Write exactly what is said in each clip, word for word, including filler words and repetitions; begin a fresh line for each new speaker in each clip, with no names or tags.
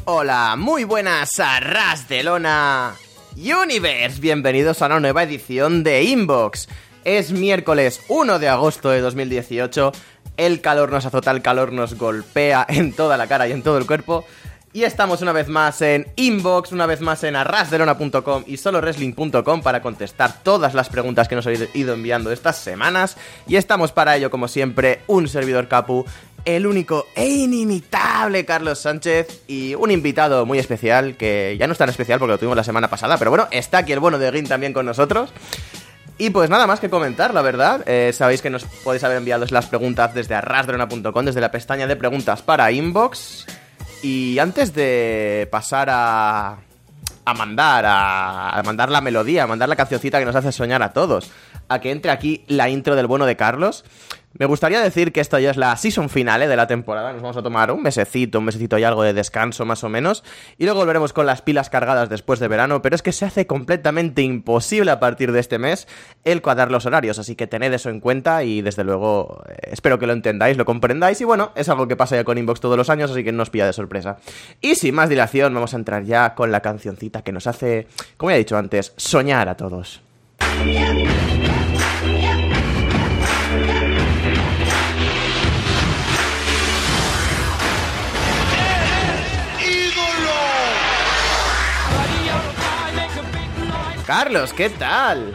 Hola, muy buenas a Ras de Lona Universe. Bienvenidos a una nueva edición de Inbox. Es miércoles uno de agosto de dos mil dieciocho. El calor nos azota, el calor nos golpea en toda la cara y en todo el cuerpo. Y estamos una vez más en Inbox, una vez más en arrasdelona punto com y solo wrestling punto com para contestar todas las preguntas que nos habéis ido enviando estas semanas. Y estamos para ello, como siempre, un servidor Capu, el único e inimitable Carlos Sánchez y un invitado muy especial, que ya no es tan especial porque lo tuvimos la semana pasada, pero bueno, está aquí el bueno de Gin también con nosotros. Y pues nada más que comentar, la verdad. Eh, sabéis que nos podéis haber enviado las preguntas desde arrasdelona punto com, desde la pestaña de preguntas para Inbox. Y antes de pasar a, a mandar, a, a mandar la melodía, a mandar la cancioncita que nos hace soñar a todos, a que entre aquí la intro del bueno de Carlos, me gustaría decir que esto ya es la season finale de la temporada. Nos vamos a tomar un mesecito, un mesecito y algo de descanso más o menos, y luego volveremos con las pilas cargadas después de verano, pero es que se hace completamente imposible a partir de este mes el cuadrar los horarios, así que tened eso en cuenta y desde luego eh, espero que lo entendáis, lo comprendáis, y bueno, es algo que pasa ya con Inbox todos los años, así que no os pilla de sorpresa. Y sin más dilación, vamos a entrar ya con la cancioncita que nos hace, como ya he dicho antes, soñar a todos. Carlos, ¿qué tal?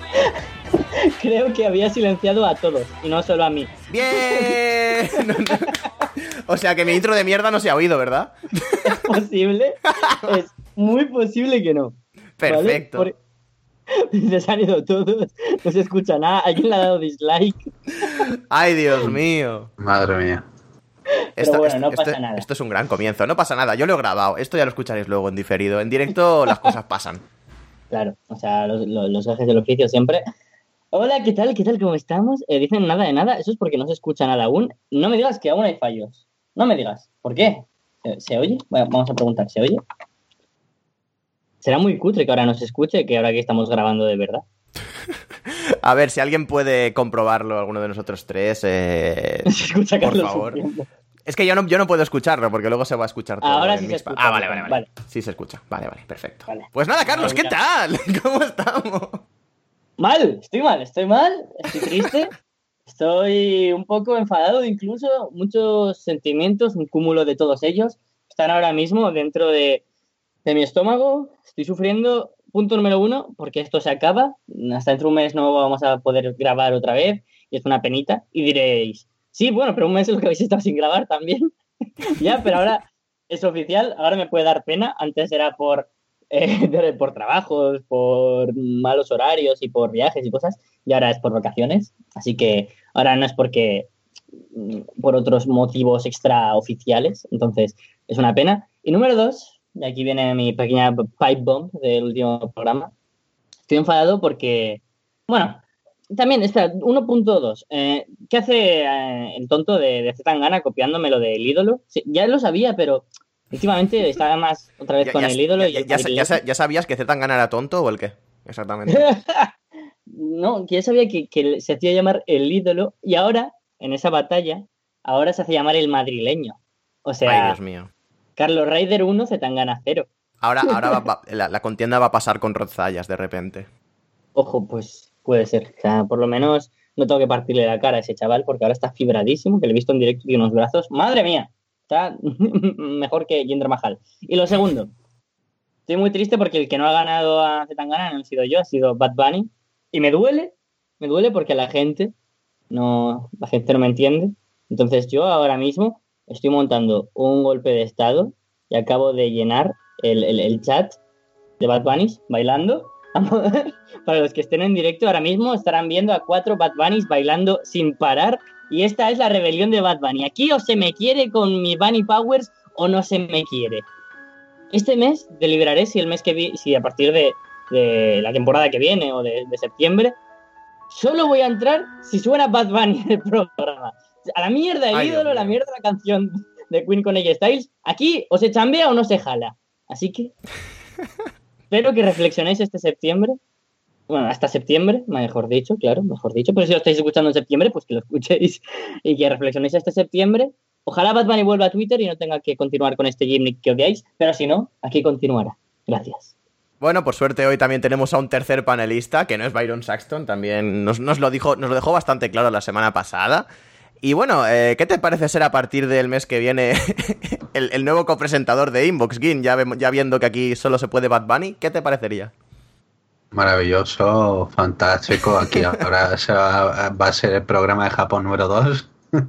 Creo que había silenciado a todos y no solo a mí.
¡Bien! O sea que mi intro de mierda no se ha oído, ¿verdad?
¿Es posible? Es muy posible que no.
Perfecto.
¿Vale? Por... Se han ido todos, no se escucha nada, alguien le ha dado dislike.
¡Ay, Dios mío!
Madre mía.
Pero
Esto,
bueno,
esto,
no pasa
esto,
nada.
Esto es un gran comienzo, no pasa nada, yo lo he grabado, esto ya lo escucharéis luego en diferido, en directo las cosas pasan.
Claro, o sea, los, los, los ejes del oficio siempre. Hola, ¿qué tal? ¿Qué tal? ¿Cómo estamos? Eh, dicen nada de nada, eso es porque no se escucha nada aún. No me digas que aún hay fallos. No me digas. ¿Por qué? ¿Se oye? Bueno, vamos a preguntar, ¿se oye? Será muy cutre que ahora no se escuche, que ahora que estamos grabando de verdad.
A ver, si alguien puede comprobarlo, alguno de nosotros tres, eh,
se escucha,
por
Carlos,
favor. Es que yo no, yo no puedo escucharlo, porque luego se va a escuchar todo.
Ahora sí se
Mixpa.
escucha.
Ah, vale, vale, vale,
vale.
Sí se escucha. Vale, vale, perfecto.
Vale.
Pues nada, Carlos, ¿qué
Venga.
tal? ¿Cómo estamos?
Mal, estoy mal, estoy mal, estoy triste, estoy un poco enfadado incluso, muchos sentimientos, un cúmulo de todos ellos están ahora mismo dentro de, de mi estómago, estoy sufriendo, punto número uno, porque esto se acaba, hasta dentro de un mes no vamos a poder grabar otra vez y es una penita, y diréis, sí, bueno, pero un mes es lo que habéis estado sin grabar también, ya, pero ahora es oficial, ahora me puede dar pena, antes era por... Eh, por trabajos, por malos horarios y por viajes y cosas, y ahora es por vacaciones, así que ahora no es porque por otros motivos extraoficiales, entonces es una pena. Y número dos, y aquí viene mi pequeña pipe bomb del último programa, estoy enfadado porque, bueno, también, espera, uno punto dos, eh, ¿qué hace eh, el tonto de, de Zetangana copiándome lo del ídolo? Sí, ya lo sabía, pero... Últimamente estaba más otra vez
Ya,
con
ya,
el ídolo.
ya,
y
ya, ya, ya, ya sabías que Zetangana era tonto o el qué? Exactamente.
No, que ya sabía que, que se hacía llamar el ídolo y ahora, en esa batalla, ahora se hace llamar el madrileño. O sea,
Ay, Dios mío.
Carlos Raider uno, Zetangana cero.
Ahora, ahora va, va, la, la contienda va a pasar con Rozallas de repente.
Ojo, pues puede ser. O sea, por lo menos no tengo que partirle la cara a ese chaval porque ahora está fibradísimo, que le he visto en directo y unos brazos. ¡Madre mía! Está mejor que Jinder Mahal. Y lo segundo, estoy muy triste porque el que no ha ganado a Zetangana no he sido yo, ha sido Bad Bunny. Y me duele, me duele porque la gente no, la gente no me entiende. Entonces yo ahora mismo estoy montando un golpe de estado y acabo de llenar el, el, el chat de Bad Bunnies bailando. Para los que estén en directo ahora mismo estarán viendo a cuatro Bad Bunnies bailando sin parar. Y esta es la rebelión de Bad Bunny. Aquí o se me quiere con mi Bunny Powers o no se me quiere. Este mes deliberaré si el mes que vi, si a partir de, de la temporada que viene o de, de septiembre, solo voy a entrar si suena Bad Bunny en el programa. A la mierda el
Ay,
ídolo, la mierda la canción de Queen con A J Styles. Aquí o se chambea o no se jala. Así que espero que reflexionéis este septiembre. Bueno, hasta septiembre, mejor dicho, claro, mejor dicho. Pero si lo estáis escuchando en septiembre, pues que lo escuchéis y que reflexionéis este septiembre Ojalá Bad Bunny vuelva a Twitter y no tenga que continuar con este gimmick que odiáis, pero si no, aquí continuará. Gracias.
Bueno, por suerte hoy también tenemos a un tercer panelista, que no es Byron Saxton, también nos, nos, lo, dijo, nos lo dejó bastante claro la semana pasada. Y bueno, eh, ¿qué te parece ser a partir del mes que viene el, el nuevo copresentador de Inbox, Gin? Ya, ya viendo que aquí solo se puede Bad Bunny, ¿qué te parecería?
Maravilloso, fantástico. Aquí ahora se va, va a ser el programa de Japón número dos.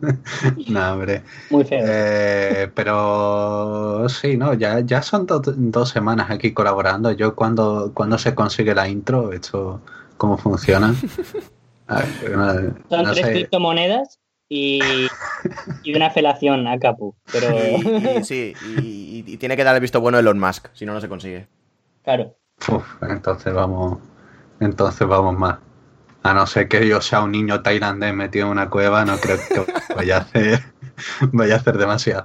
No, hombre.
Muy feo.
Eh, pero sí, no, ya, ya son do, dos semanas aquí colaborando. Yo cuando, cuando se consigue la intro, esto cómo funciona. Ah, no,
son
no
tres
sé.
criptomonedas y, y una felación a Capu. Pero...
Y, y, sí, y, y tiene que dar el visto bueno a Elon Musk, si no, no se consigue.
Claro.
Uf, entonces vamos, entonces vamos más. A no ser que yo sea un niño tailandés metido en una cueva, no creo que vaya a hacer, vaya a hacer demasiado.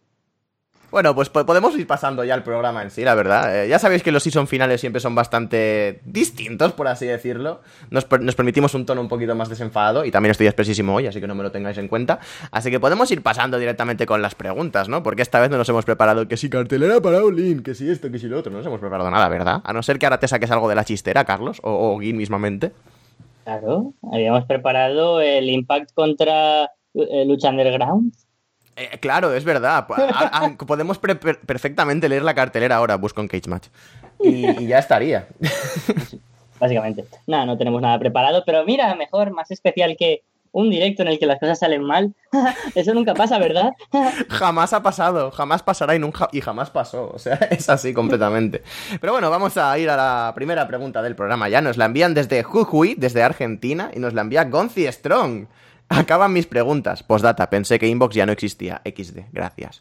Bueno, pues podemos ir pasando ya al programa en sí, la verdad. Eh, ya sabéis que los season finales siempre son bastante distintos, por así decirlo. Nos, per nos permitimos un tono un poquito más desenfadado y también estoy expresísimo hoy, así que no me lo tengáis en cuenta. Así que podemos ir pasando directamente con las preguntas, ¿no? Porque esta vez no nos hemos preparado que si cartelera para All-In, que si esto, que si lo otro. No nos hemos preparado nada, ¿verdad? A no ser que ahora te saques algo de la chistera, Carlos, o, o Gin mismamente.
Claro, habíamos preparado el Impact contra eh, Lucha Underground.
Eh, claro, es verdad. A, a, podemos pre per perfectamente leer la cartelera ahora, busco en Cage Match. Y, y ya estaría.
Sí, básicamente. Nada, no tenemos nada preparado, pero mira, mejor, más especial que un directo en el que las cosas salen mal. Eso nunca pasa, ¿verdad?
Jamás ha pasado, jamás pasará y, nunca, y jamás pasó. O sea, es así completamente. Pero bueno, vamos a ir a la primera pregunta del programa ya. Nos la envían desde Jujuy, desde Argentina, y nos la envía Gonzi Strong. Acaban mis preguntas. Postdata, pensé que Inbox ya no existía. equis de, gracias.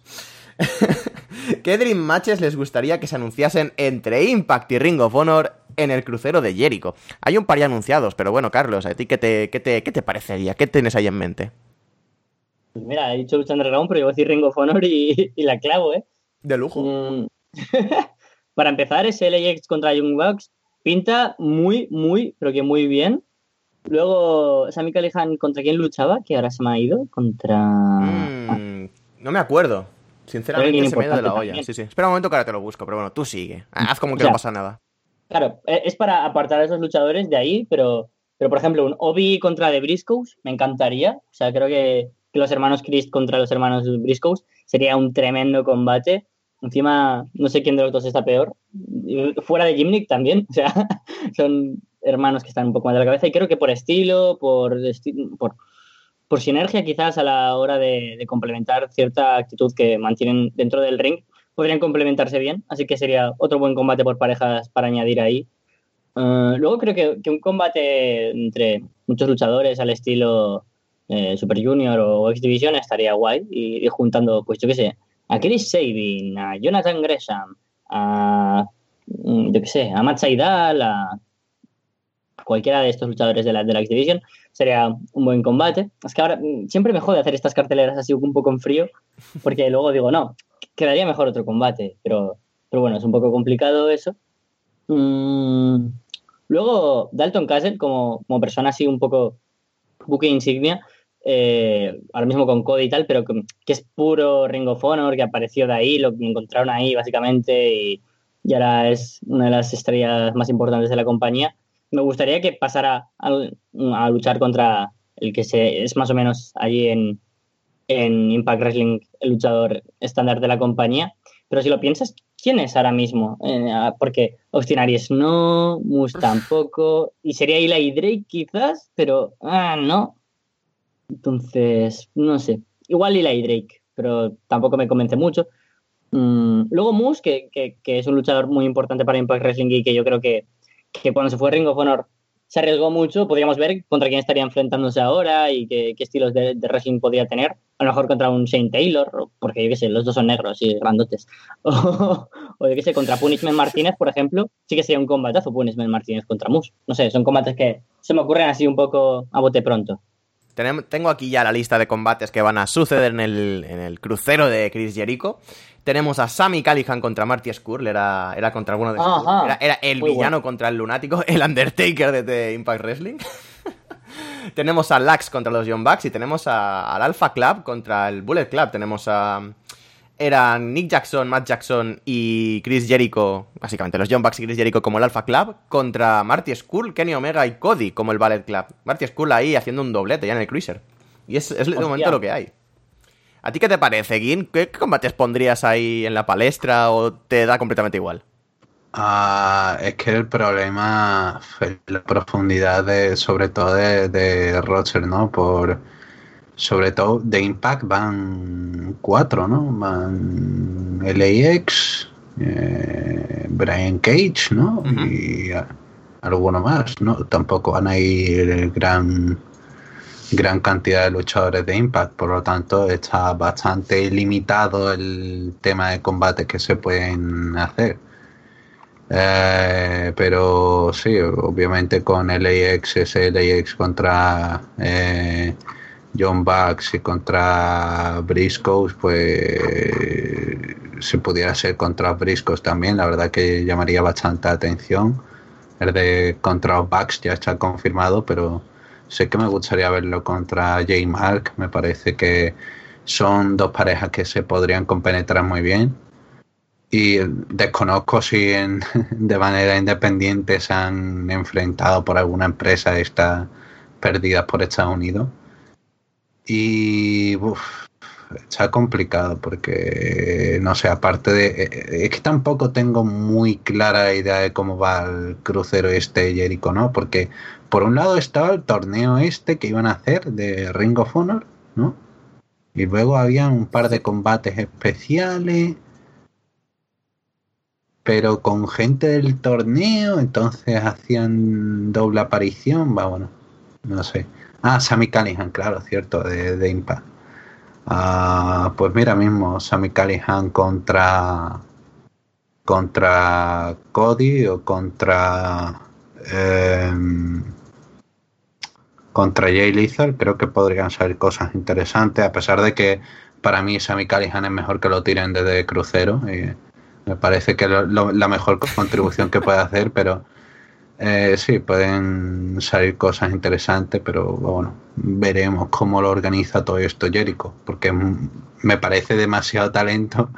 ¿Qué Dream Matches les gustaría que se anunciasen entre Impact y Ring of Honor en el crucero de Jericho? Hay un par ya anunciados, pero bueno, Carlos, ¿a ti qué te, qué te, qué te parecería? ¿Qué tienes ahí en mente?
Pues mira, he dicho Lucha Underground, pero yo voy a decir Ring of Honor y, y la clavo, ¿eh?
De lujo.
Mm. Para empezar, ese L A X contra Young Bucks pinta muy, muy, pero que muy bien. Luego, Sami Callihan, ¿contra quién luchaba? Que ahora se me ha ido. Contra...
Mm, no me acuerdo. Sinceramente se me ha ido de la olla. Sí, sí. Espera un momento que ahora te lo busco, pero bueno, tú sigue. Haz como que o sea, no pasa nada.
Claro, es para apartar a esos luchadores de ahí, pero, pero por ejemplo, un Obi contra The Briscoes me encantaría. O sea, creo que, que los hermanos Christ contra los hermanos Briscoes sería un tremendo combate. Encima, no sé quién de los dos está peor. Fuera de Gimnick también. O sea, son hermanos que están un poco más de la cabeza. Y creo que por estilo, por, esti por, por sinergia quizás a la hora de, de complementar cierta actitud que mantienen dentro del ring, podrían complementarse bien. Así que sería otro buen combate por parejas para añadir ahí. Uh, luego creo que, que un combate entre muchos luchadores al estilo eh, Super Junior o X Division estaría guay. Y, y juntando, pues yo qué sé, a Chris Sabin, a Jonathan Gresham, a, yo qué sé, a Matt Sydal, a cualquiera de estos luchadores de la, de la X Division, sería un buen combate. Es que ahora siempre me jode hacer estas carteleras así un poco en frío, porque luego digo, no, quedaría mejor otro combate, pero, pero bueno, es un poco complicado eso. Mm, luego, Dalton Castle, como, como persona así un poco buque insignia, eh, ahora mismo con Cody y tal, pero que, que es puro Ring of Honor, que apareció de ahí, lo encontraron ahí básicamente y, y ahora es una de las estrellas más importantes de la compañía. Me gustaría que pasara a, a luchar contra el que se, es más o menos allí en, en Impact Wrestling el luchador estándar de la compañía. Pero si lo piensas, ¿quién es ahora mismo? Eh, porque Austin Aries no, Moose tampoco, y sería Eli Drake quizás, pero ah, no. Entonces, no sé. Igual Eli Drake, pero tampoco me convence mucho. Mm, luego Moose, que, que, que es un luchador muy importante para Impact Wrestling y que yo creo que que cuando se fue Ring of Honor se arriesgó mucho. Podríamos ver contra quién estaría enfrentándose ahora y qué, qué estilos de, de wrestling podría tener. A lo mejor contra un Shane Taylor, porque yo qué sé, los dos son negros y grandotes. O, o yo qué sé, contra Punishment Martínez, por ejemplo, sí que sería un combatazo Punishment Martínez contra Moose. No sé, son combates que se me ocurren así un poco a bote pronto.
Tengo aquí ya la lista de combates que van a suceder en el, en el crucero de Chris Jericho. Tenemos a Sami Callihan contra Marty Scurll, era, era contra alguno de estos. Era, era el Muy villano bueno. contra el lunático, el Undertaker de, de Impact Wrestling. tenemos a Lax contra los Young Bucks y tenemos a, al Alpha Club contra el Bullet Club. Tenemos a... Eran Nick Jackson, Matt Jackson y Chris Jericho, básicamente los Young Bucks y Chris Jericho como el Alpha Club, contra Marty Scurll, Kenny Omega y Cody como el Bullet Club. Marty Scurll ahí haciendo un doblete ya en el Cruiser. Y es, es de momento lo que hay. ¿A ti qué te parece, Gin? ¿Qué combates pondrías ahí en la palestra o te da completamente igual?
Uh, es que el problema es la profundidad de, sobre todo de, de roster, ¿no? Por sobre todo de Impact van cuatro, ¿no? Van L A X, eh, Brian Cage, ¿no? Uh-huh. Y a, alguno más, ¿no? Tampoco van a ir gran gran cantidad de luchadores de Impact, por lo tanto está bastante limitado el tema de combates que se pueden hacer. Eh, pero sí, obviamente con L A X, ese L A X contra eh, Young Bucks y contra Briscoes, pues si pudiera ser contra Briscoes también, la verdad que llamaría bastante atención. El de contra los Bucks ya está confirmado, pero sé que me gustaría verlo contra J-Mark. Me parece que son dos parejas que se podrían compenetrar muy bien. Y desconozco si en, de manera independiente se han enfrentado por alguna empresa de estas perdidas por Estados Unidos. Y uf, está complicado porque, no sé, aparte de... Es que tampoco tengo muy clara idea de cómo va el crucero este Jericho, ¿no? Porque por un lado estaba el torneo este que iban a hacer de Ring of Honor, ¿no? Y luego había un par de combates especiales, pero con gente del torneo, entonces hacían doble aparición, va, bueno, no sé. Ah, Sami Callihan, claro, cierto, de, de Impact. Ah, pues mira mismo, Sami Callihan contra contra Cody o contra eh, contra Jay Lethal, creo que podrían salir cosas interesantes, a pesar de que para mí Sami Callihan es mejor que lo tiren desde crucero y me parece que lo, lo, la mejor contribución que puede hacer, pero eh, sí, pueden salir cosas interesantes, pero bueno, veremos cómo lo organiza todo esto Jericho, porque me parece demasiado talento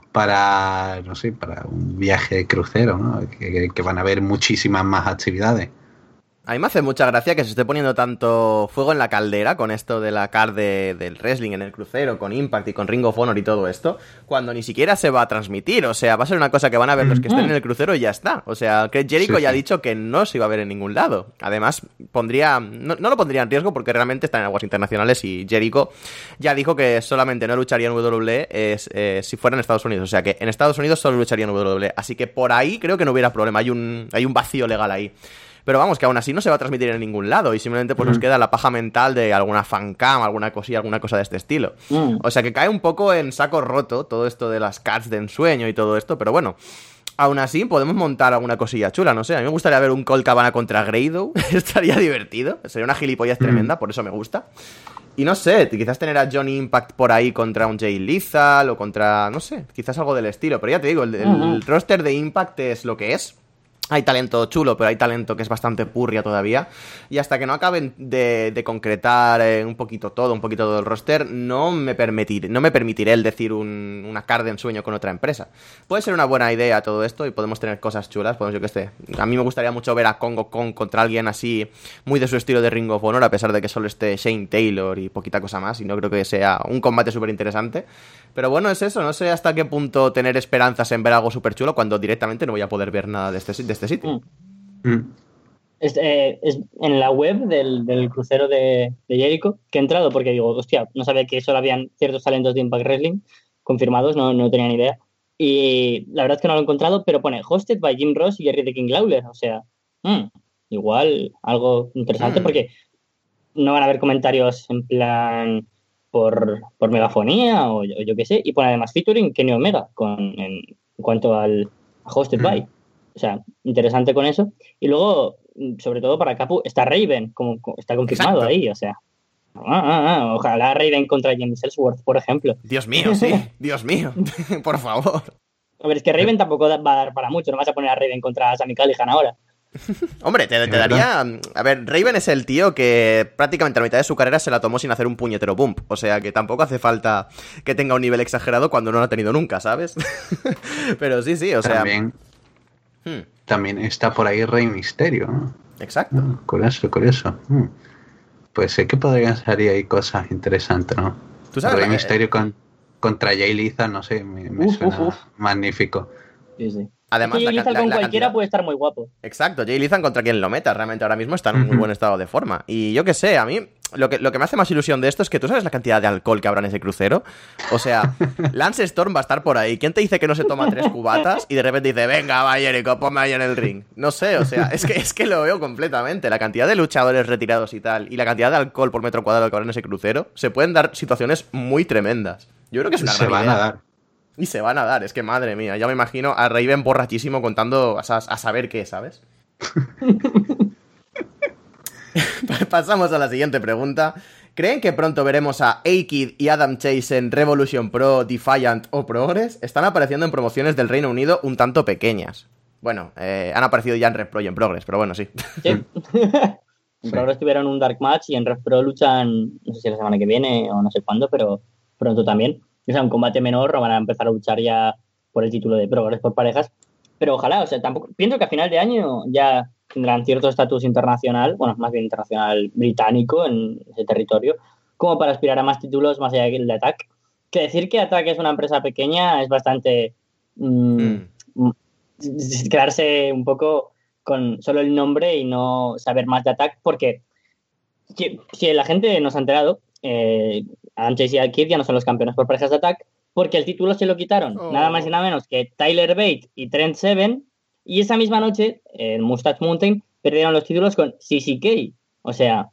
para, no sé, para un viaje de crucero, ¿no? Que, que van a haber muchísimas más actividades.
A mí me hace mucha gracia que se esté poniendo tanto fuego en la caldera con esto de la card de, del wrestling en el crucero, con Impact y con Ring of Honor y todo esto, cuando ni siquiera se va a transmitir. O sea, va a ser una cosa que van a ver los que estén en el crucero y ya está. O sea, Chris Jericho sí, ya ha dicho que no se iba a ver en ningún lado. Además, pondría no, no lo pondría en riesgo porque realmente están en aguas internacionales y Jericho ya dijo que solamente no lucharía en W W E es, eh, si fuera en Estados Unidos. O sea, que en Estados Unidos solo lucharía en W W E. Así que por ahí creo que no hubiera problema. Hay un, hay un vacío legal ahí. Pero vamos, que aún así no se va a transmitir en ningún lado y simplemente pues mm. nos queda la paja mental de alguna fancam, alguna cosilla, alguna cosa de este estilo. Mm. O sea que cae un poco en saco roto todo esto de las cards de ensueño y todo esto, pero bueno, aún así podemos montar alguna cosilla chula, no sé. A mí me gustaría ver un Colt Cabana contra Grado, estaría divertido, sería una gilipollas mm. tremenda, por eso me gusta. Y no sé, quizás tener a Johnny Impact por ahí contra un Jay Lethal o contra, no sé, quizás algo del estilo, pero ya te digo, el, el, mm. el roster de Impact es lo que es. Hay talento chulo, pero hay talento que es bastante purria todavía. Y hasta que no acaben de, de concretar eh, un poquito todo, un poquito todo el roster, no me, permitir, no me permitiré el decir un, una card de ensueño con otra empresa. Puede ser una buena idea todo esto y podemos tener cosas chulas. Podemos, yo que sé. A mí me gustaría mucho ver a Congo Kong contra alguien así, muy de su estilo de Ring of Honor, a pesar de que solo esté Shane Taylor y poquita cosa más. Y no creo que sea un combate súper interesante. Pero bueno, es eso. No sé hasta qué punto tener esperanzas en ver algo súper chulo cuando directamente no voy a poder ver nada de este, de este sitio.
Mm. Mm. Es, eh, es en la web del, del crucero de, de Jericho que he entrado porque digo, hostia, no sabía que solo habían ciertos talentos de Impact Wrestling confirmados, no, no tenía ni idea. Y la verdad es que no lo he encontrado, pero pone hosted by Jim Ross y Jerry the King Lawler. O sea, mm, igual algo interesante mm. porque no van a haber comentarios en plan por, por megafonía o yo, yo qué sé. Y pone además featuring Kenny Omega con, en, en cuanto al hosted mm. by. O sea, interesante con eso. Y luego, sobre todo para Capu, está Raven, como está confirmado. Exacto. Ahí, o sea. Ah, ah, ah, ojalá Raven contra James Ellsworth, por ejemplo.
Dios mío, sí, Dios mío, por favor.
A ver, es que Raven tampoco va a dar para mucho, no vas a poner a Raven contra Sami Callihan ahora.
Hombre, te, te daría... A ver, Raven es el tío que prácticamente a la mitad de su carrera se la tomó sin hacer un puñetero bump. O sea, que tampoco hace falta que tenga un nivel exagerado cuando no lo ha tenido nunca, ¿sabes? Pero sí, sí, o sea...
También, hmm. también está por ahí Rey Misterio, ¿no?
Exacto.
Oh, curioso, curioso. Hmm. Pues sé que podrían salir ahí cosas interesantes, ¿no? ¿Tú sabes? Rey eh, Misterio con, contra Jay Lethal, no sé, me, me uf, suena uf, uf. magnífico.
Sí, sí.
Además,
es que Jay Lethal con la cualquiera
cantidad...
puede estar muy guapo.
Exacto, Jay Lethal contra quien lo meta, realmente ahora mismo está en un muy buen estado de forma. Y yo qué sé, a mí lo que, lo que me hace más ilusión de esto es que tú sabes la cantidad de alcohol que habrá en ese crucero. O sea, Lance Storm va a estar por ahí. ¿Quién te dice que no se toma tres cubatas y de repente dice, venga, va, Jericho, ponme ahí en el ring? No sé, o sea, es que, es que lo veo completamente. La cantidad de luchadores retirados y tal, y la cantidad de alcohol por metro cuadrado que habrá en ese crucero, se pueden dar situaciones muy tremendas. Yo creo que es una
se van idea. a dar.
Y se van a dar, es que madre mía, ya me imagino a Raven borrachísimo contando a, a saber qué, ¿sabes? Pasamos a la siguiente pregunta. ¿Creen que pronto veremos a A-Kid y Adam Chase en Revolution Pro, Defiant o Progress? Están apareciendo en promociones del Reino Unido un tanto pequeñas. Bueno, eh, han aparecido ya en Rev Pro y en Progress, pero bueno, sí.
Sí. En Progress tuvieron un Dark Match y en Rev Pro luchan, no sé si la semana que viene o no sé cuándo, pero pronto también. O sea, un combate menor, van a empezar a luchar ya por el título de Progress por parejas. Pero ojalá, o sea, tampoco pienso que a final de año ya tendrán cierto estatus internacional, bueno, más bien internacional británico en ese territorio, como para aspirar a más títulos más allá del de Attack. Que decir que Attack es una empresa pequeña es bastante mmm, mm. quedarse un poco con solo el nombre y no saber más de Attack, porque si, si la gente nos ha enterado, eh, Adam Chase y A-Kid ya no son los campeones por parejas de Attack, porque el título se lo quitaron, oh. nada más y nada menos que Tyler Bate y Trent Seven, y esa misma noche, en Mustache Mountain, perdieron los títulos con C C K. O sea,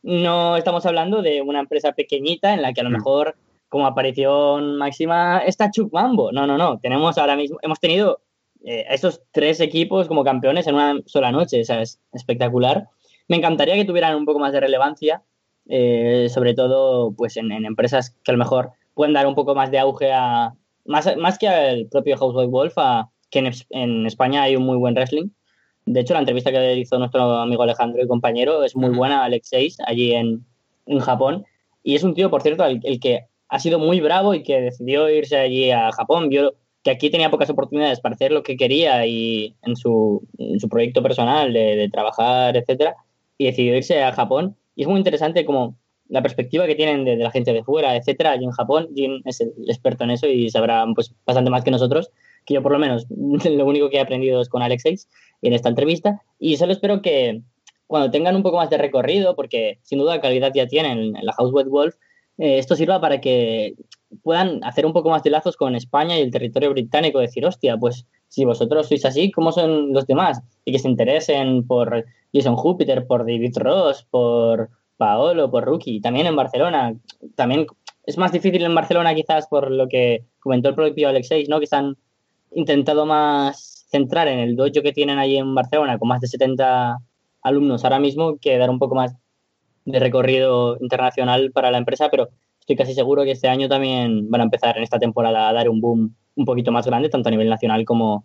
no estamos hablando de una empresa pequeñita en la que a lo mejor, como aparición máxima, está Chuck Mambo. No, no, no. Tenemos ahora mismo, hemos tenido eh, esos tres equipos como campeones en una sola noche. O sea, es espectacular. Me encantaría que tuvieran un poco más de relevancia, eh, sobre todo pues en, en empresas que a lo mejor pueden dar un poco más de auge a, más, más que al propio House of Wolf, a que en, en España hay un muy buen wrestling. De hecho, la entrevista que hizo nuestro amigo Alejandro y compañero es muy buena, Alex Seis, allí en, en Japón. Y es un tío, por cierto, el, el que ha sido muy bravo y que decidió irse allí a Japón. Vio que aquí tenía pocas oportunidades para hacer lo que quería y en su, en su proyecto personal de, de trabajar, etcétera, y decidió irse a Japón. Y es muy interesante como la perspectiva que tienen de, de la gente de fuera, etcétera. Allí en Japón, Jim es el experto en eso y sabrá pues, bastante más que nosotros, que yo por lo menos lo único que he aprendido es con Alex Seis en esta entrevista, y solo espero que cuando tengan un poco más de recorrido, porque sin duda calidad ya tienen en la House of Wolf, eh, esto sirva para que puedan hacer un poco más de lazos con España y el territorio británico, decir, hostia, pues si vosotros sois así, ¿cómo son los demás? Y que se interesen por Jason Júpiter, por David Ross, por Paolo, por Rookie, también en Barcelona. También es más difícil en Barcelona quizás por lo que comentó el propio Alex Seis, ¿no? Que están intentado más centrar en el dojo que tienen allí en Barcelona con más de setenta alumnos ahora mismo que dar un poco más de recorrido internacional para la empresa, pero estoy casi seguro que este año también van a empezar en esta temporada a dar un boom un poquito más grande, tanto a nivel nacional como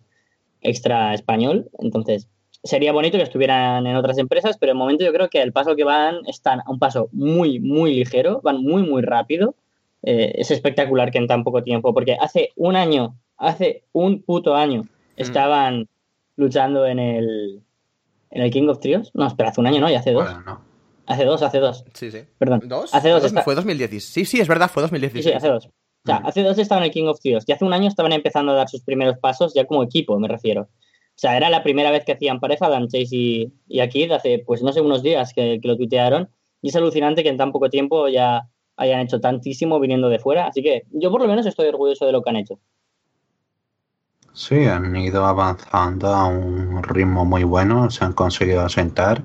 extra español. Entonces sería bonito que estuvieran en otras empresas, pero de momento yo creo que el paso que van están a un paso muy, muy ligero, van muy, muy rápido. Eh, es espectacular que en tan poco tiempo, porque hace un año Hace un puto año estaban mm. luchando en el en el King of Trios. No, espera, hace un año no, y hace dos.
Bueno, no.
Hace dos, hace dos.
Sí, sí.
Perdón.
¿Dos?
Hace dos.
Fue,
está...
fue dos mil dieciséis. Sí, sí, es verdad, fue dos mil dieciséis.
Sí, sí, hace dos. O sea, mm. hace dos estaban en el King of Trios y hace un año estaban empezando a dar sus primeros pasos ya como equipo, me refiero. O sea, era la primera vez que hacían pareja, Dan Chase y, y Akid, hace, pues no sé, unos días que, que lo tuitearon. Y es alucinante que en tan poco tiempo ya hayan hecho tantísimo viniendo de fuera. Así que yo por lo menos estoy orgulloso de lo que han hecho.
Sí, han ido avanzando a un ritmo muy bueno, se han conseguido asentar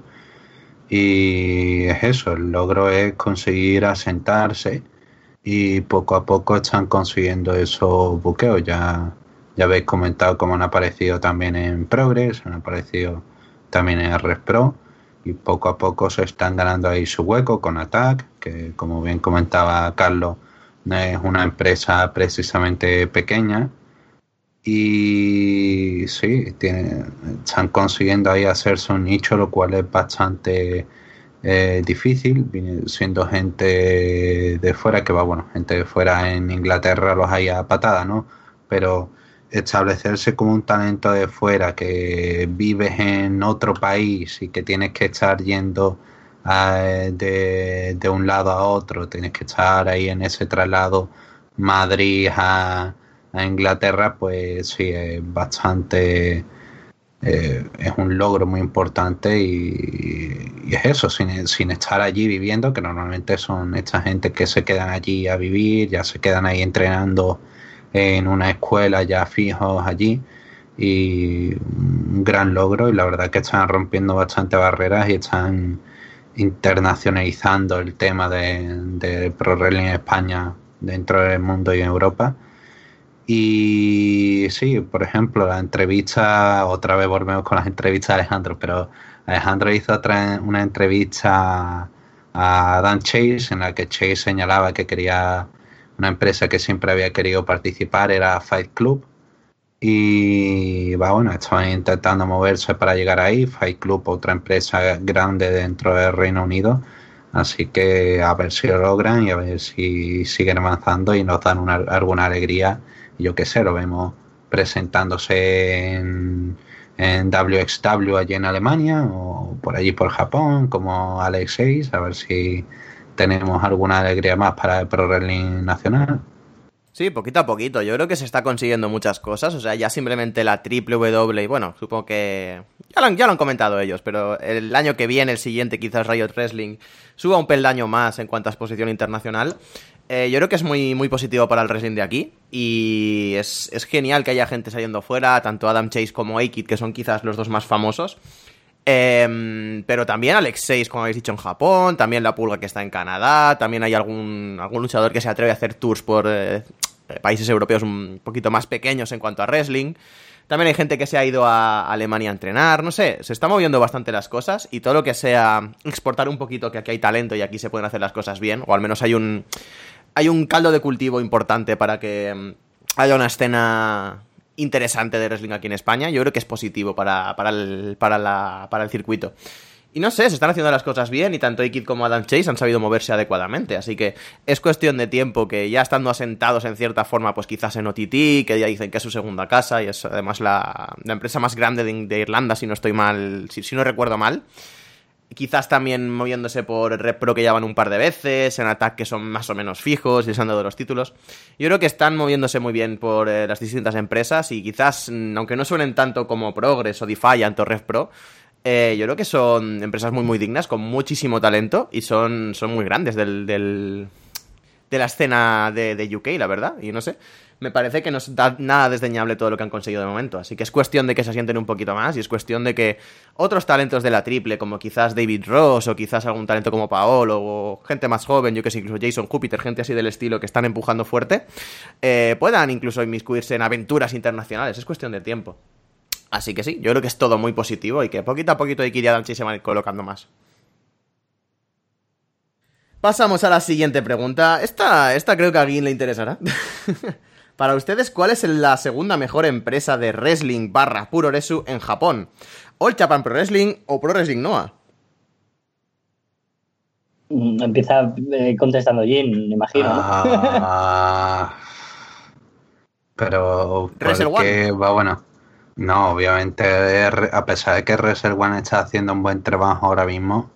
y es eso, el logro es conseguir asentarse y poco a poco están consiguiendo esos buqueos. Ya, ya habéis comentado cómo han aparecido también en Progress, han aparecido también en Rev Pro y poco a poco se están ganando ahí su hueco con Attack, que como bien comentaba Carlos, no es una empresa precisamente pequeña. Y sí, tiene, están consiguiendo ahí hacerse un nicho, lo cual es bastante eh, difícil, siendo gente de fuera, que va, bueno, gente de fuera en Inglaterra los hay a patada, ¿no? Pero establecerse como un talento de fuera, que vives en otro país y que tienes que estar yendo a, de, de un lado a otro, tienes que estar ahí en ese traslado Madrid a a Inglaterra, pues sí, es bastante, eh, es un logro muy importante y, y es eso, sin, sin estar allí viviendo, que normalmente son esta gente que se quedan allí a vivir, ya se quedan ahí entrenando en una escuela ya fijos allí, y un gran logro, y la verdad que están rompiendo bastante barreras y están internacionalizando el tema de, de Pro Wrestling en España dentro del mundo y en Europa. Y sí, por ejemplo, la entrevista, otra vez volvemos con las entrevistas de Alejandro, pero Alejandro hizo otra, una entrevista a Adam Chase, en la que Chase señalaba que quería una empresa que siempre había querido participar, era Fight Club, y va, bueno, estaban intentando moverse para llegar ahí. Fight Club, otra empresa grande dentro del Reino Unido, así que a ver si lo logran y a ver si siguen avanzando y nos dan una, alguna alegría. Yo qué sé, lo vemos presentándose en, en W X W allí en Alemania o por allí por Japón, como Alex seis, a ver si tenemos alguna alegría más para el Pro Wrestling nacional.
Sí, poquito a poquito. Yo creo que se está consiguiendo muchas cosas. O sea, ya simplemente la triple W, y bueno, supongo que ya lo, han, ya lo han comentado ellos, pero el año que viene, el siguiente, quizás Riot Wrestling suba un peldaño más en cuanto a exposición internacional. Eh, yo creo que es muy, muy positivo para el wrestling de aquí, y es, es genial que haya gente saliendo fuera, tanto Adam Chase como A-Kid, que son quizás los dos más famosos. Eh, pero también Alex seis, como habéis dicho, en Japón, también La Pulga, que está en Canadá, también hay algún, algún luchador que se atreve a hacer tours por eh, países europeos un poquito más pequeños en cuanto a wrestling. También hay gente que se ha ido a Alemania a entrenar, no sé, se está moviendo bastante las cosas, y todo lo que sea exportar un poquito que aquí hay talento y aquí se pueden hacer las cosas bien, o al menos hay un... hay un caldo de cultivo importante para que haya una escena interesante de wrestling aquí en España. Yo creo que es positivo para, para, el, para, la, para el circuito. Y no sé, se están haciendo las cosas bien, y tanto A-Kid como Adam Chase han sabido moverse adecuadamente. Así que es cuestión de tiempo que, ya estando asentados en cierta forma, pues quizás en O T T, que ya dicen que es su segunda casa y es además la, la empresa más grande de, de Irlanda, si no estoy mal, si, si no recuerdo mal. Quizás también moviéndose por Rep Pro, que ya van un par de veces, en Attack, que son más o menos fijos y se han dado los títulos. Yo creo que están moviéndose muy bien por eh, las distintas empresas, y quizás, aunque no suenen tanto como Progress o Defiant o Rep Pro, eh, yo creo que son empresas muy muy dignas, con muchísimo talento, y son, son muy grandes del, del, de la escena de, de U K, la verdad. Y no sé, me parece que no es nada desdeñable todo lo que han conseguido de momento. Así que es cuestión de que se asienten un poquito más, y es cuestión de que otros talentos de la triple, como quizás David Ross, o quizás algún talento como Paolo, o gente más joven, yo que sé, incluso Jason Jupiter, gente así del estilo que están empujando fuerte, eh, puedan incluso inmiscuirse en aventuras internacionales. Es cuestión de tiempo. Así que sí, yo creo que es todo muy positivo, y que poquito a poquito Ikki y Adam Chase se van a ir colocando más. Pasamos a la siguiente pregunta. Esta, esta creo que a alguien le interesará. Para ustedes, ¿cuál es la segunda mejor empresa de wrestling barra puroresu en Japón? ¿All Japan Pro Wrestling o Pro Wrestling Noah?
Empieza eh, contestando Jin, me imagino, ¿no?
Ah, pero ¿por qué va bueno? No, obviamente, a pesar de que Wrestle One está haciendo un buen trabajo ahora mismo,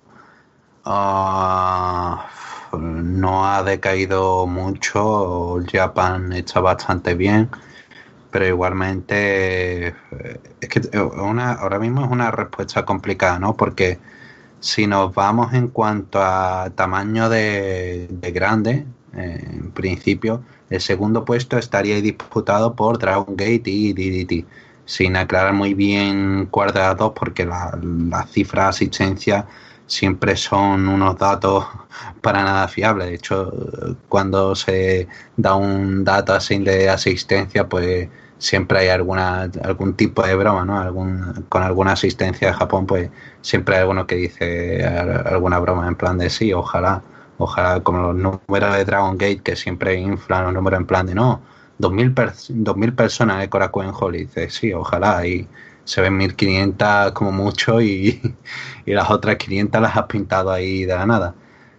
uh, no ha decaído mucho. All Japan está bastante bien, pero igualmente es que una, ahora mismo es una respuesta complicada, ¿no? Porque si nos vamos en cuanto a tamaño de, de grande, eh, en principio el segundo puesto estaría disputado por Dragon Gate y D D T, sin aclarar muy bien cuál de las dos, porque las la cifras de asistencia siempre son unos datos para nada fiables. De hecho, cuando se da un dato así de asistencia, pues siempre hay alguna algún tipo de broma, ¿no? Algún, con alguna asistencia de Japón, pues siempre hay alguno que dice alguna broma en plan de sí, ojalá, ojalá, como los números de Dragon Gate, que siempre inflan los números en plan de no, dos mil personas de Korakuen Hall. Y dices, sí, ojalá. Y se ven mil quinientas como mucho y, y las otras quinientas las has pintado ahí de la nada.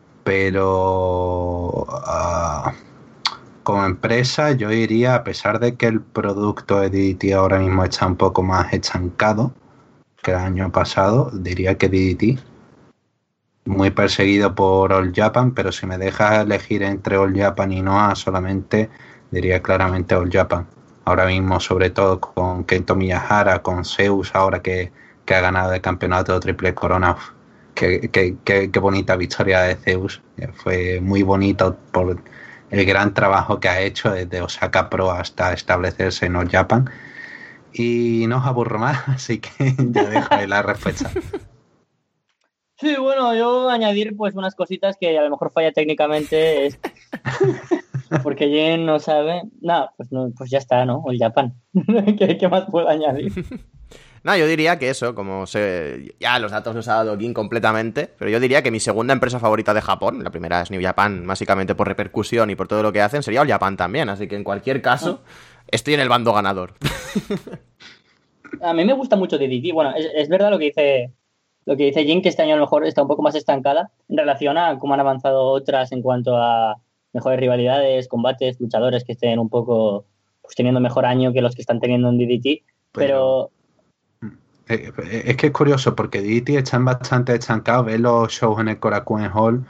Pero uh, como empresa yo diría, a pesar de que el producto de D D T ahora mismo está un poco más estancado que el año pasado, diría que D D T. Muy perseguido por All Japan, pero si me dejas elegir entre All Japan y Noah solamente, diría claramente All Japan. Ahora mismo, sobre todo con Kento Miyahara, con Zeus, ahora que, que ha ganado el campeonato de Triple Corona. Uf, qué, qué, qué, qué bonita victoria de Zeus. Fue muy bonito por el gran trabajo que ha hecho desde Osaka Pro hasta establecerse en All Japan. Y no os aburro más, así que ya dejo ahí la respuesta.
Sí, bueno, yo añadir pues unas cositas que a lo mejor falla técnicamente es porque Jen no sabe. Nada, pues no, pues ya está, ¿no? All Japan. ¿Qué, ¿Qué más puedo añadir?
No, yo diría que eso, como se... ya los datos los ha dado Gin completamente, pero yo diría que mi segunda empresa favorita de Japón, la primera es New Japan, básicamente por repercusión y por todo lo que hacen, sería All Japan también, así que en cualquier caso, estoy en el bando ganador.
A mí me gusta mucho D D T. Bueno, es, es verdad lo que dice lo que dice Jin, que este año a lo mejor está un poco más estancada en relación a cómo han avanzado otras en cuanto a mejores rivalidades, combates, luchadores que estén un poco pues teniendo mejor año que los que están teniendo en D D T, pero...
pero... Es que es curioso porque D D T están bastante estancados, ves los shows en el Korakuen Hall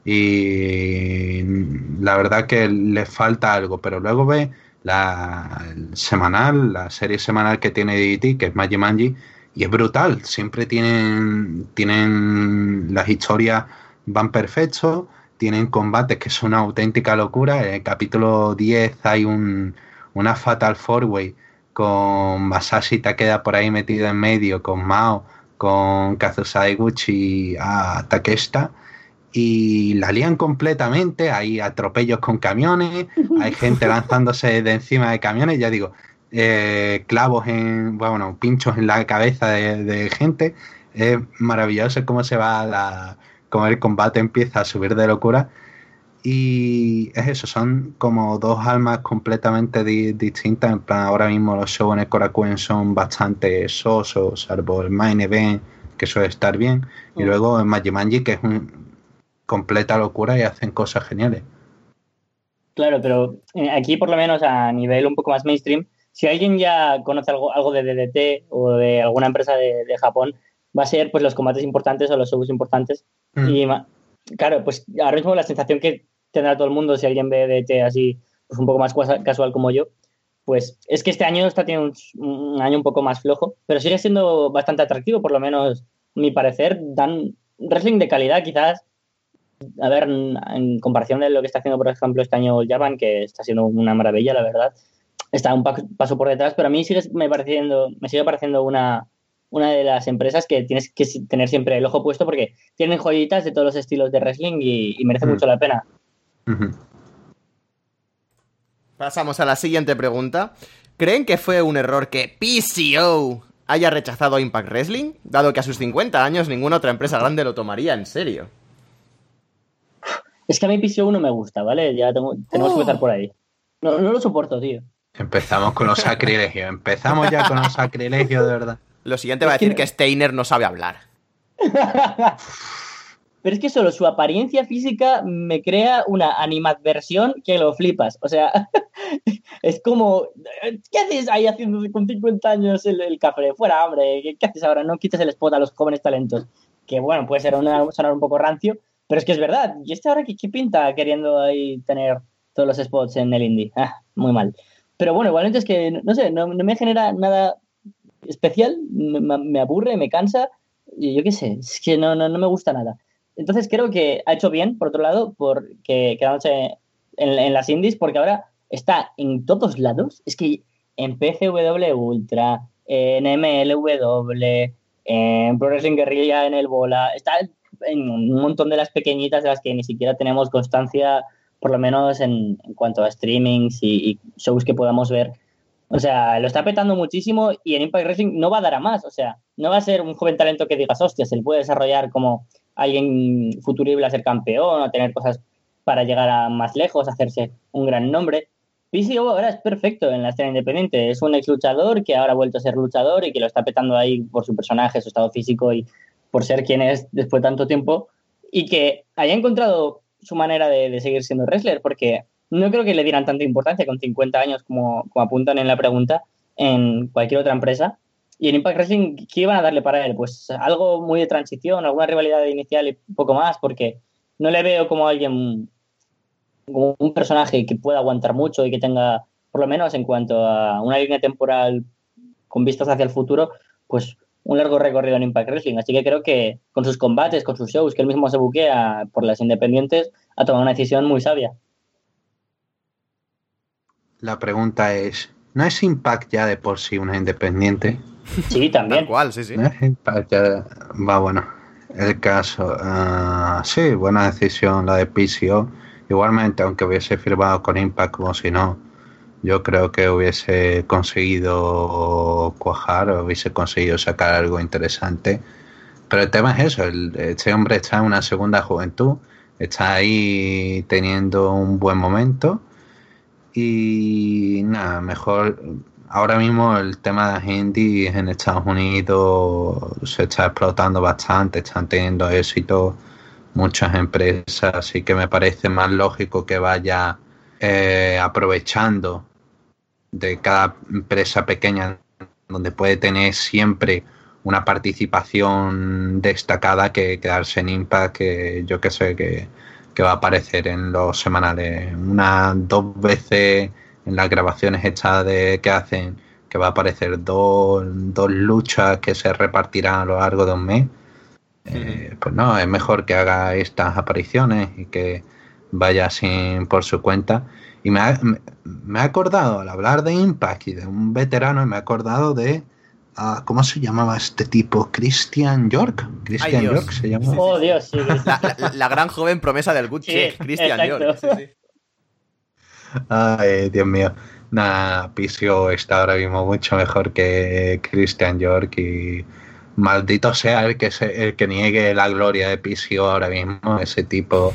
y la verdad que les falta algo, pero luego ves la el semanal, la serie semanal que tiene D D T, que es Magi Manji, y es brutal, siempre tienen tienen las historias van perfectos, tienen combates que son una auténtica locura. En el capítulo diez hay un una Fatal Four Way con Masashi Takeda por ahí metido en medio, con Mao, con Kazusa Eguchi a Takeshita, y la lían completamente, hay atropellos con camiones, hay gente lanzándose de encima de camiones, ya digo, eh, clavos en, bueno, pinchos en la cabeza de, de gente. Es maravilloso cómo se va la, cómo el combate empieza a subir de locura. Y es eso, son como dos almas completamente di- distintas. En plan, ahora mismo los shows en el Korakuen son bastante sosos, salvo el Main Event, que suele estar bien. Y luego en Majimanji, que es una completa locura y hacen cosas geniales.
Claro, pero aquí por lo menos a nivel un poco más mainstream, si alguien ya conoce algo, algo de D D T o de alguna empresa de, de Japón, va a ser pues los combates importantes o los shows importantes. Mm. Y claro, pues ahora mismo la sensación que tendrá todo el mundo si alguien ve D D T así pues un poco más casual como yo, pues es que este año está teniendo un, un año un poco más flojo, pero sigue siendo bastante atractivo, por lo menos a mi parecer, dan wrestling de calidad quizás. A ver, en comparación de lo que está haciendo, por ejemplo, este año el Japan, que está siendo una maravilla, la verdad, está un paso por detrás, pero a mí sigue me pareciendo, me sigue pareciendo una, una de las empresas que tienes que tener siempre el ojo puesto porque tienen joyitas de todos los estilos de wrestling y, y merece mm. mucho la pena.
Uh-huh. Pasamos a la siguiente pregunta. ¿Creen que fue un error que P C O haya rechazado a Impact Wrestling? Dado que a sus cincuenta años ninguna otra empresa grande lo tomaría en serio.
Es que a mí P C O no me gusta, ¿vale? Ya tengo, tenemos oh. que empezar por ahí. No, no lo soporto, tío.
Empezamos con los sacrilegios. Empezamos ya con los sacrilegios, de verdad.
Lo siguiente va a decir que... que Steiner no sabe hablar.
Pero es que solo su apariencia física me crea una animadversión que lo flipas. O sea, es como... ¿Qué haces ahí haciendo con cincuenta años el, el café? Fuera, hombre. ¿Qué, ¿Qué haces ahora? No quites el spot a los jóvenes talentos. Que, bueno, puede ser una, sonar un poco rancio, pero es que es verdad. ¿Y este ahora qué, qué pinta queriendo ahí tener todos los spots en el indie? Ah, muy mal. Pero bueno, igualmente es que, no sé, no, no me genera nada especial. Me, me aburre, me cansa. Y yo qué sé, es que no, no, no me gusta nada. Entonces creo que ha hecho bien, por otro lado, porque quedándose en, en las indies, porque ahora está en todos lados. Es que en P C W Ultra, en M L W, en Pro Wrestling Guerrilla, en el Bola, está en un montón de las pequeñitas de las que ni siquiera tenemos constancia, por lo menos en, en cuanto a streamings y, y shows que podamos ver. O sea, lo está petando muchísimo y en Impact Wrestling no va a dar a más. O sea, no va a ser un joven talento que digas, hostia, se le puede desarrollar como alguien futurible a ser campeón, a tener cosas para llegar a más lejos, a hacerse un gran nombre. P C O ahora es perfecto en la escena independiente. Es un ex luchador que ahora ha vuelto a ser luchador y que lo está petando ahí por su personaje, su estado físico y por ser quien es después de tanto tiempo. Y que haya encontrado su manera de, de seguir siendo wrestler, porque no creo que le dieran tanta importancia con cincuenta años como, como apuntan en la pregunta en cualquier otra empresa. Y en Impact Wrestling, ¿qué iban a darle para él? Pues algo muy de transición, alguna rivalidad inicial y poco más, porque no le veo como alguien, como un personaje que pueda aguantar mucho y que tenga, por lo menos en cuanto a una línea temporal con vistas hacia el futuro, pues un largo recorrido en Impact Wrestling. Así que creo que con sus combates, con sus shows, que él mismo se buquea por las independientes, ha tomado una decisión muy sabia.
La pregunta es, ¿no es Impact ya de por sí una independiente?
Sí, también.
Tal cual, sí, sí.
¿No es Impact ya? Va, bueno, el caso. Uh, sí, buena decisión la de P C O. Igualmente, aunque hubiese firmado con Impact como si no, yo creo que hubiese conseguido cuajar, hubiese conseguido sacar algo interesante. Pero el tema es eso, el, este hombre está en una segunda juventud, está ahí teniendo un buen momento y nada, mejor. Ahora mismo el tema de las indies en Estados Unidos se está explotando bastante, están teniendo éxito muchas empresas, así que me parece más lógico que vaya eh, aprovechando de cada empresa pequeña donde puede tener siempre una participación destacada que quedarse en Impact, que yo que sé que, que va a aparecer en los semanales una dos veces en las grabaciones estas de que hacen, que va a aparecer dos, dos luchas que se repartirán a lo largo de un mes. Eh, pues no, es mejor que haga estas apariciones y que vaya sin por su cuenta. Y me ha, me, me he acordado, al hablar de Impact y de un veterano, me he acordado de uh, ¿cómo se llamaba este tipo? Christian York. Christian York se llama.
Oh, Dios, sí.
La, la, la gran joven promesa del Good Check, sí, Christian exacto. York. Sí, sí.
Ay, Dios mío. Nada, P C O está ahora mismo mucho mejor que Christian York y maldito sea el que se, el que niegue la gloria de P C O ahora mismo, ese tipo.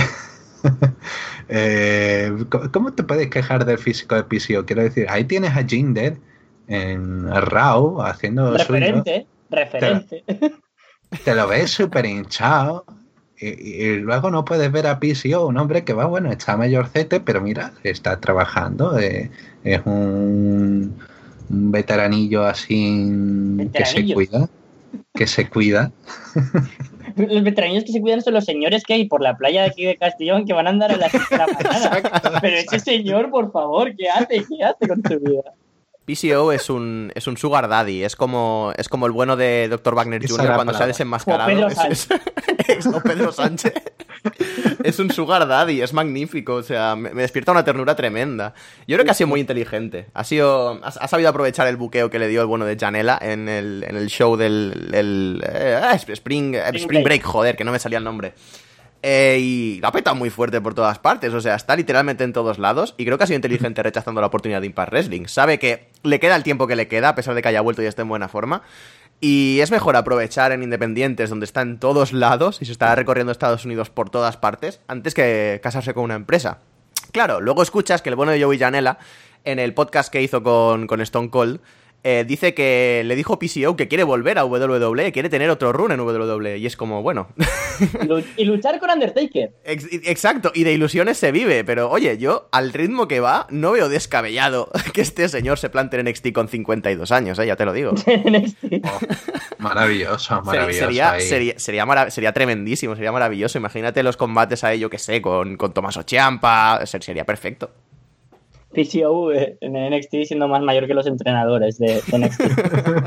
eh, ¿Cómo te puedes quejar del físico de P C O? Quiero decir, ahí tienes a Jinder en Raw haciendo
referente, suyo. Referente.
Te, te lo ves súper hinchado. Y, y luego no puedes ver a P C O, un hombre que va, bueno, está mayorcete, pero mira, está trabajando, eh, es un, un veteranillo así que se cuida, que se cuida.
Los veteranillos que se cuidan son los señores que hay por la playa de aquí de Castellón que van a andar a las seis de la mañana. Pero ese señor, por favor, ¿qué hace? ¿Qué hace con su vida?
P C O es un, es un sugar daddy, es como, es como el bueno de doctor Wagner junior cuando se ha desenmascarado. O Pedro Sánchez. Es, es, o Pedro Sánchez. Es un sugar daddy, es magnífico, o sea, me, me despierta una ternura tremenda. Yo creo que ha sido muy inteligente, ha sido, ha, ha sabido aprovechar el buqueo que le dio el bueno de Janela en el, en el show del el, eh, Spring, eh, Spring Break, joder, que no me salía el nombre. Eh, y la peta muy fuerte por todas partes, o sea, está literalmente en todos lados y creo que ha sido inteligente rechazando la oportunidad de Impact Wrestling. Sabe que le queda el tiempo que le queda, a pesar de que haya vuelto y esté en buena forma, y es mejor aprovechar en independientes donde está en todos lados y se está recorriendo Estados Unidos por todas partes antes que casarse con una empresa. Claro, luego escuchas que el bueno de Joey Janela en el podcast que hizo con, con Stone Cold Eh, dice que le dijo P C O que quiere volver a W W E, quiere tener otro run en W W E, y es como, bueno...
Y luchar con Undertaker.
Ex- exacto, y de ilusiones se vive, pero oye, yo, al ritmo que va, no veo descabellado que este señor se plante en N X T con cincuenta y dos años, eh, ya te lo digo.
Oh, maravilloso, maravilloso.
Sería, sería, sería, marav- sería tremendísimo, sería maravilloso. Imagínate los combates ahí, yo que sé, con, con Tommaso Ciampa, sería perfecto.
P C O en N X T siendo más mayor que los entrenadores de, de N X T.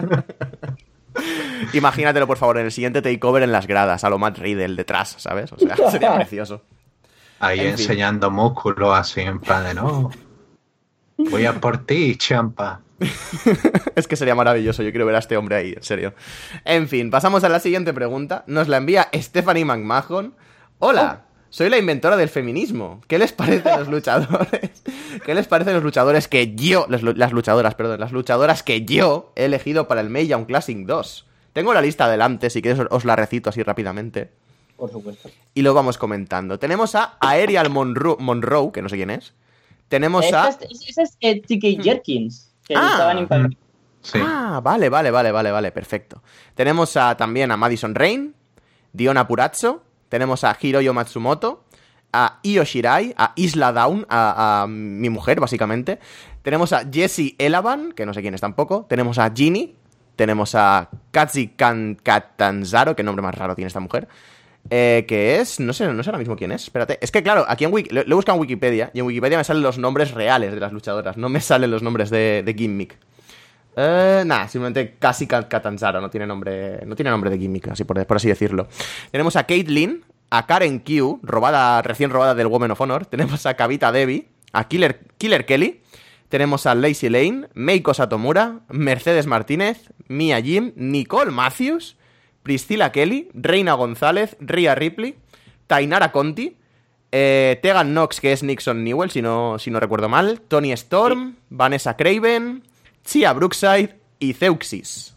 Imagínatelo, por favor, en el siguiente takeover en las gradas, a lo Matt Riddle detrás, ¿sabes? O sea, sería precioso.
Ahí en enseñando fin. músculos así en plan de no. Voy a por ti, Ciampa.
Es que sería maravilloso, yo quiero ver a este hombre ahí, en serio. En fin, pasamos a la siguiente pregunta. Nos la envía Stephanie McMahon. Hola. Oh. Soy la inventora del feminismo. ¿Qué les parecen los luchadores? ¿Qué les parecen los luchadores que yo... Las, las luchadoras, perdón. Las luchadoras que yo he elegido para el Mae Young Classic dos. Tengo la lista adelante, si queréis os la recito así rápidamente.
Por supuesto.
Y lo vamos comentando. Tenemos a Aerial Monroe, Monroe, que no sé quién es. Tenemos
Esta
a...
es- Esa es eh, T K Jerkins, que
Ah.
estaban Impact.
Sí.
Ah, vale, vale, vale, vale, vale, perfecto. Tenemos a, también a Madison Rain, Diona Purazzo, tenemos a Hiroyo Matsumoto, a Io Shirai, a Isla Dawn, a, a mi mujer, básicamente. Tenemos a Jessie Elaban, que no sé quién es tampoco. Tenemos a Ginny, tenemos a Katsi Kan Katanzaro, qué nombre más raro tiene esta mujer. Eh, que es, no sé, no sé ahora mismo quién es, espérate. Es que claro, aquí en Wiki, lo, lo he buscado en Wikipedia, y en Wikipedia me salen los nombres reales de las luchadoras, no me salen los nombres de, de gimmick. Eh, nada, simplemente casi Catanzaro, no tiene nombre, no tiene nombre de gimmick, así por, por así decirlo. Tenemos a Caitlyn, a Karen Q, robada, recién robada del Women of Honor. Tenemos a Kavita Devi, a Killer, Killer Kelly. Tenemos a Lacey Lane, Meiko Satomura, Mercedes Martínez, Mia Jim, Nicole Matthews, Priscilla Kelly, Reina González, Rhea Ripley, Tainara Conti, eh, Tegan Knox, que es Nixon Newell, si no, si no recuerdo mal, Toni Storm, sí. Vanessa Craven, Chia Brookside y Zeuxis.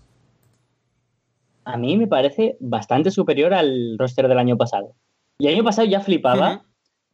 A mí me parece bastante superior al roster del año pasado. Y el año pasado ya flipaba. Uh-huh.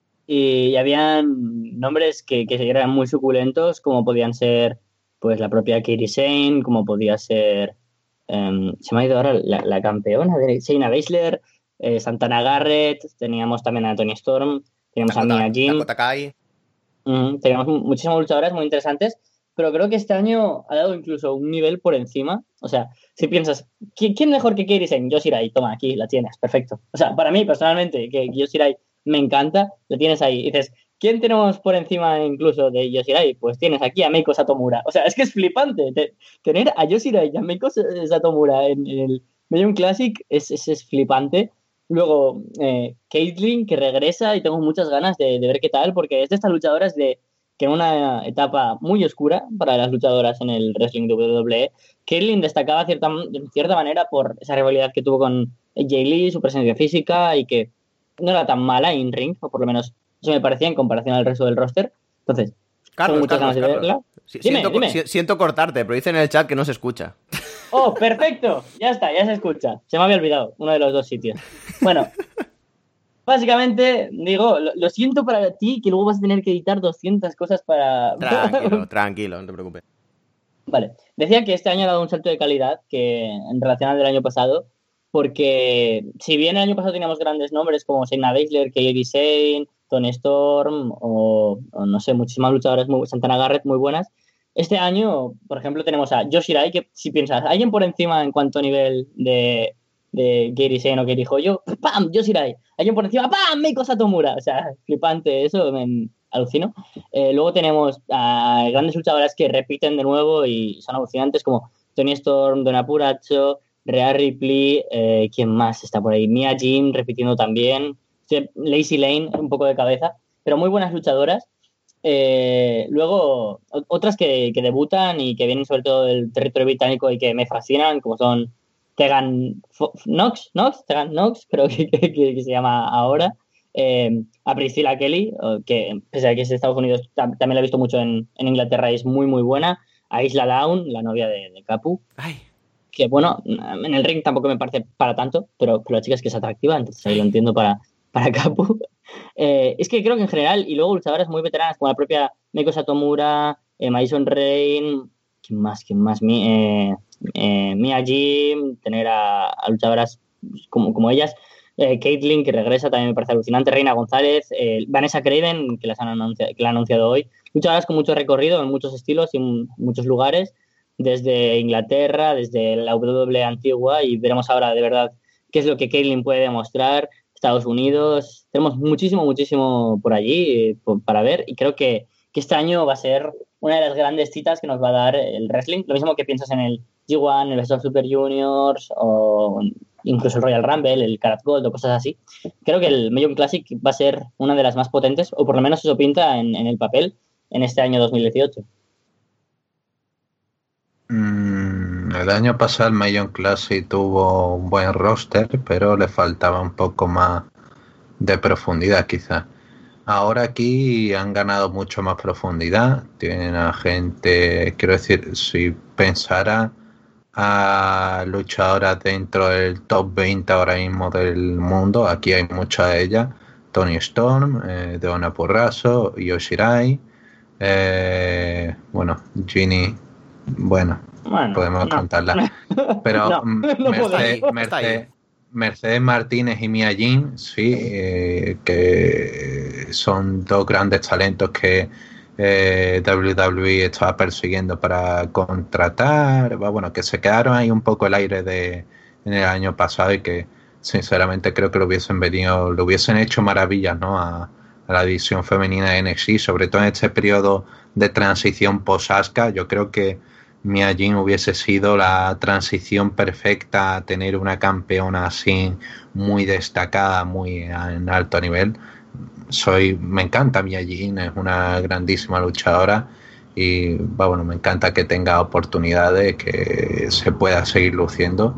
Y habían nombres que, que eran muy suculentos, como podían ser pues la propia Kairi Sane, como podía ser... Um, se me ha ido ahora la, la campeona de Shayna Baszler, eh, Santana Garrett, teníamos también a Toni Storm, teníamos Dakota, a Mia Jim.
Dakota Kai.
Uh, teníamos muchísimas luchadoras muy interesantes, pero creo que este año ha dado incluso un nivel por encima. O sea, si piensas, ¿quién, quién mejor que Kairi Sane? Io Shirai, toma, aquí la tienes, perfecto. O sea, para mí, personalmente, que Io Shirai me encanta, la tienes ahí. Y dices, ¿quién tenemos por encima incluso de Io Shirai? Pues tienes aquí a Meiko Satomura. O sea, es que es flipante. Te, tener a Io Shirai y a Meiko Satomura en, en el Medium Classic es, es, es flipante. Luego, eh, Caitlyn, que regresa y tengo muchas ganas de, de ver qué tal, porque es de estas luchadoras de que en una etapa muy oscura para las luchadoras en el wrestling W W E, Caitlyn destacaba cierta, de cierta manera por esa rivalidad que tuvo con Jay Lee, su presencia física y que no era tan mala in ring, o por lo menos eso me parecía en comparación al resto del roster. Entonces,
Carlos,
tengo muchas
Carlos,
ganas de
Carlos.
verla.
Si,
dime,
siento,
dime.
Si, siento cortarte, pero dicen en el chat que no se escucha.
Oh, perfecto. Ya está, ya se escucha. Se me había olvidado uno de los dos sitios. Bueno, básicamente, digo, lo, lo siento para ti, que luego vas a tener que editar doscientas cosas para...
Tranquilo, tranquilo, no te preocupes.
Vale. Decía que este año ha dado un salto de calidad que en relación al del año pasado, porque si bien el año pasado teníamos grandes nombres como Shayna Baszler, Kairi Sane, Toni Storm o, o no sé, muchísimas luchadoras, muy, Santana Garrett muy buenas, este año, por ejemplo, tenemos a Io Shirai, que si piensas, alguien por encima en cuanto a nivel de, de Kairi Sane o Kairi Hoyo, ¡pam! Io Shirai. Alguien por encima, ¡pam! Meiko Satomura. O sea, flipante eso, me alucino. Eh, luego tenemos a grandes luchadoras que repiten de nuevo y son alucinantes como Toni Storm, Diona Purazzo, Rhea Ripley, eh, ¿quién más está por ahí? Mia Jim repitiendo también, Lacey Lane, un poco de cabeza, pero muy buenas luchadoras. Eh, luego, otras que, que debutan y que vienen sobre todo del territorio británico y que me fascinan, como son Tegan Knox, Knox, Tegan Knox, creo que, que, que se llama ahora, eh, a Priscilla Kelly, que pese a que es de Estados Unidos, también la he visto mucho en, en Inglaterra y es muy, muy buena, a Isla Dawn, la novia de, de Capu.
Ay.
Que bueno, en el ring tampoco me parece para tanto, pero, pero la chica es que es atractiva, entonces ahí lo entiendo para, para Capu. Eh, es que creo que en general, y luego luchadoras muy veteranas como la propia Meiko Satomura, eh, Madison Rain, ¿quién más? ¿Quién más? Mi, eh, eh, Mia Jim, tener a, a luchadoras como, como ellas, eh, Caitlyn, que regresa, también me parece alucinante, Reina González, eh, Vanessa Craven, que, las han anunciado, que la han anunciado hoy, luchadoras con mucho recorrido en muchos estilos y en muchos lugares, desde Inglaterra, desde la W W E antigua, y veremos ahora de verdad qué es lo que Caitlyn puede demostrar. Estados Unidos, tenemos muchísimo, muchísimo por allí por, para ver, y creo que, que este año va a ser una de las grandes citas que nos va a dar el wrestling, lo mismo que piensas en el G uno, el Best of Super Juniors, o incluso el Royal Rumble, el Karat Gold o cosas así. Creo que el Medium Classic va a ser una de las más potentes, o por lo menos eso pinta en, en el papel, en este año dos mil dieciocho.
El año pasado el Medium Classic tuvo un buen roster, pero le faltaba un poco más de profundidad quizás. Ahora aquí han ganado mucho más profundidad, tienen a gente, quiero decir, si pensara a luchadoras dentro del top veinte ahora mismo del mundo, aquí hay muchas de ellas, Toni Storm, eh, Diona Purazzo, Io Shirai, Eh, bueno, Ginny, bueno, bueno podemos no. contarla. Pero no, no Mercedes, Mercedes, Mercedes Martínez y Mia Jin, sí, eh, que son dos grandes talentos que eh, W W E estaba persiguiendo para contratar. Bueno, que se quedaron ahí un poco el aire de en el año pasado y que sinceramente creo que lo hubiesen venido, lo hubiesen hecho maravillas, ¿no? A, a la división femenina de N X T, sobre todo en este periodo de transición post-Asuka. Yo creo que Mia Jin hubiese sido la transición perfecta a tener una campeona así muy destacada, muy en alto nivel. Soy, me encanta Mia Jin, es una grandísima luchadora y bueno, me encanta que tenga oportunidades, que se pueda seguir luciendo.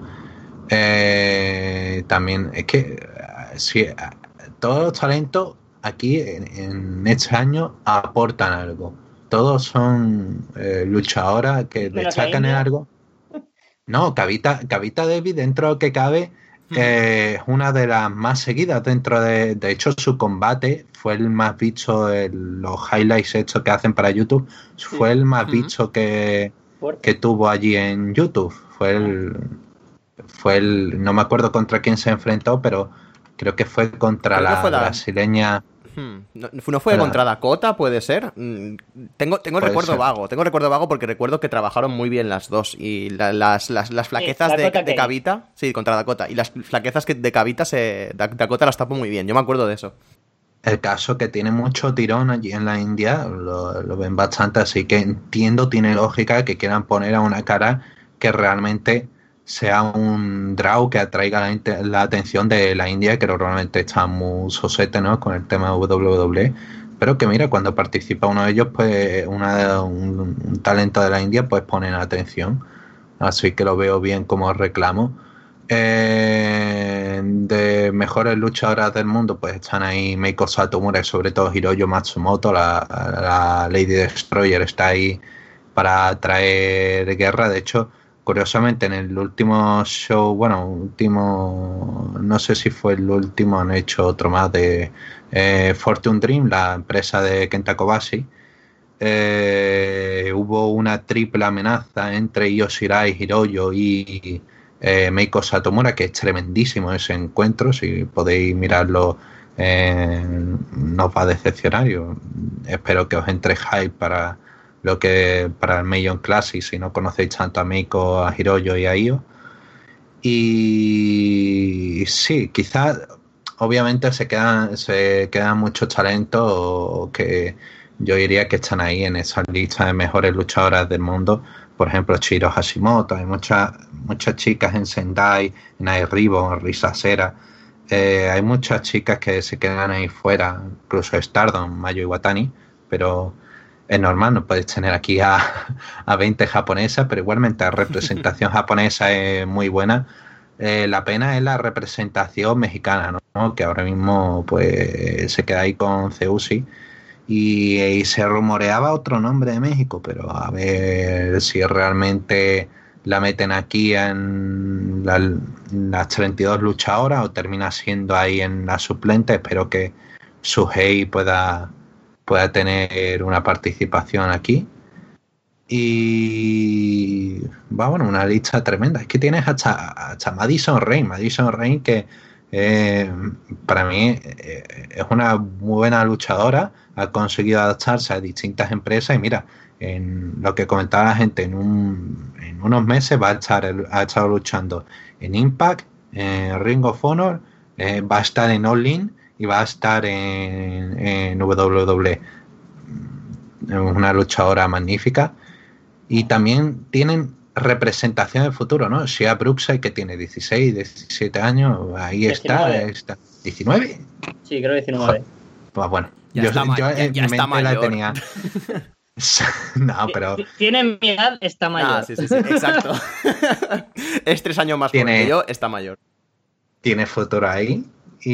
Eh, también es que si, todos los talentos aquí en, en este año aportan algo. Todos son eh, luchadoras que destacan en algo. No, Kavita, Kavita Devi, dentro de lo que cabe, eh, es una de las más seguidas dentro de... De hecho, su combate fue el más visto, el, los highlights estos que hacen para YouTube, fue sí. el más uh-huh. visto que, que tuvo allí en YouTube. Fue el... Fue el... No me acuerdo contra quién se enfrentó, pero creo que fue contra creo la, fue la brasileña...
Hmm. ¿No, ¿No fue Pero, contra Dakota, puede ser? Tengo, tengo el recuerdo ser. vago, tengo el recuerdo vago porque recuerdo que trabajaron muy bien las dos y la, las, las, las flaquezas sí, de, de Kavita, sí, contra Dakota, y las flaquezas que de Kavita se, Dakota las tapó muy bien, yo me acuerdo de eso.
El caso que tiene mucho tirón allí en la India, lo, lo ven bastante, así que entiendo, tiene lógica que quieran poner a una cara que realmente sea un draw que atraiga la, la atención de la India, que normalmente está muy sosete, ¿no?, con el tema de W W E, pero que mira, cuando participa uno de ellos, pues una, un, un talento de la India, pues ponen atención, así que lo veo bien como reclamo. Eh, de mejores luchadoras del mundo, pues están ahí Meiko Satomura y sobre todo Hiroyo Matsumoto, la, la Lady Destroyer, está ahí para traer guerra. De hecho, curiosamente, en el último show, bueno, último, no sé si fue el último, han hecho otro más de eh, Fortune Dream, la empresa de Kenta Kobashi. Eh, hubo una triple amenaza entre Io Shirai, Hiroyo y eh, Meiko Satomura, que es tremendísimo ese encuentro. Si podéis mirarlo, eh, no os va a decepcionar. Yo espero que os entre hype para lo que para el Million Classic, si no conocéis tanto a Meiko, a Hiroyo y a Io. Y sí, quizás obviamente se quedan se quedan muchos talentos que yo diría que están ahí en esa lista de mejores luchadoras del mundo. Por ejemplo, Chihiro Hashimoto, hay muchas muchas chicas en Sendai, en Airibo, en Risasera. Eh, hay muchas chicas que se quedan ahí fuera, incluso Stardom, Mayu Iwatani, pero es normal, no puedes tener aquí a, a veinte japonesas, pero igualmente la representación japonesa es muy buena. Eh, la pena es la representación mexicana, ¿no?, que ahora mismo pues se queda ahí con Ceusi y, y se rumoreaba otro nombre de México, pero a ver si realmente la meten aquí en la, las treinta y dos luchadoras o termina siendo ahí en la suplente. Espero que Suhei pueda pueda tener una participación aquí. Y va, bueno, una lista tremenda. Es que tienes hasta, hasta Madison Rayne, Madison Rayne que eh, para mí eh, es una muy buena luchadora, ha conseguido adaptarse a distintas empresas y mira, en lo que comentaba la gente, en, un, en unos meses va a estar ha estado luchando en Impact, en Ring of Honor, eh, va a estar en All In y va a estar en, en W W E. Es una luchadora magnífica. Y también tienen representación del futuro, ¿no? Shea Brookside, que tiene dieciséis, diecisiete años, ahí diecinueve. Está, está. ¿diecinueve?
Sí, creo diecinueve.
Pues bueno,
ya
yo,
está
yo
ya,
en
ya
mi
está
mente
mayor.
La tenía. No, pero...
Tiene mi edad, está mayor.
Ah, sí, sí, sí, exacto. Es tres años más
tiene,
joven que yo, está mayor.
Tiene futuro ahí.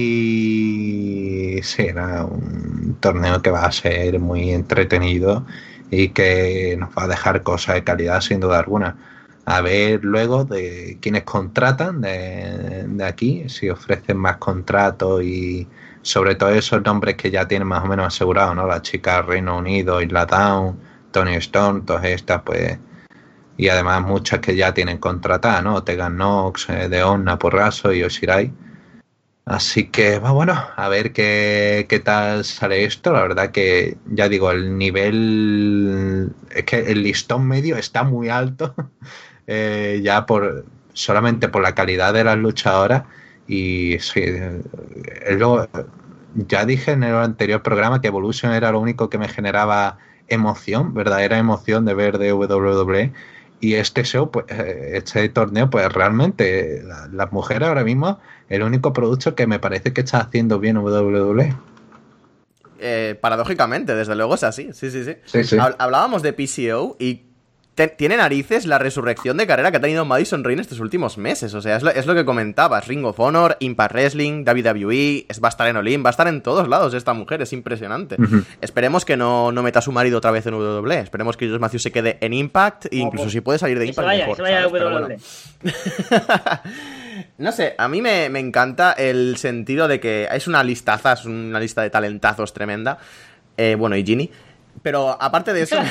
Y sí, era un torneo que va a ser muy entretenido y que nos va a dejar cosas de calidad sin duda alguna. A ver luego de quienes contratan de, de aquí, si ofrecen más contratos y sobre todo esos nombres que ya tienen más o menos asegurados, ¿no? La chica Reino Unido, Isla Dawn, Tony Storm, todas estas, pues... Y además muchas que ya tienen contratadas, ¿no? Tegan Nox, eh, Deon, Naporraso y Oshirai. Así que, bueno, a ver qué, qué tal sale esto. La verdad que, ya digo, el nivel... Es que el listón medio está muy alto. eh, ya por solamente por la calidad de las luchadoras. Y sí, lo, ya dije en el anterior programa que Evolution era lo único que me generaba emoción, verdadera emoción de ver de W W E. Y este show, pues, este torneo, pues realmente la, las mujeres ahora mismo el único producto que me parece que está haciendo bien W W E.
Eh, paradójicamente, desde luego es así. Sí, sí, sí.
sí, sí.
Hablábamos de P C O y te, tiene narices la resurrección de carrera que ha tenido Madison Rayne estos últimos meses. O sea, es lo, es lo que comentabas. Ring of Honor, Impact Wrestling, W W E, es, va a estar en Olympia, va a estar en todos lados esta mujer, es impresionante. Uh-huh. Esperemos que no, no meta a su marido otra vez en W W E. Esperemos que Josh Matthews se quede en Impact e incluso oh, si puede salir de Impact
vaya,
mejor.
Que se vaya a W W E.
Bueno. No sé, a mí me, me encanta el sentido de que es una listaza, es una lista de talentazos tremenda. Eh, bueno, y Ginny. Pero aparte de eso...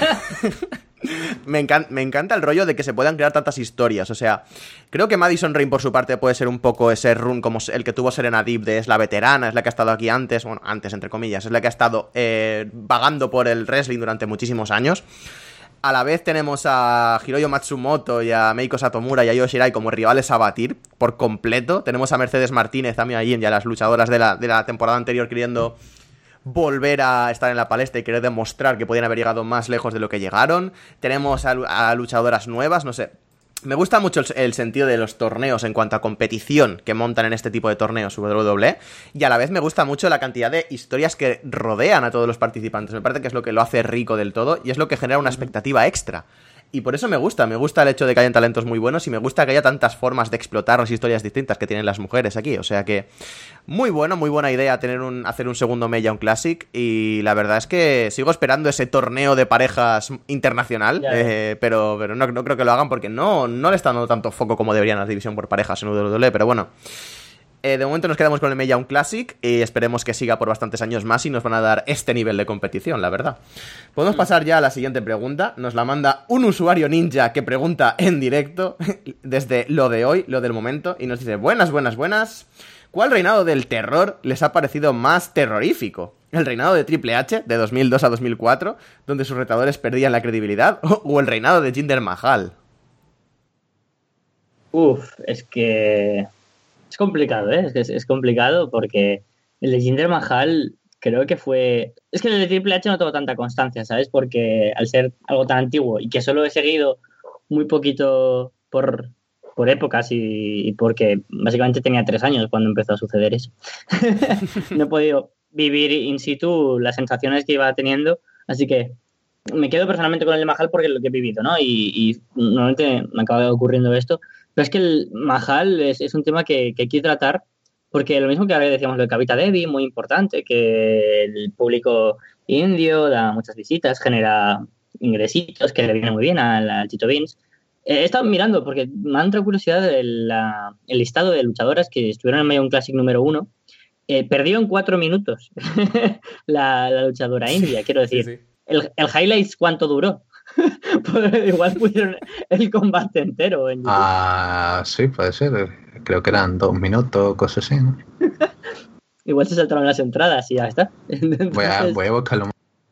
Me encanta, me encanta el rollo de que se puedan crear tantas historias. O sea, creo que Madison Rayne por su parte puede ser un poco ese run como el que tuvo Serena Deeb de es la veterana, es la que ha estado aquí antes, bueno, antes entre comillas, es la que ha estado eh, vagando por el wrestling durante muchísimos años. A la vez tenemos a Hiroyo Matsumoto y a Meiko Satomura y a Io Shirai como rivales a batir por completo. Tenemos a Mercedes Martínez también allí y a las luchadoras de la, de la temporada anterior queriendo volver a estar en la palestra y querer demostrar que podían haber llegado más lejos de lo que llegaron. Tenemos a, a luchadoras nuevas, no sé. Me gusta mucho el, el sentido de los torneos en cuanto a competición que montan en este tipo de torneos W W E, y a la vez me gusta mucho la cantidad de historias que rodean a todos los participantes. Me parece que es lo que lo hace rico del todo y es lo que genera una expectativa extra. Y por eso me gusta, me gusta el hecho de que hayan talentos muy buenos y me gusta que haya tantas formas de explotar las historias distintas que tienen las mujeres aquí. O sea que muy bueno, muy buena idea tener un, hacer un segundo Mae Classic y la verdad es que sigo esperando ese torneo de parejas internacional, eh, pero, pero no, no creo que lo hagan porque no, no le están dando tanto foco como deberían a la división por parejas en W W E, pero bueno. Eh, de momento nos quedamos con el Mae Young Classic y esperemos que siga por bastantes años más y nos van a dar este nivel de competición, la verdad. Podemos pasar ya a la siguiente pregunta. Nos la manda un usuario ninja que pregunta en directo desde lo de hoy, lo del momento, y nos dice: buenas, buenas, buenas. ¿Cuál reinado del terror les ha parecido más terrorífico? ¿El reinado de Triple H de dos mil dos a dos mil cuatro, donde sus retadores perdían la credibilidad? ¿O el reinado de Jinder Mahal?
Uf, es que... Es complicado, ¿eh? Es, que es, es complicado porque el de Jinder Mahal creo que fue... Es que el de Triple H no tuvo tanta constancia, ¿sabes? Porque al ser algo tan antiguo y que solo he seguido muy poquito por, por épocas y, y porque básicamente tenía tres años cuando empezó a suceder eso. No he podido vivir in situ las sensaciones que iba teniendo, así que me quedo personalmente con el de Mahal porque es lo que he vivido, ¿no? Y, y normalmente me acaba ocurriendo esto. Pero es que el Mahal es, es un tema que, que hay que tratar porque lo mismo que ahora decíamos lo de Kavita Devi, muy importante, que el público indio da muchas visitas, genera ingresitos que le vienen muy bien al, al Tito Vince. Eh, he estado mirando porque me ha entrado curiosidad el, la, el listado de luchadoras que estuvieron en Mae Young Classic número uno. Eh, perdió en cuatro minutos la, la luchadora india, quiero decir. Sí, sí. El, el highlights, ¿cuánto duró? Igual pusieron el combate entero en YouTube.
Ah, sí, puede ser. Creo que eran dos minutos, cosas así, ¿no?
Igual se saltaron las entradas y ya está. Entonces...
Voy, a, voy a buscarlo.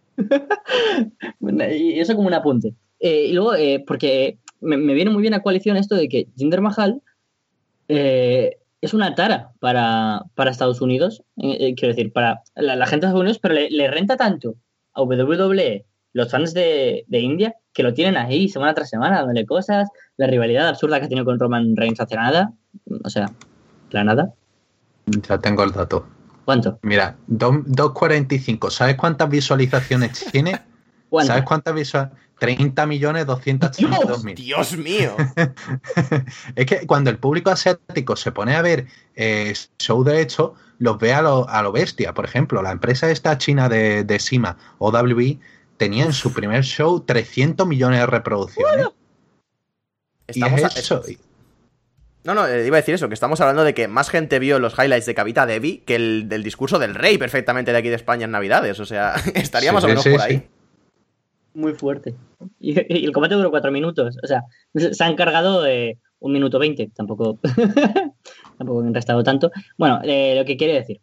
Y eso como un apunte. Eh, y luego, eh, porque me, me viene muy bien a coalición esto de que Jinder Mahal eh, es una tara para, para Estados Unidos. Eh, quiero decir, para la, la gente de Estados Unidos, pero le, le renta tanto a W W E los fans de, de India, que lo tienen ahí semana tras semana, dándole cosas, la rivalidad absurda que ha tenido con Roman Reigns hace nada, o sea, la nada.
Ya tengo el dato.
¿Cuánto?
Mira, dos cuarenta y cinco. ¿Sabes cuántas visualizaciones tiene? ¿Cuántas? ¿Sabes cuántas visualizaciones? treinta millones doscientos ochenta y dos mil.
¡Dios mío!
Es que cuando el público asiático se pone a ver eh, show de hecho, los ve a lo, a lo bestia. Por ejemplo, la empresa esta china de, de Sima, O W E, tenía en su primer show trescientos millones de reproducciones.
Estamos
y es
a,
eso.
No, no, eh, iba a decir eso, que estamos hablando de que más gente vio los highlights de Kavita Devi que el del discurso del rey perfectamente de aquí de España en Navidades. O sea, estaría sí, más o menos sí, por ahí.
Sí. Muy fuerte. Y, y el combate duró cuatro minutos. O sea, se han cargado de un minuto veinte. Tampoco, tampoco han restado tanto. Bueno, eh, lo que quiere decir.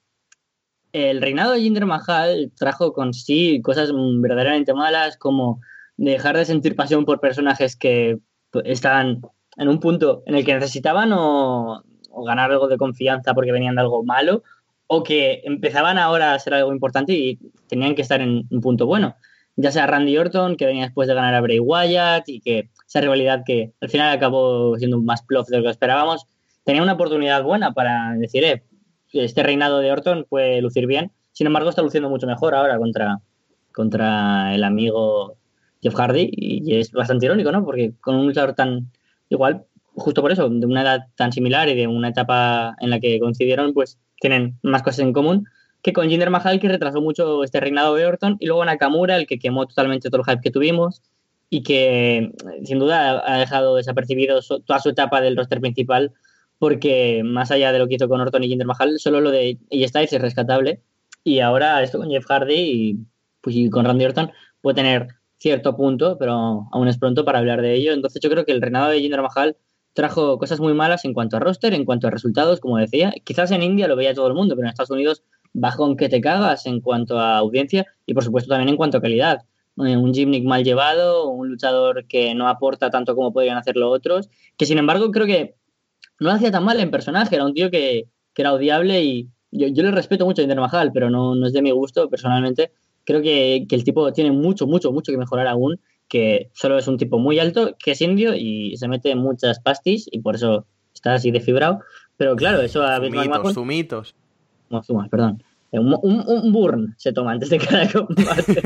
El reinado de Jinder Mahal trajo con sí cosas verdaderamente malas, como dejar de sentir pasión por personajes que estaban en un punto en el que necesitaban o, o ganar algo de confianza porque venían de algo malo, o que empezaban ahora a ser algo importante y tenían que estar en un punto bueno. Ya sea Randy Orton, que venía después de ganar a Bray Wyatt, y que esa rivalidad que al final acabó siendo un más bluff de lo que esperábamos, tenía una oportunidad buena para decir, eh, este reinado de Orton puede lucir bien. Sin embargo, está luciendo mucho mejor ahora contra, contra el amigo Jeff Hardy, y es bastante irónico, ¿no? Porque con un luchador tan igual, justo por eso, de una edad tan similar y de una etapa en la que coincidieron, pues tienen más cosas en común que con Jinder Mahal, que retrasó mucho este reinado de Orton, y luego Nakamura, el que quemó totalmente todo el hype que tuvimos y que sin duda ha dejado desapercibido toda su etapa del roster principal, porque más allá de lo que hizo con Orton y Jinder Mahal, solo lo de A J Styles es rescatable, y ahora esto con Jeff Hardy y, pues, y con Randy Orton puede tener cierto punto, pero aún es pronto para hablar de ello. Entonces yo creo que el reinado de Jinder Mahal trajo cosas muy malas en cuanto a roster, en cuanto a resultados, como decía. Quizás en India lo veía todo el mundo, pero en Estados Unidos bajón que te cagas en cuanto a audiencia y por supuesto también en cuanto a calidad. Un gimmick mal llevado, un luchador que no aporta tanto como podrían hacerlo otros, que sin embargo creo que no lo hacía tan mal en personaje, era un tío que, que era odiable, y yo, yo le respeto mucho a Jinder Mahal, pero no, no es de mi gusto personalmente. Creo que, que el tipo tiene mucho, mucho, mucho que mejorar aún, que solo es un tipo muy alto, que es indio y se mete en muchas pastis y por eso está así desfibrado. Pero claro, eso a Vince McMahon...
Zumitos,
No, zumas, perdón. Un, un, un burn se toma antes de cada combate.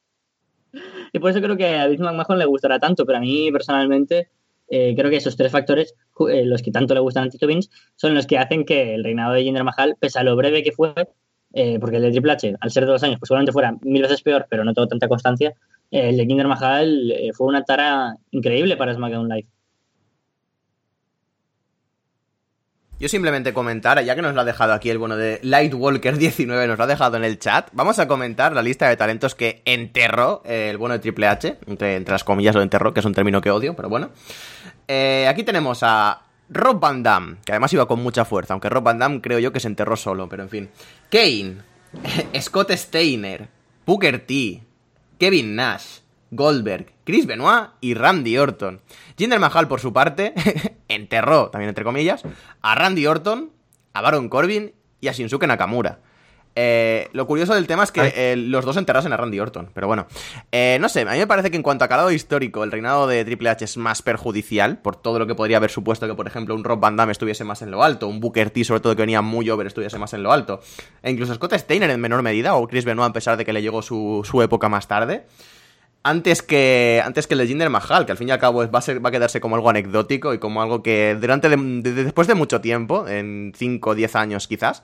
Y por eso creo que a Vince McMahon le gustará tanto, pero a mí personalmente eh, creo que esos tres factores, eh, los que tanto le gustan a Tito Vince, son los que hacen que el reinado de Jinder Mahal, pese a lo breve que fue, eh, porque el de Triple H, al ser de dos años, pues seguramente fuera mil veces peor, pero no tuvo tanta constancia, eh, el de Jinder Mahal eh, fue una tara increíble para SmackDown Live.
Yo simplemente comentar, ya que nos lo ha dejado aquí el bueno de Lightwalker diecinueve, nos lo ha dejado en el chat, vamos a comentar la lista de talentos que enterró eh, el bueno de Triple H, entre, entre las comillas lo enterró, que es un término que odio, pero bueno. Eh, aquí tenemos a Rob Van Dam, que además iba con mucha fuerza, aunque Rob Van Dam creo yo que se enterró solo, pero en fin. Kane, Scott Steiner, Booker T, Kevin Nash, Goldberg, Chris Benoit y Randy Orton. Jinder Mahal, por su parte, enterró, también entre comillas, a Randy Orton, a Baron Corbin y a Shinsuke Nakamura. Eh, lo curioso del tema es que eh, los dos enterrasen a Randy Orton, pero bueno. Eh, no sé, a mí me parece que en cuanto a calado histórico, el reinado de Triple H es más perjudicial, por todo lo que podría haber supuesto que, por ejemplo, un Rob Van Dam estuviese más en lo alto, un Booker T, sobre todo, que venía muy over, estuviese más en lo alto, e incluso Scott Steiner en menor medida, o Chris Benoit, a pesar de que le llegó su, su época más tarde. Antes que antes que el de Jinder Mahal, que al fin y al cabo va a, ser, va a quedarse como algo anecdótico y como algo que durante de, de, después de mucho tiempo, en cinco o diez años quizás,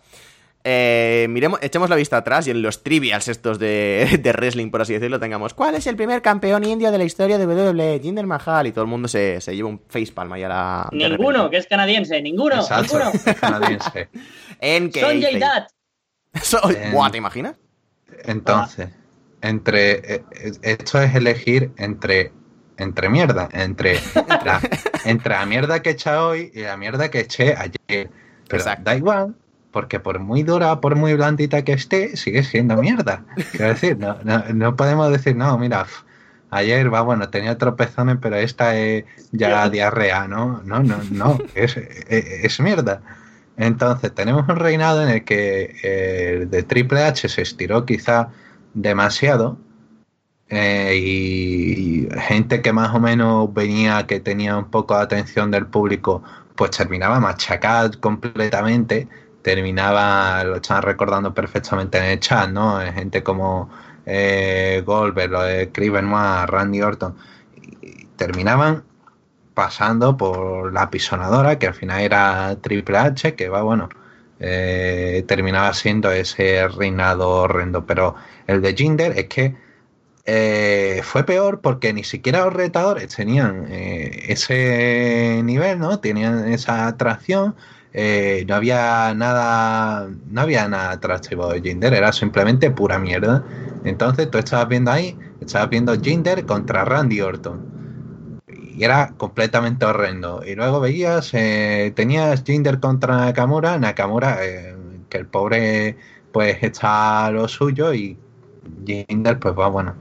eh, miremos, echemos la vista atrás y en los trivials estos de, de wrestling, por así decirlo, tengamos ¿cuál es el primer campeón indio de la historia de W W E? Jinder Mahal, y todo el mundo se, se lleva un facepalm ahí a la...
Ninguno, que es canadiense, ninguno,
Exacto,
ninguno.
es canadiense.
En que...
Sonjay Dutt.
So, en... Buah, ¿te imaginas?
Entonces... Ah. Entre eh, esto es elegir entre entre mierda, entre la, entre la mierda que he echado hoy y la mierda que eché ayer. Pero exacto, da igual, porque por muy dura, por muy blandita que esté, sigue siendo mierda. Quiero decir, no, no, no podemos decir, no, mira, pff, ayer va bueno, tenía tropezones, pero esta es ya diarrea, ¿no? No, no, no, es, es, es mierda. Entonces, tenemos un reinado en el que eh, de Triple H se estiró quizá demasiado eh, y, y gente que más o menos venía, que tenía un poco de atención del público, pues terminaba machacada completamente, terminaba, lo estaban recordando perfectamente en el chat, ¿no? Gente como eh, Goldberg, lo de Chris Benoit, Randy Orton, y, y terminaban pasando por la pisonadora, que al final era Triple H, que va, bueno, Eh, terminaba siendo ese reinado horrendo. Pero el de Jinder es que eh, fue peor porque ni siquiera los retadores tenían eh, ese nivel, ¿no? Tenían esa atracción. Eh, no había nada no había nada atractivo de Jinder, era simplemente pura mierda. Entonces tú estabas viendo ahí, estabas viendo Jinder contra Randy Orton y era completamente horrendo. Y luego veías, eh, tenías Jinder contra Nakamura, Nakamura, eh, que el pobre pues está a lo suyo, y Jinder pues va, bueno,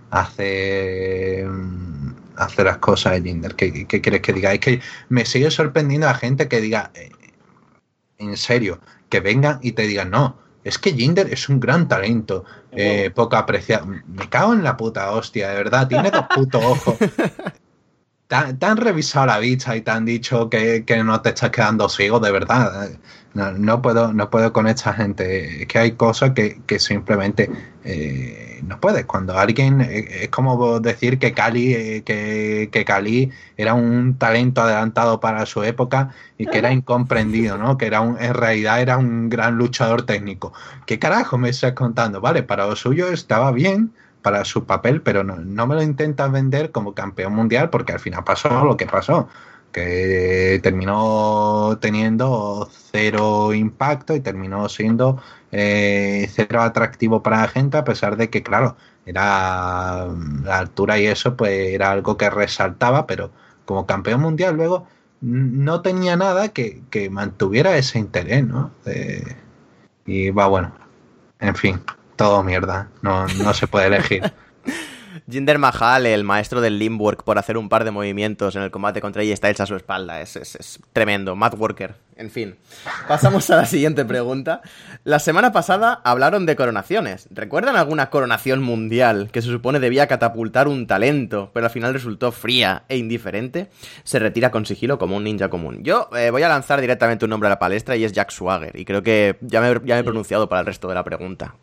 hace hace las cosas de Jinder. ¿Qué, qué quieres que diga? Es que me sigue sorprendiendo la gente que diga, eh, en serio, que vengan y te digan, no, es que Jinder es un gran talento, eh, poco apreciado. Me cago en la puta hostia, de verdad, tiene dos putos ojos. Te, te han revisado la vista y te han dicho que, que no te estás quedando ciego, de verdad. No, no puedo no puedo con esta gente. Es que hay cosas que, que simplemente eh, no puedes. Cuando alguien, eh, es como decir que Cali, eh, que, que Cali era un talento adelantado para su época y que era incomprendido, ¿no? Que era un, en realidad era un gran luchador técnico. ¿Qué carajo me estás contando? Vale, para lo suyo estaba bien, para su papel, pero no, no me lo intentas vender como campeón mundial, porque al final pasó lo que pasó, que terminó teniendo cero impacto y terminó siendo eh, cero atractivo para la gente, a pesar de que, claro, era la altura y eso pues era algo que resaltaba, pero como campeón mundial luego no tenía nada que, que mantuviera ese interés, ¿no? Eh, y va, bueno, en fin, todo mierda, no, no se puede elegir.
Jinder Mahal, el maestro del limb work por hacer un par de movimientos en el combate contra A J Styles a su espalda, es, es, es tremendo, Mad Worker. En fin, pasamos a la siguiente pregunta. La semana pasada hablaron de coronaciones. ¿Recuerdan alguna coronación mundial que se supone debía catapultar un talento, pero al final resultó fría e indiferente? Se retira con sigilo como un ninja común. Yo eh, voy a lanzar directamente un nombre a la palestra y es Jack Swagger, y creo que ya me, ya me he pronunciado para el resto de la pregunta.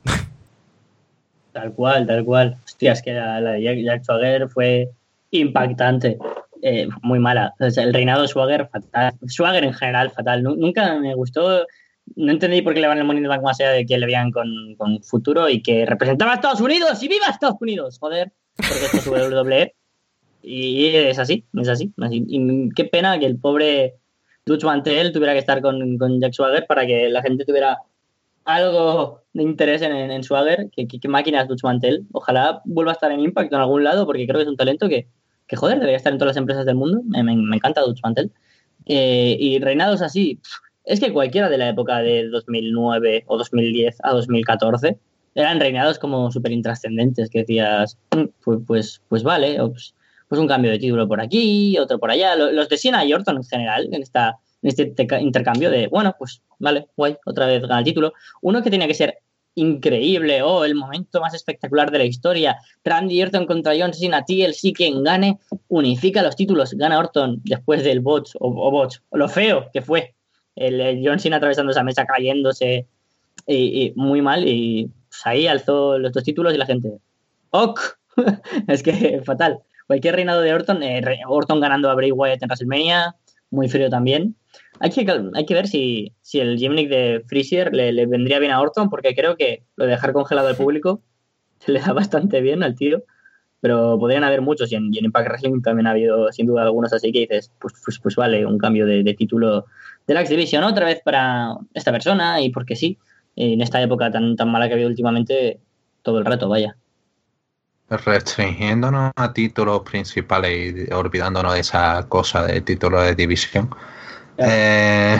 Tal cual, tal cual. Hostia, es que la, la de Jack, Jack Swagger fue impactante. Eh, muy mala. O sea, el reinado de Swagger, fatal. Swagger en general, fatal. Nunca me gustó. No entendí por qué le van el Money in the Bank más allá de que le veían con, con futuro y que representaba a Estados Unidos. ¡Y viva Estados Unidos! Joder, porque esto es W W E. Y es así, es así. así. Y qué pena que el pobre Dutch Mantel tuviera que estar con, con Jack Swagger para que la gente tuviera algo de interés en, en, en Swagger. ¿Qué, qué, qué máquina es Dutch Mantel? Ojalá vuelva a estar en Impact en algún lado, porque creo que es un talento que, que joder, debería estar en todas las empresas del mundo. Me, me, me encanta Dutch Mantel. Eh, y reinados así, es que cualquiera de la época de dos mil nueve o dos mil diez a dos mil catorce eran reinados como súper intrascendentes, que decías, pues, pues, pues vale, pues, pues un cambio de título por aquí, otro por allá. Los de Cena y Orton en general, en esta en este intercambio de, bueno, pues vale, guay, otra vez gana el título. Uno que tenía que ser increíble, o oh, el momento más espectacular de la historia, Randy Orton contra John Cena, T L C, quien gane, unifica los títulos, gana Orton después del botch, o, o botch, o lo feo que fue, el, el John Cena atravesando esa mesa, cayéndose, y, y muy mal, y pues, ahí alzó los dos títulos y la gente, ¡ok! Es que fatal. Cualquier reinado de Orton, eh, Orton ganando a Bray Wyatt en WrestleMania, muy frío también. Hay que, hay que ver si, si el gimmick de Freezer le, le vendría bien a Orton, porque creo que lo de dejar congelado al público se le da bastante bien al tío, pero podrían haber muchos, y en, y en Impact Wrestling también ha habido sin duda algunos, así que dices, pues, pues, pues vale, un cambio de, de título de la X-Division otra vez para esta persona, y porque sí, en esta época tan, tan mala que ha habido últimamente, todo el rato, vaya.
Restringiéndonos a títulos principales y olvidándonos de esa cosa de título de división. Eh,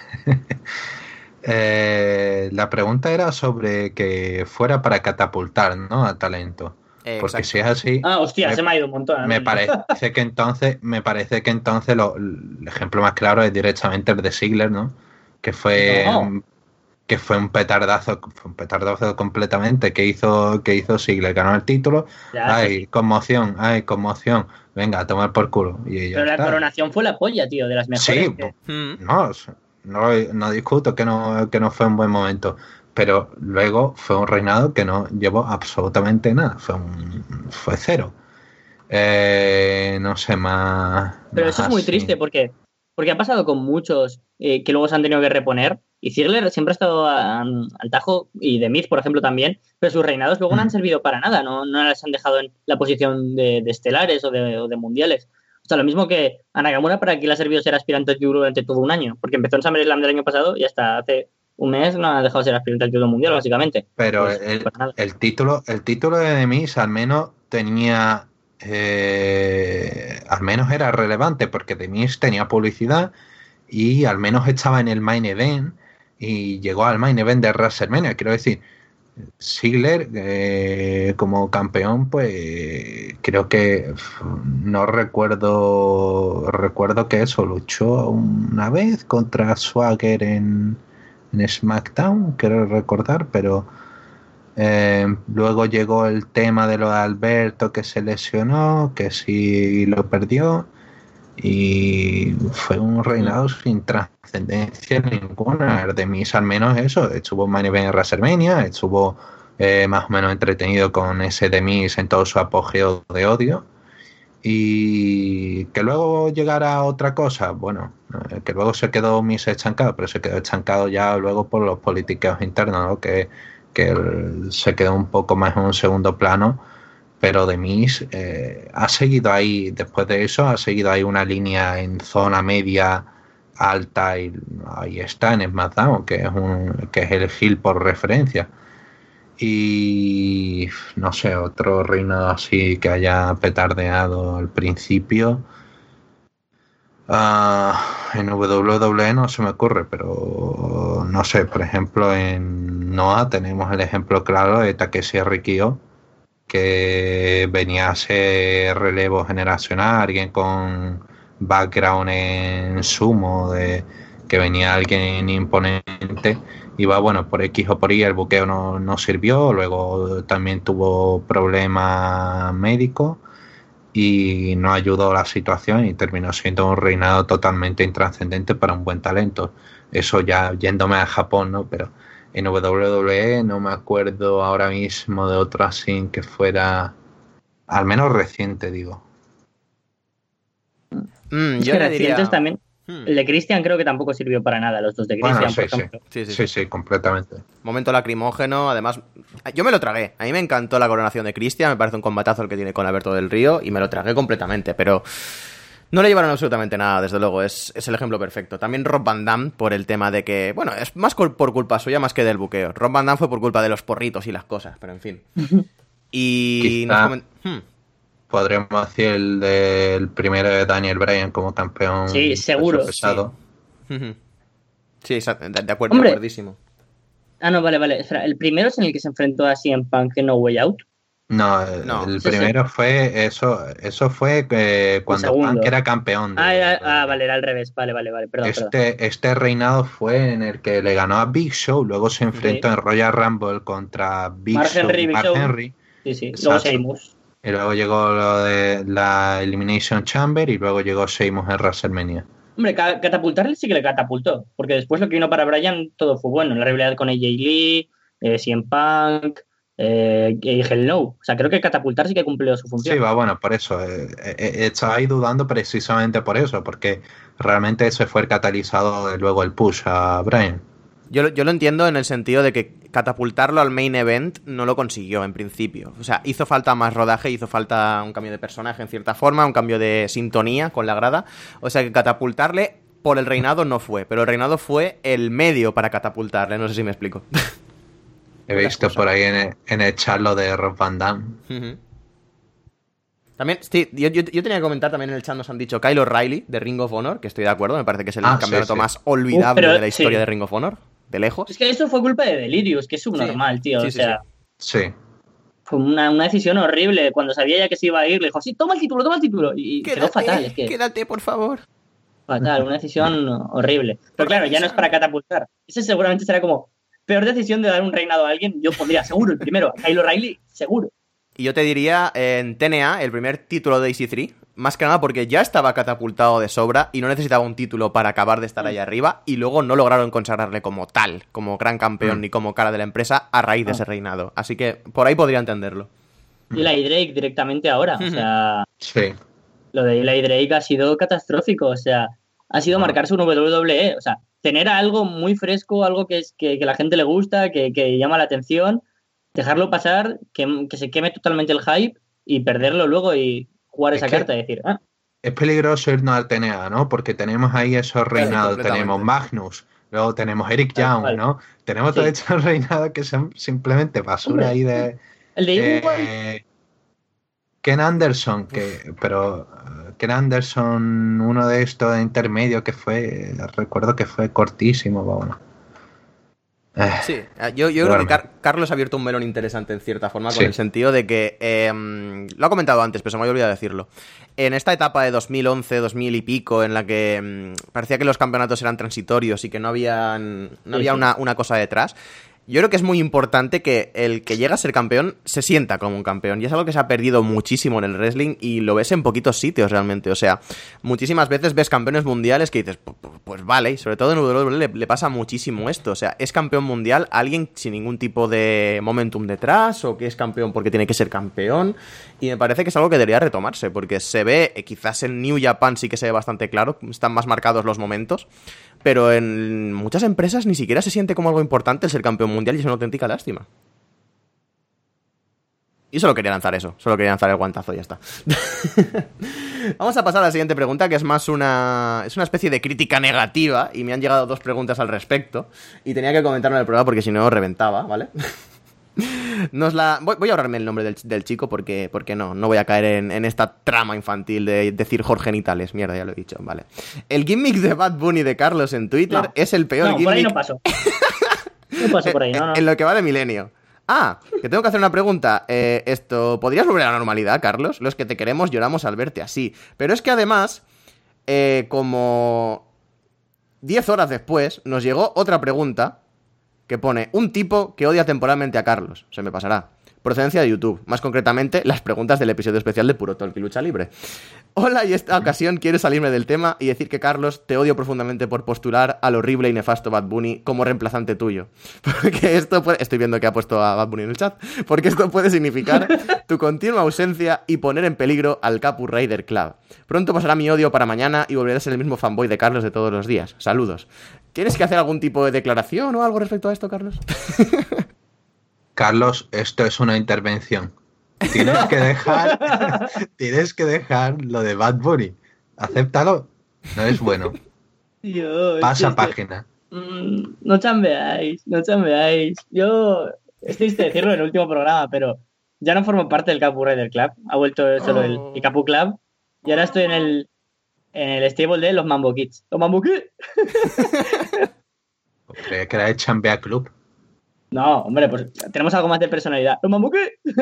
eh, la pregunta era sobre que fuera para catapultar, ¿no?, a talento. Eh, porque exacto. Si es así,
ah, hostia, me, se me ha ido un montón.
Me parece que entonces, me parece que entonces lo, el ejemplo más claro es directamente el de Ziggler, ¿no? Que fue no. que fue un petardazo, fue un petardazo completamente que hizo que hizo Ziggler, ganó el título. Ya, ay, sí. conmoción, ay, conmoción. Venga, a tomar por culo. Y
Pero la está. Coronación fue la polla, tío, de las mejores.
Sí, que... no, no, no discuto que no, que no fue un buen momento, pero luego fue un reinado que no llevó absolutamente nada, fue un, fue cero. Eh, no sé, más...
Pero
más
eso es muy
así.
triste porque Porque ha pasado con muchos eh, que luego se han tenido que reponer. Y Ziggler siempre ha estado a, a, al tajo, y The Miz, por ejemplo, también. Pero sus reinados luego mm. no han servido para nada. No, no las han dejado en la posición de, de estelares o de, o de mundiales. O sea, lo mismo que a Nakamura, para que le ha servido ser aspirante al título durante todo un año. Porque empezó en SummerSlam del año pasado y hasta hace un mes no ha dejado de ser aspirante al título mundial, básicamente.
Pero pues, el, el, título, el título de The Miz al menos tenía... Eh, al menos era relevante, porque The Miz tenía publicidad y al menos estaba en el main event y llegó al main event de WrestleMania. Quiero decir, Ziggler eh, como campeón, pues creo que no recuerdo recuerdo que eso, luchó una vez contra Swagger en, en SmackDown, quiero recordar, pero Eh, luego llegó el tema de lo de Alberto, que se lesionó, que sí lo perdió, y fue un reinado sin trascendencia ninguna. El de Miz al menos eso, estuvo en main event en WrestleMania, estuvo eh, más o menos entretenido con ese de Miz en todo su apogeo de odio. Y que luego llegara otra cosa, bueno, eh, que luego se quedó Miz estancado, pero se quedó estancado ya luego por los politiqueos internos, ¿no? que que se quedó un poco más en un segundo plano, pero The Miz eh, ha seguido ahí, después de eso, ha seguido ahí una línea en zona media alta, y ahí está en SmackDown, que es un que es el heel por referencia. Y no sé, otro reinado así que haya petardeado al principio. Uh, en W W E no se me ocurre, pero no sé, por ejemplo en Noah tenemos el ejemplo claro de Takeshi Rikio, que venía a ser relevo generacional, alguien con background en sumo, de que venía alguien imponente, iba bueno por X o por Y, el buqueo no, no sirvió, luego también tuvo problemas médicos y no ayudó la situación y terminó siendo un reinado totalmente intrascendente para un buen talento. Eso ya yéndome a Japón, ¿no? Pero en W W E no me acuerdo ahora mismo de otro así que fuera, al menos reciente, digo.
Mm, yo le diría... también. El de Christian creo que tampoco sirvió para nada, los dos de Christian,
bueno, sí,
por ejemplo.
Sí. Sí, sí, sí, sí, completamente.
Momento lacrimógeno, además, yo me lo tragué. A mí me encantó la coronación de Christian, me parece un combatazo el que tiene con Alberto del Río, y me lo tragué completamente, pero no le llevaron absolutamente nada, desde luego, es, es el ejemplo perfecto. También Rob Van Dam, por el tema de que, bueno, es más por culpa suya más que del buqueo. Rob Van Dam fue por culpa de los porritos y las cosas, pero en fin. Y
Quizá...
nos coment... hmm.
Podríamos decir el del primero de Daniel Bryan como campeón.
Sí, seguro.
Pesado.
Sí, sí, de, de acuerdo,
Hombre.
de acuerdísimo.
Ah, no, vale, vale. Espera, ¿el primero es en el que se enfrentó a C M Punk en No Way Out?
No, el,
no.
el
Sí,
primero
sí.
fue eso, eso fue que cuando Punk era campeón. De,
ah, era, ah, vale, era al revés. Vale, vale, vale. Perdón,
este,
perdón.
este reinado fue en el que le ganó a Big Show, luego se enfrentó
Sí.
en Royal Rumble contra Big
Mark
Show
Henry,
y
Big
Mark
Show.
Henry.
Sí, sí.
Exacto.
Luego Sheamus.
Y luego llegó lo de la Elimination Chamber y luego llegó Sheamus en WrestleMania.
Hombre, ca- catapultarle sí que le catapultó, porque después lo que vino para Bryan todo fue bueno. La rivalidad con A J Lee, eh, C M Punk, eh, y Hell No. O sea, creo que catapultar sí que cumplió su función.
Sí, va, bueno, por eso. Eh, eh, estaba ahí dudando precisamente por eso, porque realmente ese fue el catalizador de luego el push a Bryan.
Yo, yo lo entiendo en el sentido de que catapultarlo al main event no lo consiguió en principio. O sea, hizo falta más rodaje, hizo falta un cambio de personaje en cierta forma, un cambio de sintonía con la grada. O sea, que catapultarle por el reinado no fue, pero el reinado fue el medio para catapultarle. No sé si me explico.
He visto por ahí en el, en el chat lo de Rob Van Dam.
Uh-huh. También, sí, yo, yo, yo tenía que comentar, también en el chat nos han dicho Kyle O'Reilly de Ring of Honor, que estoy de acuerdo, me parece que es el
Ah,
campeonato
sí, sí.
más olvidable
Uh, pero-
de la historia
sí.
de Ring of Honor, de lejos.
Es que eso fue culpa de Delirious, que es subnormal,
Sí.
tío.
Sí,
o
sí,
sea,
Sí.
fue una, una decisión horrible. Cuando sabía ya que se iba a ir, le dijo, sí, toma el título, toma el título. Y, y quedó fatal. Es que
quédate, por favor.
fatal, una decisión horrible. Pero claro, ya no es para catapultar. Ese seguramente será como peor decisión de dar un reinado a alguien. Yo pondría seguro el primero, a Kyle O'Reilly, seguro.
Y yo te diría, en T N A, el primer título de E C tres, más que nada porque ya estaba catapultado de sobra y no necesitaba un título para acabar de estar ahí arriba, y luego no lograron consagrarle como tal, como gran campeón
Mm.
ni como cara de la empresa a raíz de
Ah.
ese reinado. Así que por ahí podría entenderlo.
Y Eli Drake directamente ahora. O sea,
Sí.
lo de Eli Drake ha sido catastrófico. O sea, ha sido
Bueno.
marcarse un W W E. O sea, tener algo muy fresco, algo que, es, que, que la gente le gusta, que, que llama la atención, dejarlo pasar, que, que se queme totalmente el hype y perderlo luego y jugar
Es
esa
que-
carta y decir, ah,
Es peligroso irnos al T N A, ¿no? Porque tenemos ahí esos reinados.
completamente.
Tenemos Magnus, luego tenemos Eric
Tal
Young,
cual.
¿no? Tenemos
Sí.
todos estos reinados que son simplemente basura
Hombre,
ahí de...
el de Evil One,
Eh, Ken Anderson, que, pero eh, Ken Anderson, uno de estos intermedios que fue, recuerdo que fue cortísimo, bueno. Eh,
Sí, eh, yo, yo creo
Bueno.
que Car- Carlos ha abierto un melón interesante en cierta forma, con
Sí.
el sentido de que, eh, lo ha comentado antes, pero se me había olvidado decirlo, en esta etapa de dos mil once, dos mil y pico, en la que mm, parecía que los campeonatos eran transitorios y que no, habían, no
Sí,
había
sí.
una, una cosa detrás, yo creo que es muy importante que el que llega a ser campeón se sienta como un campeón. Y es algo que se ha perdido muchísimo en el wrestling y lo ves en poquitos sitios realmente. O sea, muchísimas veces ves campeones mundiales que dices, pues, pues vale, y sobre todo en W W E le, le pasa muchísimo esto. O sea, es campeón mundial alguien sin ningún tipo de momentum detrás o que es campeón porque tiene que ser campeón. Y me parece que es algo que debería retomarse porque se ve, eh, quizás en New Japan sí que se ve bastante claro, están más marcados los momentos. Pero en muchas empresas ni siquiera se siente como algo importante el ser campeón mundial y es una auténtica lástima. Y solo quería lanzar eso, solo quería lanzar el guantazo y ya está. Vamos a pasar a la siguiente pregunta, que es más una... es una especie de crítica negativa, y me han llegado dos preguntas al respecto, y tenía que comentarlo en el programa porque si no reventaba, ¿vale? Nos la... voy, voy a ahorrarme el nombre del, del chico porque, porque no, no voy a caer en, en esta trama infantil de decir Jorge Genitales. Mierda, ya lo he dicho, vale. El gimmick de Bad Bunny de Carlos en Twitter
No.
es el peor
no,
gimmick...
por ahí no paso. No paso por ahí, no, no.
En lo que va de milenio. Ah, que tengo que hacer una pregunta. Eh, esto, ¿podrías volver a la normalidad, Carlos? Los que te queremos lloramos al verte así. Pero es que además, eh, como diez horas después, nos llegó otra pregunta que pone un tipo que odia temporalmente a Carlos. Se me pasará. Procedencia de YouTube. Más concretamente, las preguntas del episodio especial de Puro Talk y Lucha Libre. Hola, y esta ocasión quiero salirme del tema y decir que, Carlos, te odio profundamente por postular al horrible y nefasto Bad Bunny como reemplazante tuyo. Porque esto puede... Estoy viendo que ha puesto a Bad Bunny en el chat. Porque esto puede significar tu continua ausencia y poner en peligro al Capu Raider Club. Pronto pasará mi odio para mañana y volveré a ser el mismo fanboy de Carlos de todos los días. Saludos. ¿Tienes que hacer algún tipo de declaración o algo respecto a esto, Carlos?
Carlos, esto es una intervención. Tienes que dejar, tienes que dejar lo de Bad Bunny. Acéptalo. No es bueno.
Tío, es
Pasa
que- es que-
página.
Mm, no chambeáis, no chambeáis. Yo, es triste decirlo en el último programa, pero ya no formo parte del Capu Raider Club. Ha vuelto solo el, el Capu Club. Y ahora estoy en el, en el stable de los Mambo Kids. ¿Los Mambo Kids?
Creía que era el Chambea Club.
No, hombre, pues tenemos algo más de personalidad. ¿Los Mambo Kids?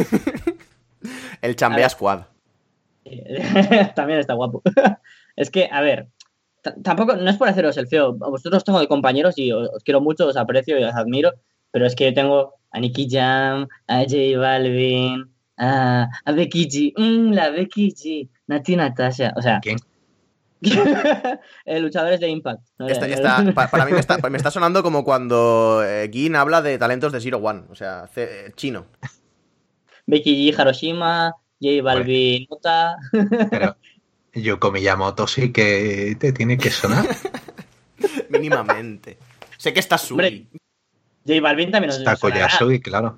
El Chambea
A ver.
Squad.
También está guapo. Es que, a ver, t- tampoco, no es por haceros el feo. A vosotros os tengo de compañeros y os, os quiero mucho, os aprecio y os admiro. Pero es que yo tengo a Nicky Jam, a J Balvin, a, a Becky G. Mm, la Becky G. Nati Natasha. O sea,
¿Quién?
eh, luchadores de Impact. ¿no?
Esta- esta- pa- para mí me está, me está sonando como cuando eh, Gin habla de talentos de Zero One. O sea, ce- eh, chino.
Becky G, Hiroshima, J Balvin, Nota.
Pero Yoko Miyamoto sí que te tiene que sonar.
Mínimamente. Sé que está Sui.
Hombre, J Balvin también nos
Está
sonará.
Koyasugi, claro.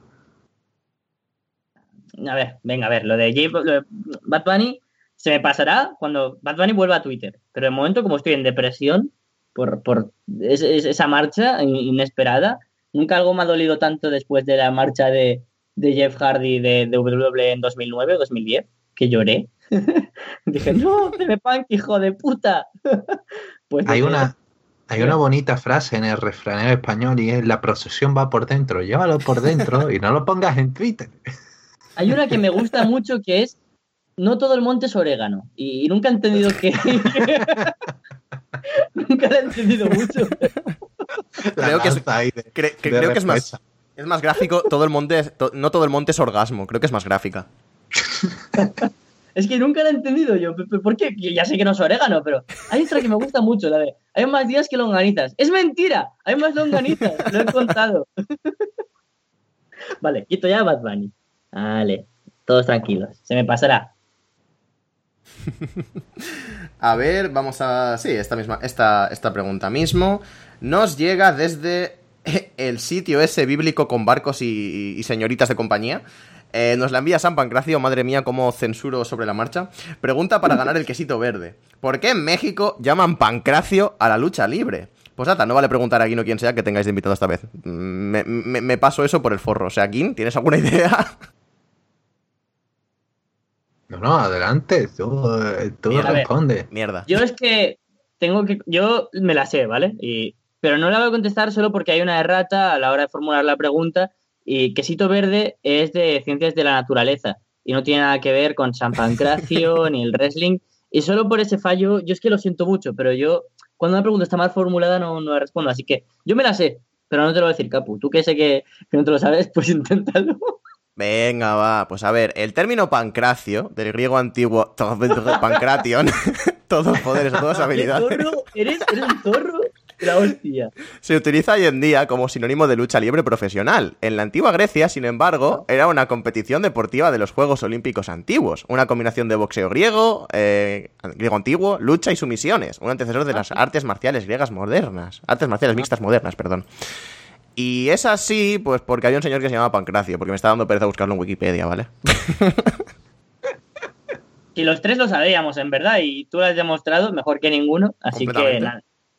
A ver, venga, a ver, lo de, J, lo de Bad Bunny se me pasará cuando Bad Bunny vuelva a Twitter. Pero de momento, como estoy en depresión por, por es, es- esa marcha inesperada, nunca algo me ha dolido tanto después de la marcha de, de Jeff Hardy de, de W W E en dos mil nueve o dos mil diez, que lloré. Dije, no, C M Punk, hijo de puta. Pues
Hay
desde-
una, hay una bonita frase en el refranero español y es: la procesión va por dentro, llévalo por dentro y no lo pongas en Twitter.
Hay una que me gusta mucho que es no todo el monte es orégano. Y, y nunca he entendido que... nunca la he entendido mucho.
La
Creo que es-
lanza ahí de-
Cre- cre-
de
creo que es más,
respuesta.
es más gráfico. Todo el monte, es- to- no todo el monte es orgasmo. Creo que es más gráfica.
Es que nunca la he entendido yo. Pe- pe- ¿Por qué? Que ya sé que no es orégano, pero hay otra que me gusta mucho, la de hay más días que longanizas. ¡Es mentira! Hay más longanizas. Lo he contado. Vale, quito ya a Bad Bunny. Vale, todos tranquilos. Se me pasará.
A ver, vamos a... Sí, esta misma, esta, esta pregunta mismo nos llega desde el sitio ese bíblico con barcos y, y señoritas de compañía. Eh, nos la envía San Pancracio, madre mía, cómo censuro sobre la marcha. Pregunta para ganar el quesito verde. ¿Por qué en México llaman Pancracio a la lucha libre? Pues nada, no vale preguntar a Guin o quien sea que tengáis de invitado esta vez. Me, me, me paso eso por el forro. O sea, Guin, ¿tienes alguna idea?
No, no, adelante, tú, tú
Mira,
responde.
Mierda.
Yo es que tengo que... Yo me la sé, ¿vale? Y, pero no la voy a contestar solo porque hay una errata a la hora de formular la pregunta. Y quesito verde es de ciencias de la naturaleza y no tiene nada que ver con San Pancracio ni el wrestling. Y solo por ese fallo, yo es que lo siento mucho, pero yo cuando una pregunta está mal formulada no, no la respondo. Así que yo me la sé, pero no te lo voy a decir, Capu. Tú que sé que, que no te lo sabes, pues inténtalo.
Venga, va. Pues a ver, el término pancracio, del griego antiguo pancration, todos poderes, todas habilidades.
Zorro, eres, eres un zorro. La hostia.
Se utiliza hoy en día como sinónimo de lucha libre profesional. En la antigua Grecia, sin embargo, era una competición deportiva de los Juegos Olímpicos antiguos. Una combinación de boxeo griego, eh, griego antiguo, lucha y sumisiones. Un antecesor de las artes marciales griegas modernas. Artes marciales mixtas modernas, perdón. Y es así, pues porque había un señor que se llamaba Pancracio, porque me está dando pereza buscarlo en Wikipedia, ¿vale?
Y los tres lo sabíamos, en verdad, y tú lo has demostrado mejor que ninguno, así que nada.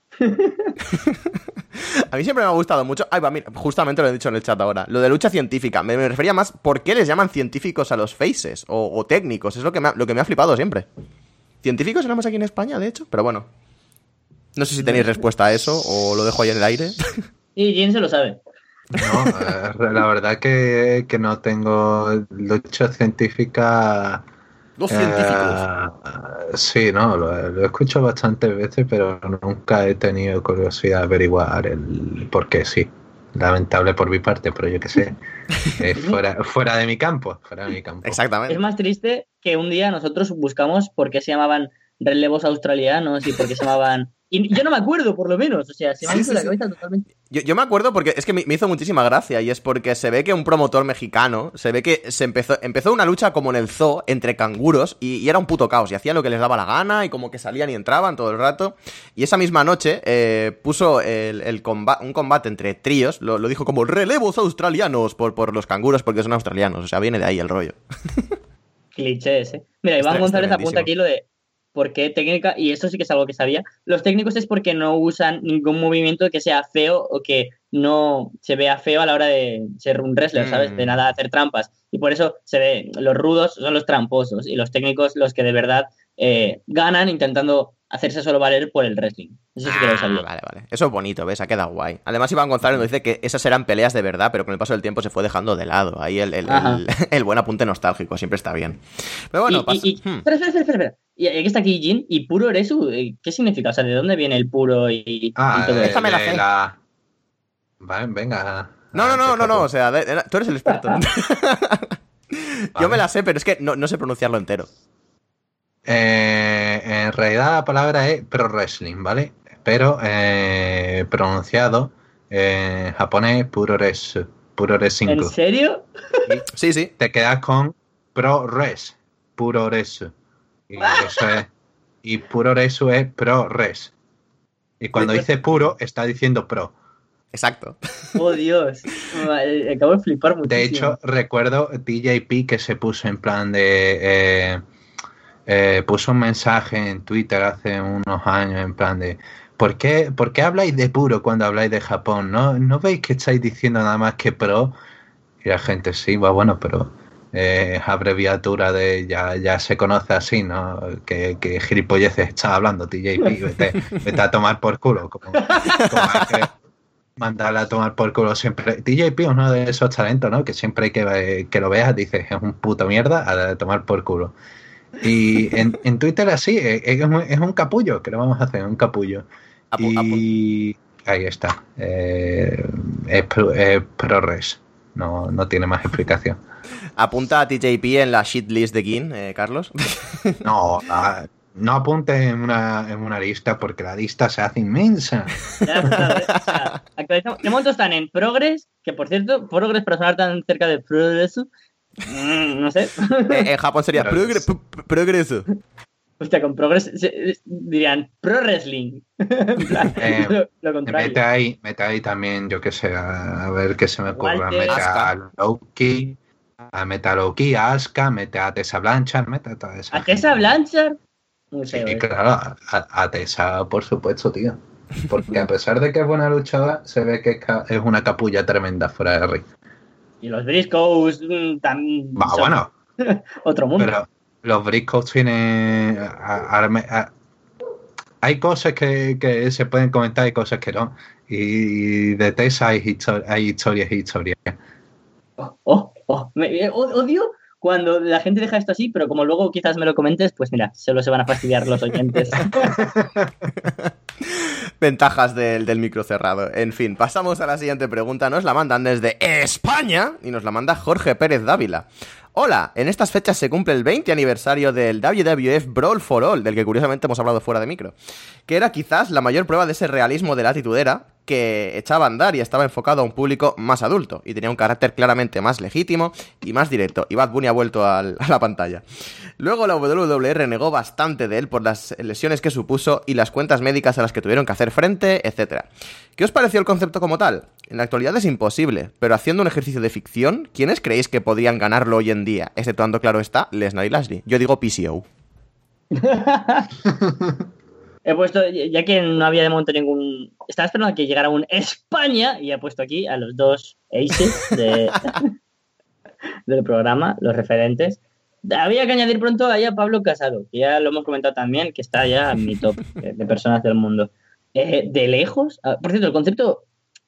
A mí siempre me ha gustado mucho. Ay, va, mira, justamente lo he dicho en el chat ahora. Lo de lucha científica. Me, me refería más por qué les llaman científicos a los faces o, o técnicos. Es lo que, me ha, lo que me ha flipado siempre. Científicos éramos aquí en España, de hecho, pero bueno. No sé si tenéis respuesta a eso o lo dejo ahí en el aire.
Y Jin se lo sabe.
No, eh, la verdad que, que no tengo lucha científica.
Los científicos.
Uh, sí, no, lo, lo he escuchado bastantes veces, pero nunca he tenido curiosidad de averiguar el por qué. Sí, lamentable por mi parte, pero yo qué sé, eh, fuera, fuera de mi campo, fuera de mi campo.
Exactamente.
Es más triste que un día nosotros buscamos por qué se llamaban relevos australianos y por qué se llamaban... Y yo no me acuerdo, por lo menos. O sea, se me ha
Sí,
ido
sí,
la
sí.
cabeza totalmente.
Yo, yo me acuerdo porque es que me, me hizo muchísima gracia y es porque se ve que un promotor mexicano, se ve que se empezó, empezó una lucha como en el zoo entre canguros y, y era un puto caos y hacían lo que les daba la gana y como que salían y entraban todo el rato y esa misma noche eh, puso el, el comba- un combate entre tríos, lo, lo dijo como relevos australianos por, por los canguros porque son australianos, o sea, viene de ahí el rollo.
Clichés, ¿eh? Mira, Iván
Está-
González
está
apunta aquí lo de por qué técnica, y esto sí que es algo que sabía, los técnicos es porque no usan ningún movimiento que sea feo o que no se vea feo a la hora de ser un wrestler, ¿sabes?
Mm.
De nada hacer trampas. Y por eso se ve, los rudos son los tramposos y los técnicos los que de verdad eh, ganan intentando hacerse solo valer por el wrestling. Eso sí que lo sabía.
Ah, vale, vale. Eso es bonito, ¿ves? Ha quedado guay. Además, Iván González nos dice que esas eran peleas de verdad, pero con el paso del tiempo se fue dejando de lado. Ahí el, el, el, el buen apunte nostálgico siempre está bien. Pero bueno,
y,
pasa...
y, y...
Hmm.
Espera, espera, espera, espera. Y aquí está aquí Jin, y puro Eresu, ¿qué significa? O sea, ¿de dónde viene el puro y,
Ah,
y todo
eh,
eso?
Déjame la fe.
la... Vale, venga.
No, no, no,
adelante,
no, no,
Capo.
o sea, de- de- tú eres el experto. Yo
Vale.
me la sé, pero es que no, no sé pronunciarlo entero.
Eh, en realidad la palabra es pro wrestling, ¿vale? Pero eh, pronunciado en japonés puroresu, puroresu.
¿En serio?
Sí, sí.
Te quedas con pro res, puroresu. Y eso es. Y puroresu es pro res. Y cuando dice puro, está diciendo pro.
Exacto.
Oh, Dios. Vale, acabo de flipar muchísimo.
De hecho, recuerdo D J P que se puso en plan de... Eh, eh, puso un mensaje en Twitter hace unos años en plan de... ¿Por qué, ¿por qué habláis de puro cuando habláis de Japón? ¿No, ¿no veis que estáis diciendo nada más que pro? Y la gente, sí, va bueno, pero eh, es abreviatura de... Ya, ya se conoce así, ¿no? Que, que gilipolleces estás hablando, D J P. Vete, vete a tomar por culo. Como, como hay que mandarle a tomar por culo siempre. D J P es uno de esos talentos, ¿no? Que siempre que, que lo veas dices, es un puto mierda a tomar por culo. Y en, en Twitter así, es, es, un, es un capullo, que lo vamos a hacer, un capullo.
Apu-
y ahí está. Eh, es, pro, es ProRes. No, no tiene más explicación.
Apunta a T J P en la shit list de Gin, eh, Carlos.
No, la, no apuntes en una, en una lista porque la lista se hace inmensa.
Ya está, o sea, actualizamos. De momento están en Progress, que por cierto, Progress para sonar tan cerca de Progreso, mm, no sé.
Eh, en Japón sería
Progreso.
progre- p- p- progreso.
Hostia, con progress dirían pro wrestling. Plan,
Eh,
lo, lo contrario.
Mete ahí, mete ahí también, yo qué sé, a, a ver qué se me ocurre.
Walter.
Mete
Asuka.
a Loki, a mete a Loki, a Asuka, mete a Tessa Blanchard, mete a toda esa
¿A Tessa
gente.
Blanchard? Muy
Sí,
feo, ¿eh?
claro, a, a Tessa, por supuesto, tío. Porque a pesar de que es buena luchadora, se ve que es, ca- es una capulla tremenda fuera de ring.
Y los Briscoes mm, también
Va,
son
bueno,
otro mundo.
pero los Briscoes tienen... a- a- a- hay cosas que, que se pueden comentar y cosas que no. Y de Tessa hay, histo- hay historias y historias.
Oh, oh, oh, me- eh, o- odio cuando la gente deja esto así, pero como luego quizás me lo comentes, pues mira, solo se van a fastidiar los oyentes.
Ventajas del, del micro cerrado. En fin, pasamos a la siguiente pregunta. Nos la mandan desde España y nos la manda Jorge Pérez Dávila. Hola, en estas fechas se cumple el veinte aniversario del W W F Brawl for All, del que curiosamente hemos hablado fuera de micro, que era quizás la mayor prueba de ese realismo de la atitudera que echaba a andar y estaba enfocado a un público más adulto y tenía un carácter claramente más legítimo y más directo, y Bad Bunny ha vuelto al, a la pantalla. Luego la W W E renegó bastante de él por las lesiones que supuso y las cuentas médicas a las que tuvieron que hacer frente, etcétera. ¿Qué os pareció el concepto como tal? En la actualidad es imposible, pero haciendo un ejercicio de ficción, ¿quiénes creéis que podrían ganarlo hoy en día? Exceptuando, claro está, Lesnar y Lashley. Yo digo P C O.
He puesto, ya que no había de momento ningún... Estaba esperando a que llegara un España y he puesto aquí a los dos aces de, del programa, los referentes. Había que añadir pronto ahí a Pablo Casado, que ya lo hemos comentado también, que está ya en mi top de personas del mundo. Eh, de lejos, por cierto, el concepto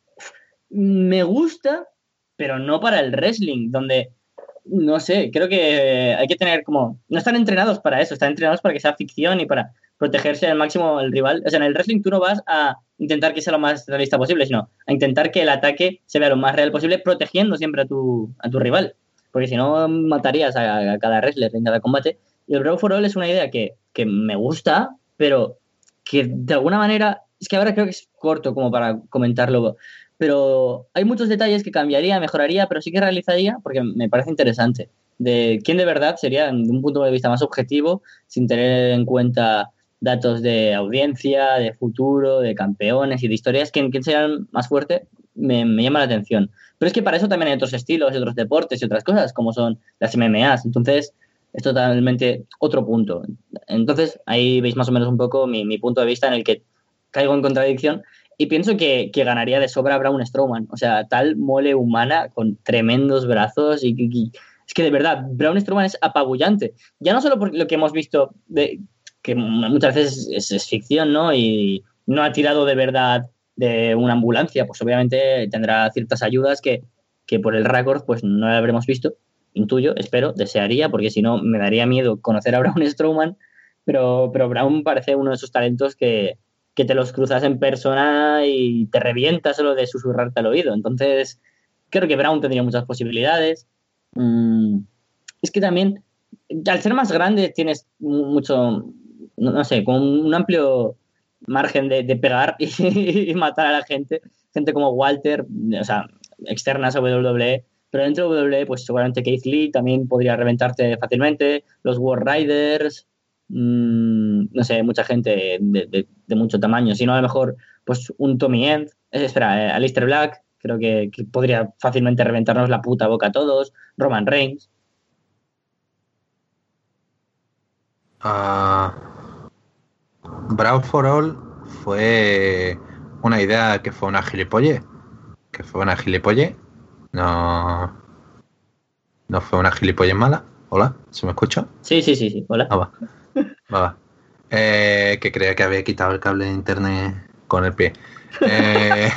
me gusta, pero no para el wrestling, donde, no sé, creo que hay que tener como... No están entrenados para eso, están entrenados para que sea ficción y para protegerse al máximo el rival. O sea, en el wrestling tú no vas a intentar que sea lo más realista posible, sino a intentar que el ataque se vea lo más real posible, protegiendo siempre a tu, a tu rival. Porque si no, matarías a, a cada wrestler en cada combate. Y el Brawl for All es una idea que, que me gusta, pero que de alguna manera... Es que ahora creo que es corto como para comentarlo, pero hay muchos detalles que cambiaría, mejoraría, pero sí que realizaría porque me parece interesante. De quién de verdad sería, de un punto de vista más objetivo, sin tener en cuenta datos de audiencia, de futuro, de campeones y de historias, quién, quién sería más fuerte, me, me llama la atención. Pero es que para eso también hay otros estilos, y otros deportes y otras cosas, como son las M M As. Entonces, es totalmente otro punto. Entonces, ahí veis más o menos un poco mi, mi punto de vista en el que caigo en contradicción y pienso que, que ganaría de sobra Braun Strowman. O sea, tal mole humana con tremendos brazos y, y, y es que de verdad, Braun Strowman es apabullante. Ya no solo por lo que hemos visto, de, que muchas veces es, es ficción, ¿no? Y no ha tirado de verdad de una ambulancia, pues obviamente tendrá ciertas ayudas que, que por el récord pues no la habremos visto. Intuyo, espero, desearía, porque si no me daría miedo conocer a Braun Strowman, pero, pero Braun parece uno de esos talentos que que te los cruzas en persona y te revienta solo de susurrarte al oído. Entonces, creo que Braun tendría muchas posibilidades. Mm, es que también, al ser más grande, tienes mucho, no, no sé, como un amplio margen de, de pegar y, y matar a la gente. Gente como Walter, o sea, externas a W W E, pero dentro de W W E, pues seguramente Keith Lee también podría reventarte fácilmente. Los War Riders... Mm, no sé, mucha gente de, de, de mucho tamaño, sino a lo mejor pues un Tommy End, eh, espera, eh, Aleister Black, creo que, que podría fácilmente reventarnos la puta boca a todos, Roman Reigns.
Uh, Brawl for All fue una idea que fue una gilipolle, que fue una gilipolle, no, no fue una gilipolle mala. Hola, ¿se me escucha?
Sí, sí, sí, sí, hola.
Ah, va. Va, va. Eh, que creía que había quitado el cable de internet con el pie. Eh,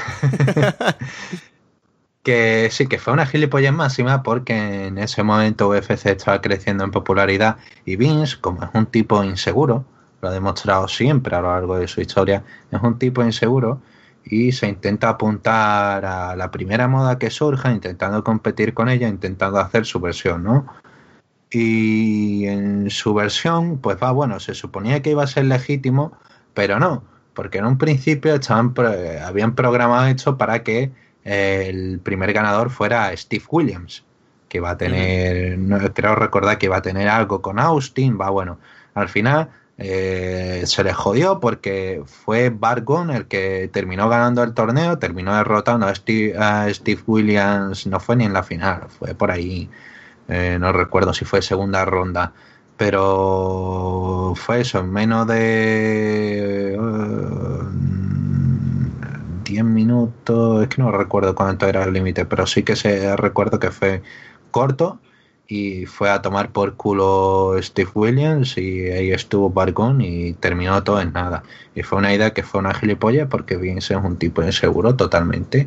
que sí, que fue una gilipollas máxima porque en ese momento U F C estaba creciendo en popularidad y Vince, como es un tipo inseguro, lo ha demostrado siempre a lo largo de su historia, es un tipo inseguro y se intenta apuntar a la primera moda que surja, intentando competir con ella, intentando hacer su versión, ¿no? Y en su versión, pues va, bueno, se suponía que iba a ser legítimo, pero no, porque en un principio estaban habían programado esto para que eh, el primer ganador fuera Steve Williams, que iba a tener, no, creo recordar que iba a tener algo con Austin, va, bueno, al final eh, se les jodió porque fue Bargon el que terminó ganando el torneo, terminó derrotando a Steve, a Steve Williams, no fue ni en la final, fue por ahí, eh, no recuerdo si fue segunda ronda, pero fue eso, en menos de uh, diez minutos, es que no recuerdo cuánto era el límite, pero sí que se recuerdo que fue corto. Y fue a tomar por culo Steve Williams y ahí estuvo Bargon y terminó todo en nada. Y fue una idea que fue una gilipollas porque Vince es un tipo inseguro totalmente.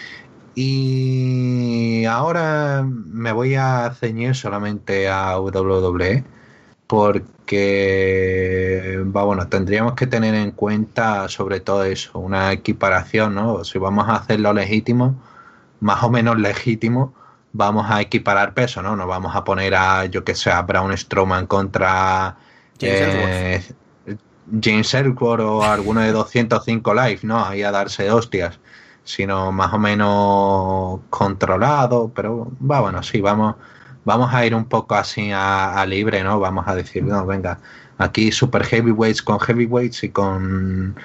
Y ahora me voy a ceñir solamente a W W E porque, va, bueno, tendríamos que tener en cuenta sobre todo eso, una equiparación, ¿no? Si vamos a hacerlo legítimo, más o menos legítimo, vamos a equiparar peso, ¿no? Nos vamos a poner a, yo que sé, a Braun Strowman contra
James
eh, James Ellsworth o alguno de doscientos cinco Live, ¿no? Ahí a darse hostias, sino más o menos controlado, pero va, bueno, sí, vamos, vamos a ir un poco así a, a libre, ¿no? Vamos a decir, no, venga, aquí super heavyweights con heavyweights y con,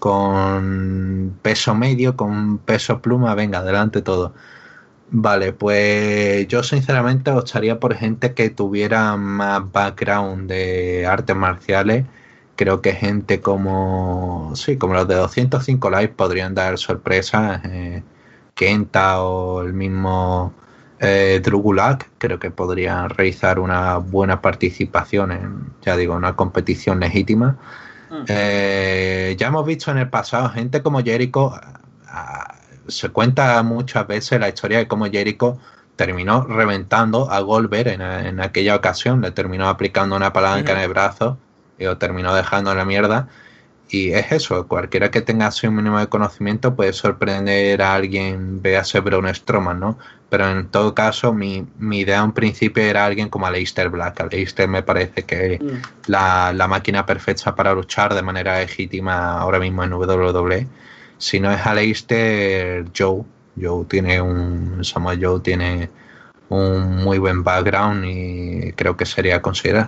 con peso medio, con peso pluma, venga, adelante todo. Vale, pues yo sinceramente optaría por gente que tuviera más background de artes marciales. Creo que gente como, sí, como los de doscientos cinco Live podrían dar sorpresas. Eh, Kenta o el mismo eh, Drew Gulak, creo que podrían realizar una buena participación en, ya digo, una competición legítima. Uh-huh. Eh, ya hemos visto en el pasado gente como Jericho. A, se cuenta muchas veces la historia de cómo Jericho terminó reventando a Goldberg en, en aquella ocasión, le terminó aplicando una palanca uh-huh. en el brazo y lo terminó dejando en la mierda. Y es eso, cualquiera que tenga así un mínimo de conocimiento puede sorprender a alguien, véase Braun Strowman, ¿no? Pero en todo caso, mi, mi idea en principio era alguien como Aleister Black. Aleister me parece que es uh-huh. la, la máquina perfecta para luchar de manera legítima ahora mismo en W W E. Si no es Aleister, Joe. Joe tiene un. Samoa Joe tiene un muy buen background y creo que sería considerado.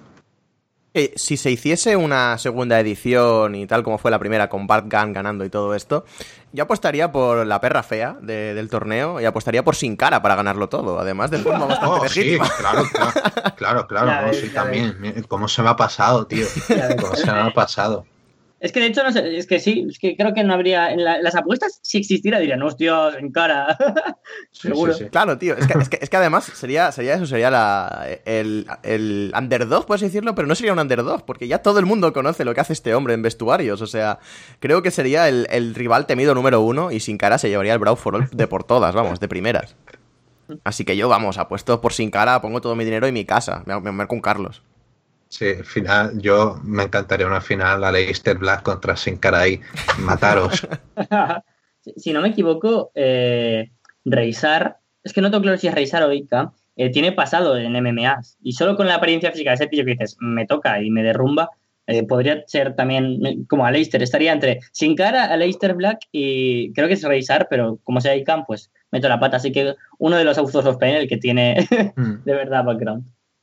Eh, si se hiciese una segunda edición y tal como fue la primera, con Bart Gunn ganando y todo esto, yo apostaría por la perra fea de, del torneo y apostaría por Sin Cara para ganarlo todo, además de forma bastante
oh,
legítima.
Sí, claro, claro, claro, claro no, ves, sí, también. Ves. ¿Cómo se me ha pasado, tío? ¿Cómo se me ha pasado?
Es que de hecho, no sé, es que sí, es que creo que no habría. En la, las apuestas, si existiera, dirían, hostia, en cara.
Sí,
seguro.
Sí, sí.
Claro, tío, es que, es que, es que además sería, sería eso, sería la, el, el underdog, puedes decirlo, pero no sería un underdog, porque ya todo el mundo conoce lo que hace este hombre en vestuarios. O sea, creo que sería el, el rival temido número uno y Sin Cara se llevaría el Brawl for All de por todas, vamos, de primeras. Así que yo, vamos, apuesto por Sin Cara, pongo todo mi dinero y mi casa, me, me marco un Carlos.
Sí, final, yo me encantaría una final a Aleister Black contra Sin Cara ahí, mataros.
Si no me equivoco, eh, Reisar, es que no tengo claro si es Reisar o Ika, eh, tiene pasado en M M As y solo con la apariencia física de ese tío que dices, me toca y me derrumba, eh, podría ser también como Aleister, estaría entre Sin Cara, Aleister Black y creo que es Reisar, pero como sea Ika, pues meto la pata, así que uno de los Authors of Pain, el que tiene mm. de verdad background.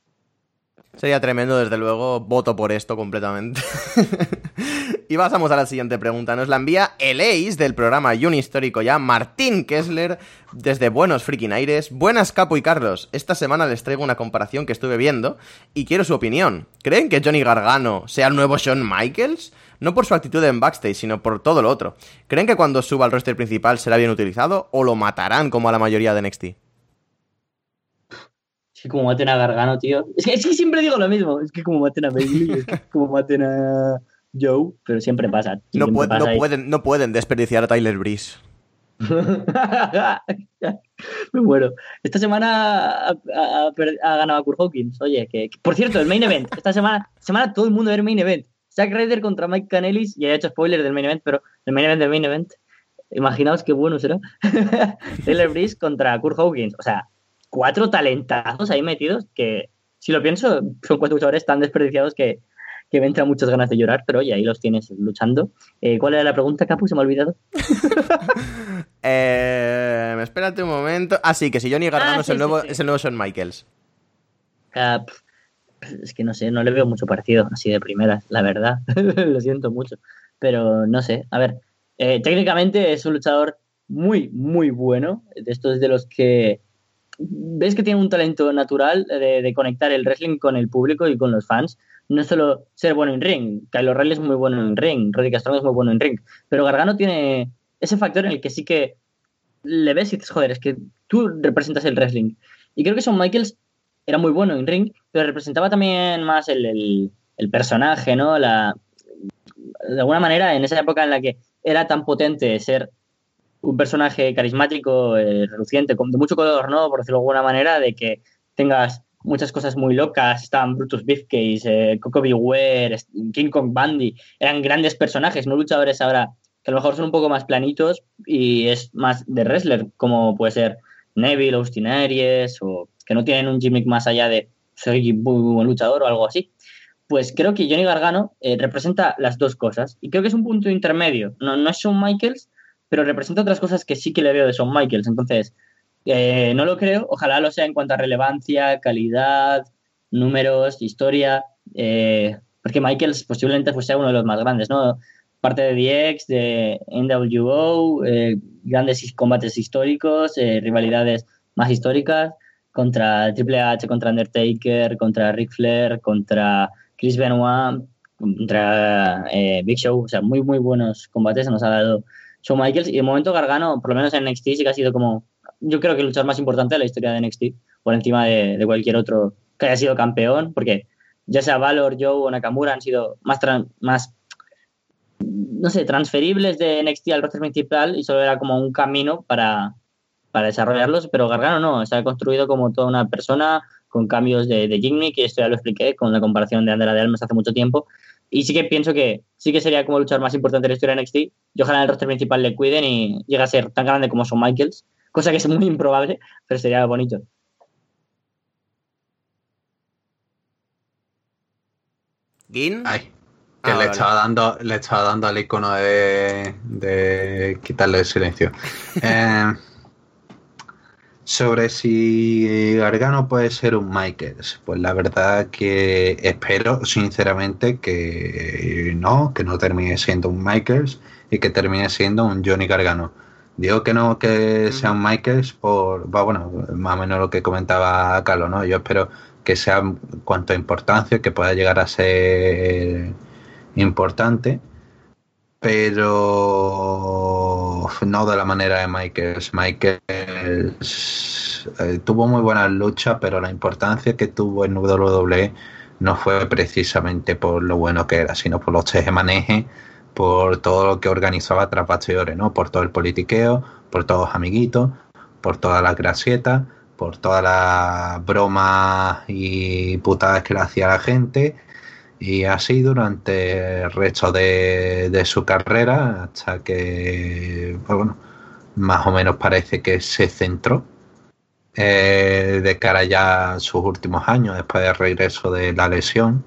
Sería tremendo, desde luego, voto por esto completamente. Y pasamos a la siguiente pregunta. Nos la envía el Ace del programa Unihistórico ya, Martín Kessler, desde Buenos Freaking Aires. Buenas, Capo y Carlos. Esta semana les traigo una comparación que estuve viendo y quiero su opinión. ¿Creen que Johnny Gargano sea el nuevo Shawn Michaels? No por su actitud en backstage, sino por todo lo otro. ¿Creen que cuando suba al roster principal será bien utilizado o lo matarán como a la mayoría de N X T?
Es que como maten a Gargano, tío. Es que, es que siempre digo lo mismo. Es que como maten a Bayley, es que como maten a Joe, pero siempre pasa.
No,
siempre
pu-
pasa
no, pueden, no pueden desperdiciar a Tyler Breeze.
Me muero. Esta semana ha, ha, ha ganado a Kurt Hawkins. Oye, que, que por cierto, el main event. Esta semana, semana todo el mundo ve el main event. Zack Ryder contra Mike Kanellis. Y he hecho spoiler del main event, pero el main event del main event. Imaginaos qué bueno será. Tyler Breeze contra Kurt Hawkins. O sea, cuatro talentazos ahí metidos que, si lo pienso, son cuatro luchadores tan desperdiciados que, que me entran muchas ganas de llorar, pero oye, ahí los tienes luchando. Eh, ¿Cuál era la pregunta, Capu? Se me ha olvidado.
eh, espérate un momento. Ah, sí, que si Johnny Gargano ah, es, sí, el nuevo, sí, sí. es el nuevo Shawn Michaels.
Uh, es que no sé, no le veo mucho parecido así de primeras, la verdad. Lo siento mucho. Pero no sé, a ver, eh, técnicamente es un luchador muy, muy bueno. De estos de los que ves que tiene un talento natural de, de conectar el wrestling con el público y con los fans. No es solo ser bueno en ring. Kyle O'Reilly es muy bueno en ring, Roderick Strong es muy bueno en ring, pero Gargano tiene ese factor en el que sí que le ves y dices, joder, es que tú representas el wrestling. Y creo que Shawn Michaels era muy bueno en ring, pero representaba también más el, el, el personaje, ¿no? La, de alguna manera, en esa época en la que era tan potente ser un personaje carismático, eh, reluciente, de mucho color, ¿no? Por decirlo de alguna manera, de que tengas muchas cosas muy locas. Estaban Brutus Beefcake, eh, Coco Beware, King Kong Bundy, eran grandes personajes, no luchadores ahora que a lo mejor son un poco más planitos y es más de wrestler, como puede ser Neville, Austin Aries, o que no tienen un gimmick más allá de soy muy buen luchador o algo así. Pues creo que Johnny Gargano eh, representa las dos cosas y creo que es un punto intermedio. No, no es Shawn Michaels, pero representa otras cosas que sí que le veo de Shawn Michaels. Entonces, eh, no lo creo. Ojalá lo sea en cuanto a relevancia, calidad, números, historia. Eh, porque Michaels posiblemente pues, sea uno de los más grandes, ¿no? Parte de D X, de N W O, eh, grandes combates históricos, eh, rivalidades más históricas contra Triple H, contra Undertaker, contra Ric Flair, contra Chris Benoit, contra eh, Big Show. O sea, muy, muy buenos combates nos ha dado Shawn Michaels. Y de momento Gargano, por lo menos en N X T, sí que ha sido como, yo creo que el luchador más importante de la historia de N X T, por encima de, de cualquier otro que haya sido campeón, porque ya sea Valor, Joe o Nakamura han sido más, tran- más no sé, transferibles de N X T al roster principal y solo era como un camino para, para desarrollarlos, pero Gargano no, se ha construido como toda una persona con cambios de, de gimmick, que esto ya lo expliqué con la comparación de Andrea de Almas hace mucho tiempo, y sí que pienso que sí que sería como el luchador más importante de la historia de N X T. Y ojalá en el roster principal le cuiden y llegue a ser tan grande como Shawn Michaels, cosa que es muy improbable, pero sería bonito.
¿Gin?
Ay, que
Ah,
le
vale.
estaba dando, le estaba dando al icono de, de quitarle el silencio. eh, sobre si Gargano puede ser un Michaels, pues la verdad que espero sinceramente que no, que no termine siendo un Michaels y que termine siendo un Johnny Gargano. Digo que no que sea un Michaels por, va, bueno, más o menos lo que comentaba Carlos, ¿no? Yo espero que sea cuanto a importancia, que pueda llegar a ser importante, pero no de la manera de Michaels. Michaels eh, tuvo muy buenas luchas, pero la importancia que tuvo en W W E no fue precisamente por lo bueno que era, sino por los tejemanejes, por todo lo que organizaba tras bastidores, ¿no? Por todo el politiqueo, por todos los amiguitos, por todas las grasietas, por todas las bromas y putadas que le hacía la gente. Y así durante el resto de, de su carrera, hasta que, pues bueno, más o menos parece que se centró eh, de cara ya a sus últimos años, después del regreso de la lesión.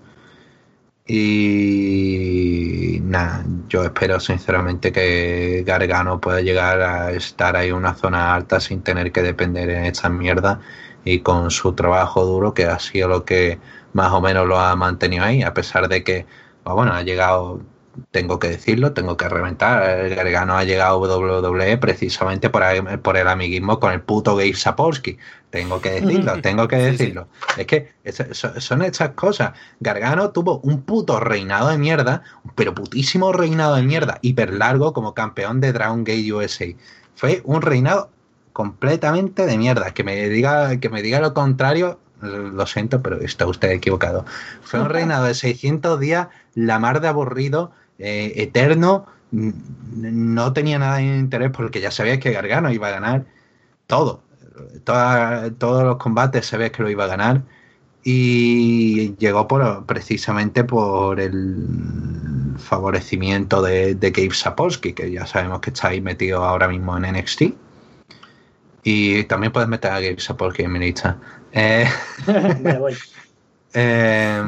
Y nada, yo espero sinceramente que Gargano pueda llegar a estar ahí en una zona alta sin tener que depender en esta mierda y con su trabajo duro, que ha sido lo que más o menos lo ha mantenido ahí, a pesar de que, bueno, ha llegado, tengo que decirlo, tengo que reventar, el Gargano ha llegado a W W E precisamente por, por el amiguismo con el puto Gabe Sapolsky. Tengo que decirlo, tengo que decirlo. Sí, sí. Es que es, son estas cosas. Gargano tuvo un puto reinado de mierda, pero putísimo reinado de mierda, hiper largo como campeón de Dragon Gate U S A. Fue un reinado completamente de mierda. Que me diga, que me diga lo contrario, lo siento, pero está usted equivocado. Fue un reinado de seiscientos días, la mar de aburrido, eh, eterno. No tenía nada de interés porque ya sabía que Gargano iba a ganar todo. Toda, todos los combates se ve que lo iba a ganar y llegó por, precisamente por el favorecimiento de, de Gabe Sapolsky, que ya sabemos que está ahí metido ahora mismo en N X T. Y también puedes meter a Gabe Sapolsky en mi lista. Eh,
Me voy.
eh,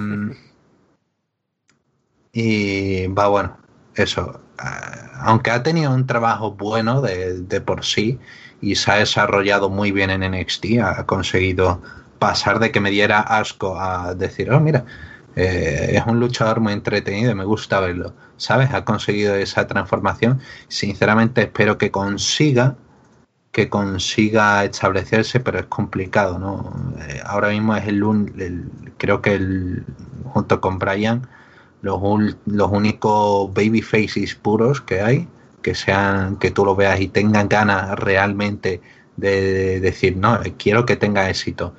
y va, bueno, eso. Aunque ha tenido un trabajo bueno de, de por sí y se ha desarrollado muy bien en N X T, ha conseguido pasar de que me diera asco a decir, oh, mira, eh, es un luchador muy entretenido y me gusta verlo, ¿sabes? Ha conseguido esa transformación. Sinceramente espero que consiga que consiga establecerse, pero es complicado, ¿no? Eh, ahora mismo es el, el creo que el, junto con Bryan, los, los únicos babyfaces puros que hay, que sean, que tú lo veas y tengan ganas realmente de, de decir, no, quiero que tenga éxito.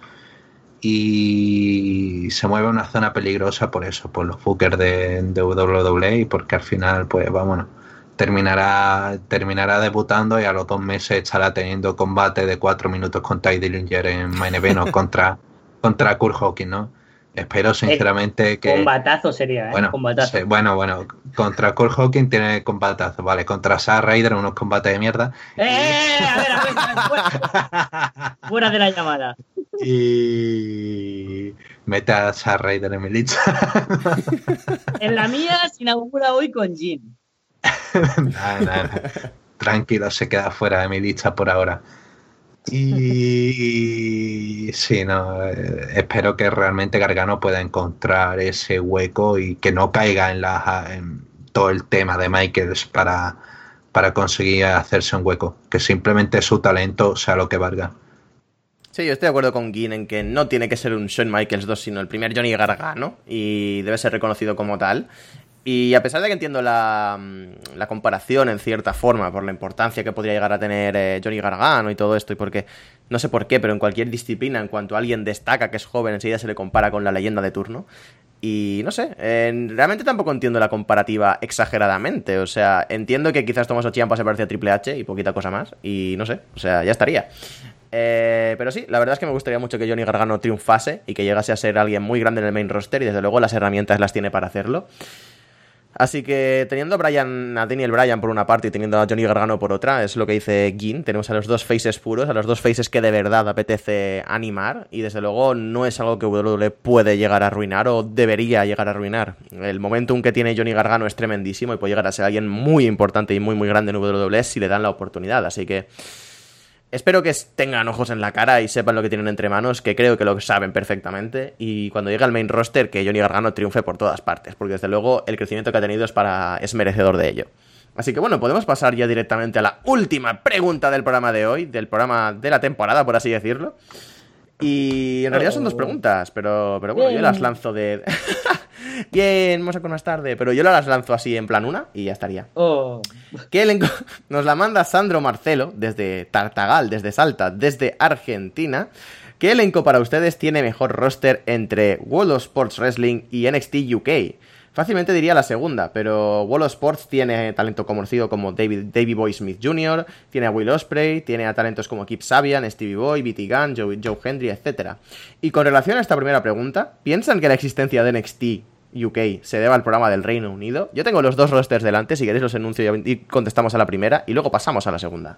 Y se mueve a una zona peligrosa por eso, por los bookers de, de W W E, y porque al final, pues, vámonos, terminará terminará debutando y a los dos meses estará teniendo combate de cuatro minutos con Ty Dillinger en Main Event o contra, contra Kurt Hawkins, ¿no? Espero sinceramente
eh,
que...
Combatazo sería, ¿eh?
Bueno,
combatazo.
Sí, bueno, bueno, contra Kurt Hawkins tiene combatazo, vale, contra Zack Ryder unos combates de mierda.
¡Eh! Y... A ver, a ver, a ver, fuera, fuera de la llamada.
Y mete a Zack Ryder en mi lista.
En la mía se inaugura hoy con Jin.
Nada, nada. Tranquilo, se queda fuera de mi lista por ahora. Y sí, no, eh, espero que realmente Gargano pueda encontrar ese hueco y que no caiga en, la, en todo el tema de Michaels para, para conseguir hacerse un hueco, que simplemente su talento sea lo que valga.
Sí, yo estoy de acuerdo con Gin en que no tiene que ser un Shawn Michaels dos, sino el primer Johnny Gargano, y debe ser reconocido como tal. Y a pesar de que entiendo la, la comparación en cierta forma por la importancia que podría llegar a tener eh, Johnny Gargano y todo esto, y porque, no sé por qué, pero en cualquier disciplina, en cuanto alguien destaca que es joven, enseguida se le compara con la leyenda de turno. Y no sé, eh, realmente tampoco entiendo la comparativa exageradamente. O sea, entiendo que quizás Tommaso Ciampa se parece a Triple H y poquita cosa más, y no sé, o sea, ya estaría. Eh, pero sí, la verdad es que me gustaría mucho que Johnny Gargano triunfase y que llegase a ser alguien muy grande en el main roster, y desde luego las herramientas las tiene para hacerlo. Así que teniendo a Bryan, a Daniel Bryan por una parte y teniendo a Johnny Gargano por otra, es lo que dice Gin, tenemos a los dos faces puros, a los dos faces que de verdad apetece animar, y desde luego no es algo que W W E puede llegar a arruinar o debería llegar a arruinar. El momentum que tiene Johnny Gargano es tremendísimo y puede llegar a ser alguien muy importante y muy muy grande en W W E si le dan la oportunidad, así que espero que tengan ojos en la cara y sepan lo que tienen entre manos, que creo que lo saben perfectamente, y cuando llegue al main roster que Johnny Gargano triunfe por todas partes, porque desde luego el crecimiento que ha tenido es, para, es merecedor de ello. Así que bueno, podemos pasar ya directamente a la última pregunta del programa de hoy, del programa de la temporada, por así decirlo. Y en realidad son dos preguntas, pero, pero bueno, yo las lanzo de... Bien, vamos a con más tarde, pero yo las lanzo así en plan una y ya estaría.
Oh.
¿Qué elenco? Nos la manda Sandro Marcelo desde Tartagal, desde Salta, desde Argentina. ¿Qué elenco para ustedes tiene mejor roster entre World of Sports Wrestling y N X T U K? Fácilmente diría la segunda, pero World of Sports tiene talento conocido como David, Davey Boy Smith junior, tiene a Will Ospreay, tiene a talentos como Kip Sabian, Stevie Boy, B T Gunn, Joe, Joe Hendry, etcétera. Y con relación a esta primera pregunta, ¿piensan que la existencia de N X T U K se deba al programa del Reino Unido? Yo tengo los dos rosters delante, si queréis los enuncio y contestamos a la primera y luego pasamos a la segunda.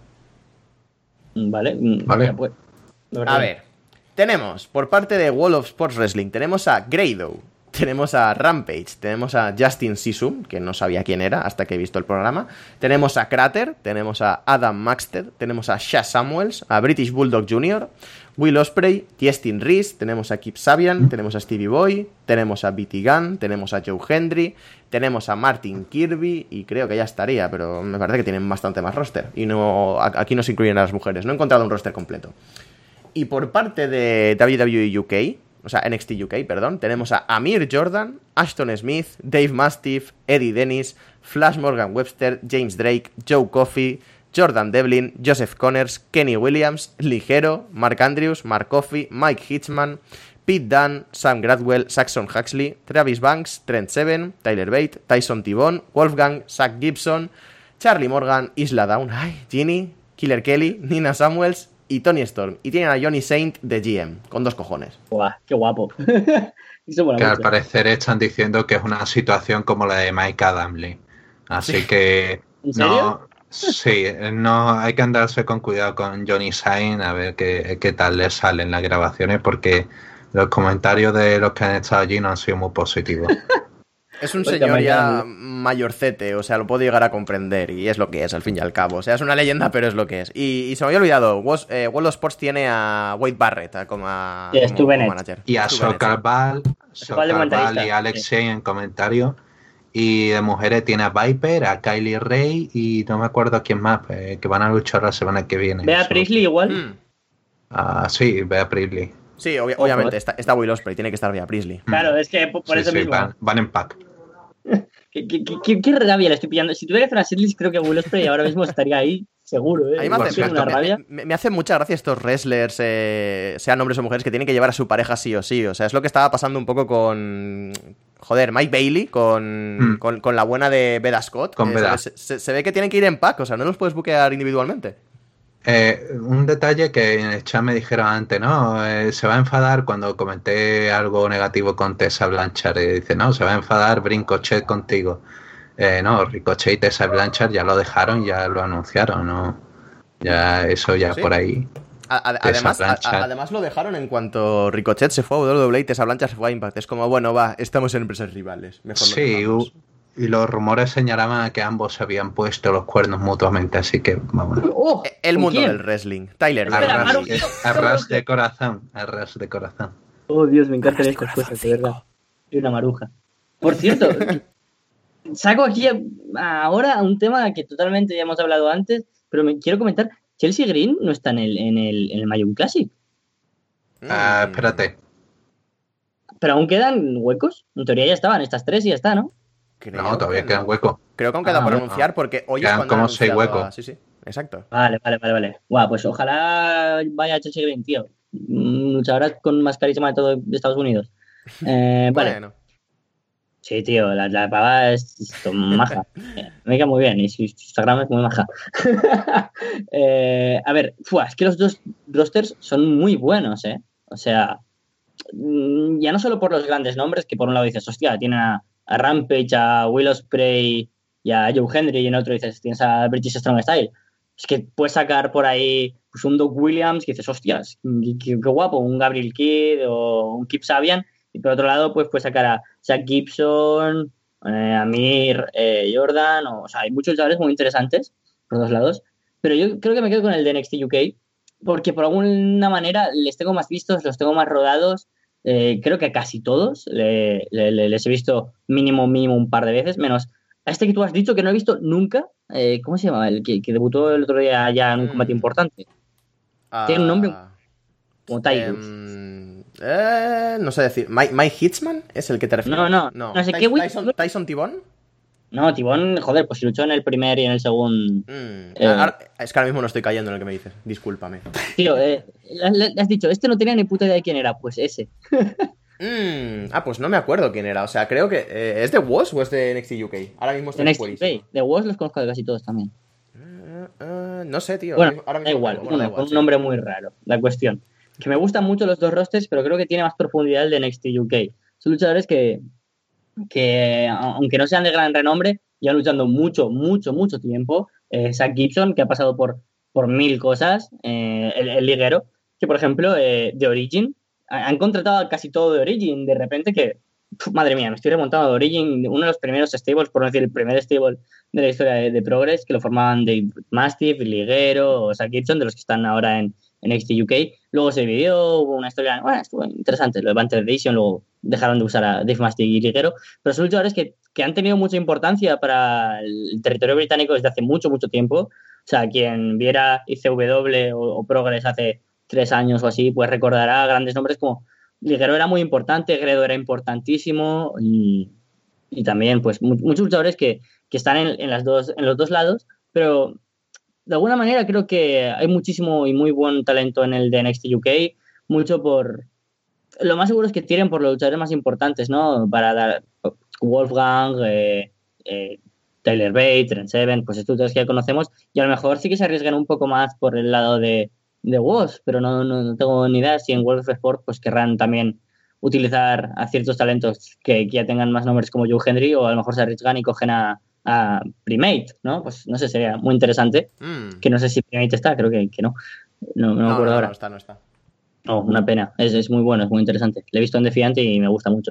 Vale,
vale.
Pues,
a ver, tenemos por parte de World of Sports Wrestling, tenemos a Grado, tenemos a Rampage, tenemos a Justin Sisum, que no sabía quién era hasta que he visto el programa, tenemos a Crater, tenemos a Adam Maxted, tenemos a Shaz Samuels, a British Bulldog junior, Will Ospreay, Tiestin Reese, tenemos a Kip Sabian, tenemos a Stevie Boy, tenemos a B T Gunn, tenemos a Joe Hendry, tenemos a Martin Kirby y creo que ya estaría, pero me parece que tienen bastante más roster y no aquí no se incluyen a las mujeres, no he encontrado un roster completo. Y por parte de W W E U K, o sea, N X T U K, perdón, tenemos a Amir Jordan, Ashton Smith, Dave Mastiff, Eddie Dennis, Flash Morgan Webster, James Drake, Joe Coffey, Jordan Devlin, Joseph Connors, Kenny Williams, Ligero, Mark Andrews, Mark Coffey, Mike Hitchman, Pete Dunne, Sam Gradwell, Saxon Huxley, Travis Banks, Trent Seven, Tyler Bate, Tyson Tibon, Wolfgang, Zach Gibson, Charlie Morgan, Isla Dawn, ay, Ginny, Killer Kelly, Nina Samuels y Tony Storm. Y tienen a Johnny Saint de G M, con dos cojones.
Guau, qué guapo.
Que mucho. Al parecer están diciendo que es una situación como la de Mike Adamle. Así ¿sí? que...
¿En serio?
No, sí, no, hay que andarse con cuidado con Johnny Saint a ver qué, qué tal le salen las grabaciones, porque los comentarios de los que han estado allí no han sido muy positivos.
Es un
Porque
señor
me
ya
encanta.
mayorcete, o sea, lo puedo llegar a comprender y es lo que es, al fin y al cabo. O sea, es una leyenda, pero es lo que es. Y, y se me había olvidado, Was- eh, World of Sports tiene a Wade Barrett a- como, a-
Sí,
como-
Stu
como
Bennett.
manager.
Y a
Stu Bennett, sí.
Socarval,
Socarval de
Socarval
comentarista,
y Alexei en comentarios. Y de mujeres tiene a Viper, a Kylie Ray y no me acuerdo quién más, eh, que van a luchar la semana que viene.
Ve a
Eso-
Priestley igual.
Hmm.
Ah, sí, Bea Priestley.
Sí, obvi-
Ojo,
obviamente,
eh.
está, está Will Ospreay, tiene que estar Bea Priestley.
Claro, es que por, por
Sí,
eso
sí,
mismo.
van, van en pack.
¿Qué, qué, qué, qué rabia le estoy pillando? Si tuviera que hacer una setlist, creo que Will Ospreay ahora mismo estaría ahí, seguro, ¿eh?
A mí me
Por
hace,
cierto,
una
me-
rabia.
me, me hace mucha gracia estos wrestlers, eh, sean hombres o mujeres, que tienen que llevar a su pareja sí o sí. O sea, es lo que estaba pasando un poco con... Joder, Mike Bailey, con,
Mm.
con, con la buena de Beda Scott.
Con
Eh,
Beda.
Se, se- se ve que tienen que ir en pack, o sea, no los puedes buquear individualmente.
Eh, un detalle que en el chat me dijeron antes, ¿no? Eh, se va a enfadar cuando comenté algo negativo con Tessa Blanchard. Y dice, no, se va a enfadar Ricochet contigo. Eh, no, Ricochet y Tessa Blanchard ya lo dejaron, ya lo anunciaron, ¿no? Ya, eso ya
¿Sí?
por ahí.
A- a-
Tessa
además, a-
Blanchard.
a- además lo dejaron en cuanto Ricochet se fue a W W E y Tessa Blanchard se fue a Impact. Es como, bueno, va, estamos en empresas rivales. Mejor lo
Sí,
dejamos.
u- y los rumores señalaban a que ambos se habían puesto los cuernos mutuamente, así que vamos.
¡Oh!
El
¿con
mundo
quién?
del wrestling. Tyler
Espera,
Bate.
Maru-
Arras, arras de corazón, arras de corazón.
Oh, Dios, me encantan
Arras de
estas
corazón
cosas, de verdad. Soy una maruja. Por cierto, saco aquí a- ahora un tema que totalmente ya hemos hablado antes, pero me quiero comentar. Chelsea Green no está en el, en el, en el Mayhem Classic,
Ah,
Mm.
espérate.
pero aún quedan huecos. En teoría ya estaban estas tres y ya está, ¿no?
Creo
No, todavía
que
queda
no.
un hueco.
Creo que aún queda
Ah,
por
bueno.
anunciar porque hoy es
Quedan
cuando han
como seis
anunciado a-
huecos.
Sí, sí, exacto.
Vale, vale, vale, vale. Guau, pues ojalá vaya Chelsea Green, tío. Mm, Luchadora con más carisma de todo de Estados Unidos. Eh, vale.
Bueno,
Sí, tío, la, la pava es, es maja. Eh, Me queda muy bien y su su Instagram es muy maja. Eh, a ver, fua, es que los dos rosters son muy buenos, ¿eh? O sea, mm, ya no solo por los grandes nombres, que por un lado dices, hostia, tienen a, a Rampage, a Will Ospreay y a Joe Hendry, y en otro dices, tienes a British Strong Style. Es que puedes sacar por ahí pues, un Doug Williams que dices, hostias, qué, qué- qué guapo, un Gabriel Kidd o un Kip Sabian. Y por otro lado, pues puedes sacar a Zach Gibson, eh, a Mir eh, Jordan, o, o sea, hay muchos luchadores muy interesantes por dos lados. Pero yo creo que me quedo con el de N X T U K, porque por alguna manera les tengo más vistos, los tengo más rodados. Eh, creo que a casi todos le- le- le- les he visto mínimo, mínimo un par de veces, menos a este que tú has dicho que no he visto nunca. Eh, ¿Cómo se llama? El que, que debutó el otro día ya en un
Mm.
combate importante.
ah,
Tiene un nombre como Titus.
em, eh, no sé decir. ¿Mike, Mike Hitzman es el que te refieres?
No, no, no sé qué, güey.
Tyson, Tyson Tibón.
No, Tibón, joder, pues si luchó en el primer y en el segundo.
Mm,
Eh.
ahora- es que ahora mismo no estoy cayendo en el que me dices. Discúlpame.
Tío, eh, le, le has dicho, este no tenía ni puta idea de quién era, pues ese.
Mm, ah, pues no me acuerdo quién era. O sea, creo que. eh, ¿Es de W O S o es de N X T U K? Ahora mismo estoy
En X
fuerísimo.
T de Woz los conozco de casi todos también.
Eh, eh, no sé, tío.
Bueno,
ahora
da
mismo-
igual,
bueno,
uno,
da igual,
con un
sí.
nombre muy raro. La cuestión. Que me gustan mucho los dos rosters, pero creo que tiene más profundidad el de N X T U K. Son luchadores que, que aunque no sean de gran renombre, ya luchando mucho, mucho, mucho tiempo. Eh, Zach Gibson, que ha pasado por, por mil cosas, eh, el, el liguero, que por ejemplo, eh, de Origin, ha- han contratado a casi todo de Origin, de repente que, pf, madre mía, me estoy remontando de Origin, uno de los primeros stables, por no decir el primer stable de la historia de, de Progress, que lo formaban Dave Mastiff, Liguero o Zach Gibson, de los que están ahora en, en N X T U K. Luego se dividió, hubo una historia, bueno, estuvo interesante, lo de Banter Edition, luego dejaron de usar a Dave Mastiff y Liguero, pero son luchadores que, que han tenido mucha importancia para el territorio británico desde hace mucho, mucho tiempo. O sea, quien viera I C W o, o Progress hace tres años o así, pues recordará grandes nombres como Liguero era muy importante, Gredo era importantísimo y, y también pues mu- muchos luchadores que, que están en, en, las dos, en los dos lados, pero de alguna manera creo que hay muchísimo y muy buen talento en el de N X T U K, mucho por... Lo más seguro es que tiren por los luchadores más importantes, ¿no? Para dar Wolfgang, eh, eh, Tyler Bate, Trent Seven, pues estos luchadores que ya conocemos, y a lo mejor sí que se arriesgan un poco más por el lado de, de W O S, pero no, no, no tengo ni idea si en World of Sport pues querrán también utilizar a ciertos talentos que, que ya tengan más nombres como Joe Hendry, o a lo mejor se arriesgan y cogen a, a Primate, ¿no? Pues no sé, sería muy interesante.
Mm.
Que no sé si Primate está, creo que, que no. No, no me
No,
acuerdo
no,
ahora.
no está, no está.
No, una pena. Es, es muy bueno, es muy interesante. Lo he visto en Defiant y me gusta mucho.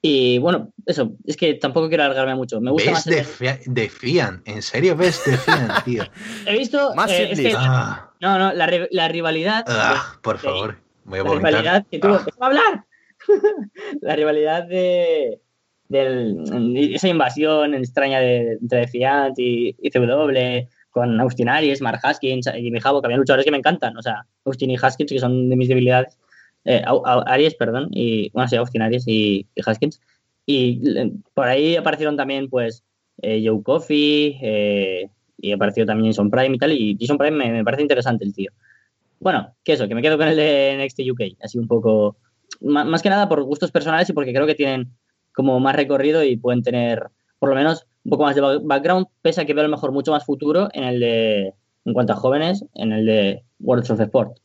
Y bueno, eso, es que tampoco quiero alargarme mucho. Me gusta
¿Ves
más.
Defi- Defiant? ¿En serio ves Defiant, tío?
He visto.
Más
eh, es que,
Ah,
no, no, la, ri- la rivalidad. de-
ah, por
de-
favor, voy a
la
vomitar.
rivalidad que tuvo.
Ah.
¡Déjame hablar! La rivalidad de. Del, esa invasión extraña de, entre Defiant y, y C W con Austin Aries, Mark Haskins y Jimmy Havoc, que habían luchadores que me encantan. O sea, Austin y Haskins, que son de mis debilidades. Eh, Au- Au- Aries, perdón. Y, bueno, sí, Austin Aries y, y Haskins. Y eh, por ahí aparecieron también, pues, eh, Joe Coffey, eh, y apareció también Jason Prime y tal. Y Jason Prime me, me parece interesante el tío. Bueno, que eso, que me quedo con el de N X T U K. Así un poco. Más, más que nada por gustos personales y porque creo que tienen como más recorrido y pueden tener, por lo menos, un poco más de background, pese a que veo a lo mejor mucho más futuro en el de, en cuanto a jóvenes, en el de World of Sport.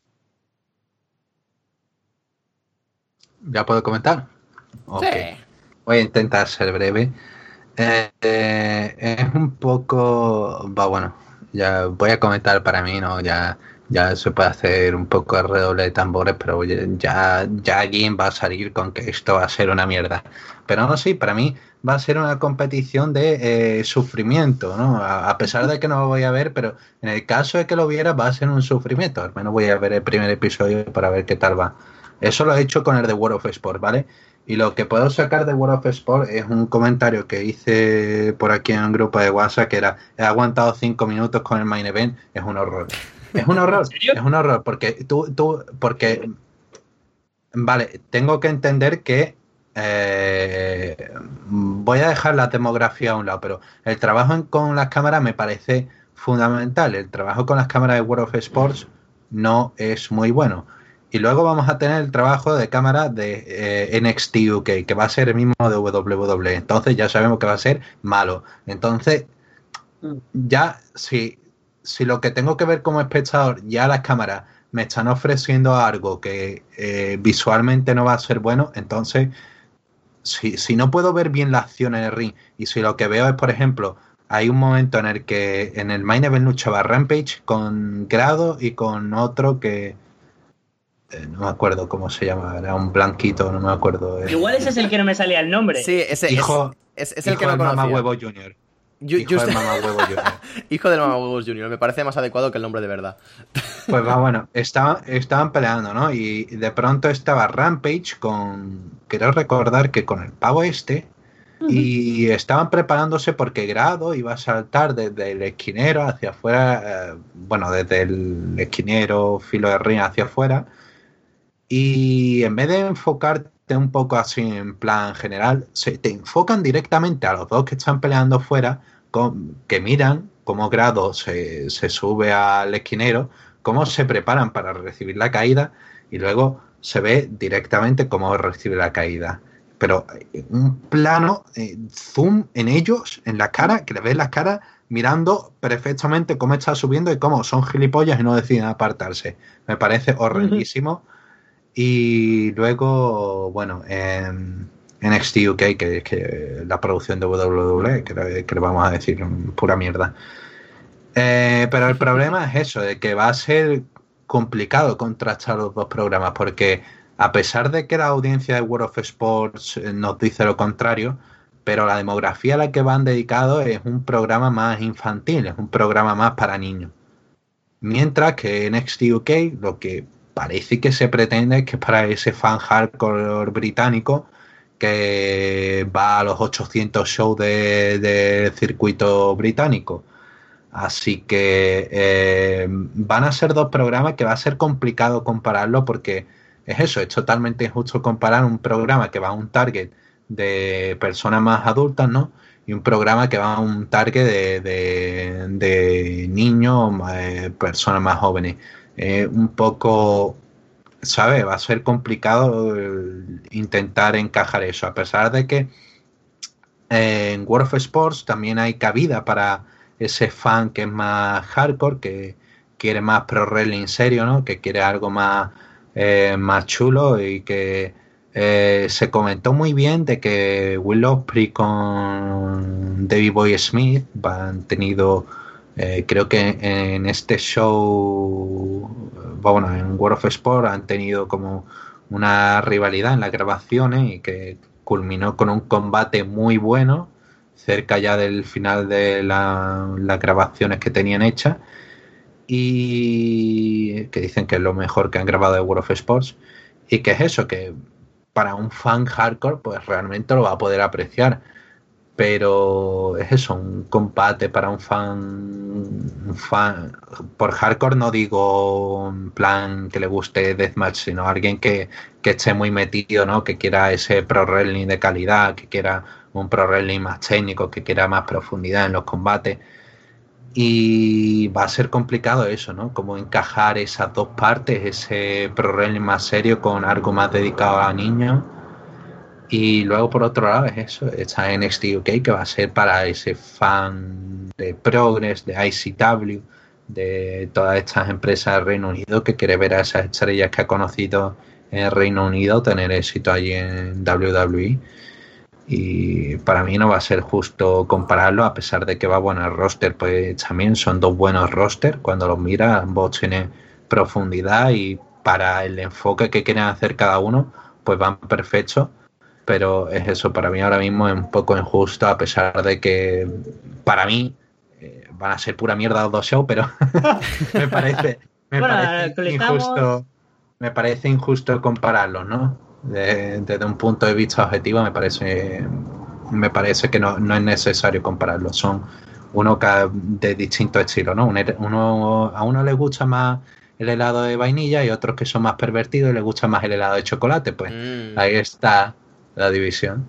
¿Ya puedo comentar? Ok.
Sí.
Voy a intentar ser breve. Eh, eh, es un poco... Va, bueno, ya voy a comentar para mí, ¿no? Ya, ya se puede hacer un poco de redoble de tambores, pero ya, ya alguien va a salir con que esto va a ser una mierda. Pero no, sí, para mí va a ser una competición de eh, sufrimiento, ¿no? A, a pesar de que no lo voy a ver, pero en el caso de que lo viera va a ser un sufrimiento. Al menos voy a ver el primer episodio para ver qué tal va. Eso lo he hecho con el de World of Sport, ¿vale? Y lo que puedo sacar de World of Sport es un comentario que hice por aquí en un grupo de WhatsApp que era: he aguantado cinco minutos con el main event, es un horror. Es un horror, es un horror, porque tú, tú, porque, vale, tengo que entender que eh, voy a dejar la demografía a un lado, pero el trabajo en, con las cámaras me parece fundamental. El trabajo con las cámaras de World of Sports no es muy bueno. Y luego vamos a tener el trabajo de cámara de eh, N X T U K, que va a ser el mismo de W W E. Entonces ya sabemos que va a ser malo. Entonces, ya si, si lo que tengo que ver como espectador, ya las cámaras me están ofreciendo algo que eh, visualmente no va a ser bueno, entonces, si, si no puedo ver bien la acción en el ring, y si lo que veo es, por ejemplo, hay un momento en el que en el main event luchaba Rampage con Grado y con otro que... no me acuerdo cómo se llama, era un blanquito, no me acuerdo.
Igual ese es el que no me salía el nombre.
Sí, ese
hijo,
es, es, es
hijo
el que no
del
conocía.
Mamá Huevo Junior.
Yo,
hijo
yo
del Mamá Huevo Junior.
Hijo del Mamá Huevos Junior, me parece más adecuado que el nombre de verdad.
Pues va, bueno, estaba, estaban peleando, ¿no? Y de pronto estaba Rampage con, quiero recordar que con el pavo este, uh-huh. Y estaban preparándose porque Grado iba a saltar desde el esquinero hacia afuera, eh, bueno, desde el esquinero filo de ring hacia afuera. Y en vez de enfocarte un poco así en plan general, se te enfocan directamente a los dos que están peleando fuera, con, que miran cómo Grado se, se sube al esquinero, cómo se preparan para recibir la caída, y luego se ve directamente cómo recibe la caída. Pero un plano, eh, zoom en ellos, en la cara, que le ves las caras mirando perfectamente cómo está subiendo y cómo son gilipollas y no deciden apartarse. Me parece horrendísimo. Y luego, bueno, en N X T U K, que es que la producción de W W E, que, que le vamos a decir pura mierda. Eh, pero el problema es eso, de que va a ser complicado contrastar los dos programas, porque a pesar de que la audiencia de World of Sports nos dice lo contrario, pero la demografía a la que van dedicados es un programa más infantil, es un programa más para niños. Mientras que en N X T U K lo que parece que se pretende es que es para ese fan hardcore británico que va a los ochocientos shows de, de circuito británico. Así que eh, van a ser dos programas que va a ser complicado compararlo, porque es eso, es totalmente injusto comparar un programa que va a un target de personas más adultas, ¿no? Y un programa que va a un target de, de, de niños, eh, personas más jóvenes. Eh, un poco, ¿sabes? Va a ser complicado intentar encajar eso, a pesar de que eh, en World of Sports también hay cabida para ese fan que es más hardcore, que quiere más pro wrestling serio, ¿no? Que quiere algo más, eh, más chulo, y que eh, se comentó muy bien de que Will Ospreay con Davey Boy Smith han tenido, eh, creo que en este show, bueno, en World of Sport han tenido como una rivalidad en las grabaciones, y que culminó con un combate muy bueno, cerca ya del final de la, las grabaciones que tenían hechas, y que dicen que es lo mejor que han grabado de World of Sports, y que es eso, que para un fan hardcore pues realmente lo va a poder apreciar, pero es eso, un combate para un fan, un fan por hardcore, no digo en plan que le guste Deathmatch, sino alguien que, que esté muy metido, ¿no? Que quiera ese pro wrestling de calidad, que quiera un pro wrestling más técnico, que quiera más profundidad en los combates. Y va a ser complicado eso, ¿no? Como encajar esas dos partes, ese pro wrestling más serio con algo más dedicado a niños. Y luego, por otro lado, es eso, está N X T U K, que va a ser para ese fan de Progress, de I C W, de todas estas empresas del Reino Unido, que quiere ver a esas estrellas que ha conocido en el Reino Unido tener éxito allí en W W E. Y para mí no va a ser justo compararlo, a pesar de que va bueno el roster, pues también son dos buenos rosters. Cuando los miras, ambos tienen profundidad y para el enfoque que quieren hacer cada uno, pues van perfectos. Pero es eso, para mí ahora mismo es un poco injusto, a pesar de que para mí eh, van a ser pura mierda los dos shows, pero me parece, me
bueno,
parece injusto, me parece injusto compararlos, ¿no? De, desde un punto de vista objetivo me parece me parece que no, no es necesario compararlos, son uno de distintos estilos, ¿no? Uno, a uno le gusta más el helado de vainilla y otros que son más pervertidos y les gusta más el helado de chocolate, pues mm. ahí está la división.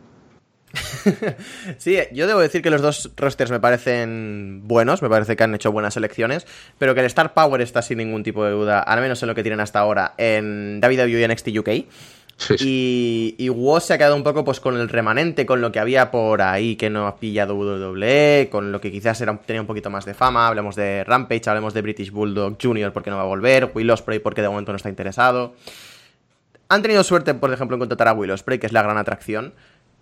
Sí, yo debo decir que los dos rosters me parecen buenos, me parece que han hecho buenas elecciones, pero que el Star Power está sin ningún tipo de duda, al menos en lo que tienen hasta ahora, en W W E y N X T U K. Sí, sí. Y, y W O S se ha quedado un poco pues con el remanente, con lo que había por ahí que no ha pillado W W E, con lo que quizás era, tenía un poquito más de fama. Hablemos de Rampage, hablemos de British Bulldog junior porque no va a volver, Will Ospreay porque de momento no está interesado. Han tenido suerte, por ejemplo, en contratar a Will Ospreay, que es la gran atracción.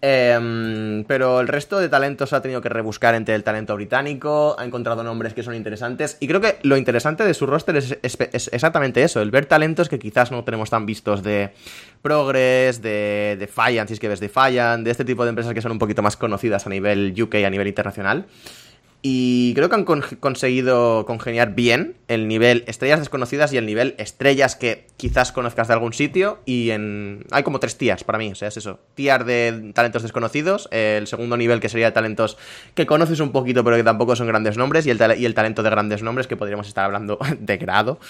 Eh, pero el resto de talentos ha tenido que rebuscar entre el talento británico, ha encontrado nombres que son interesantes, y creo que lo interesante de su roster es, es, es exactamente eso, el ver talentos que quizás no tenemos tan vistos de Progress, de Defiant, si es que ves Defiant, de este tipo de empresas que son un poquito más conocidas a nivel U K, a nivel internacional. Y creo que han con- conseguido congeniar bien el nivel estrellas desconocidas y el nivel estrellas que quizás conozcas de algún sitio. Y en hay como tres tiers para mí, o sea, es eso. Tier de talentos desconocidos, el segundo nivel que sería de talentos que conoces un poquito pero que tampoco son grandes nombres, y el, ta- y el talento de grandes nombres, que podríamos estar hablando de grado,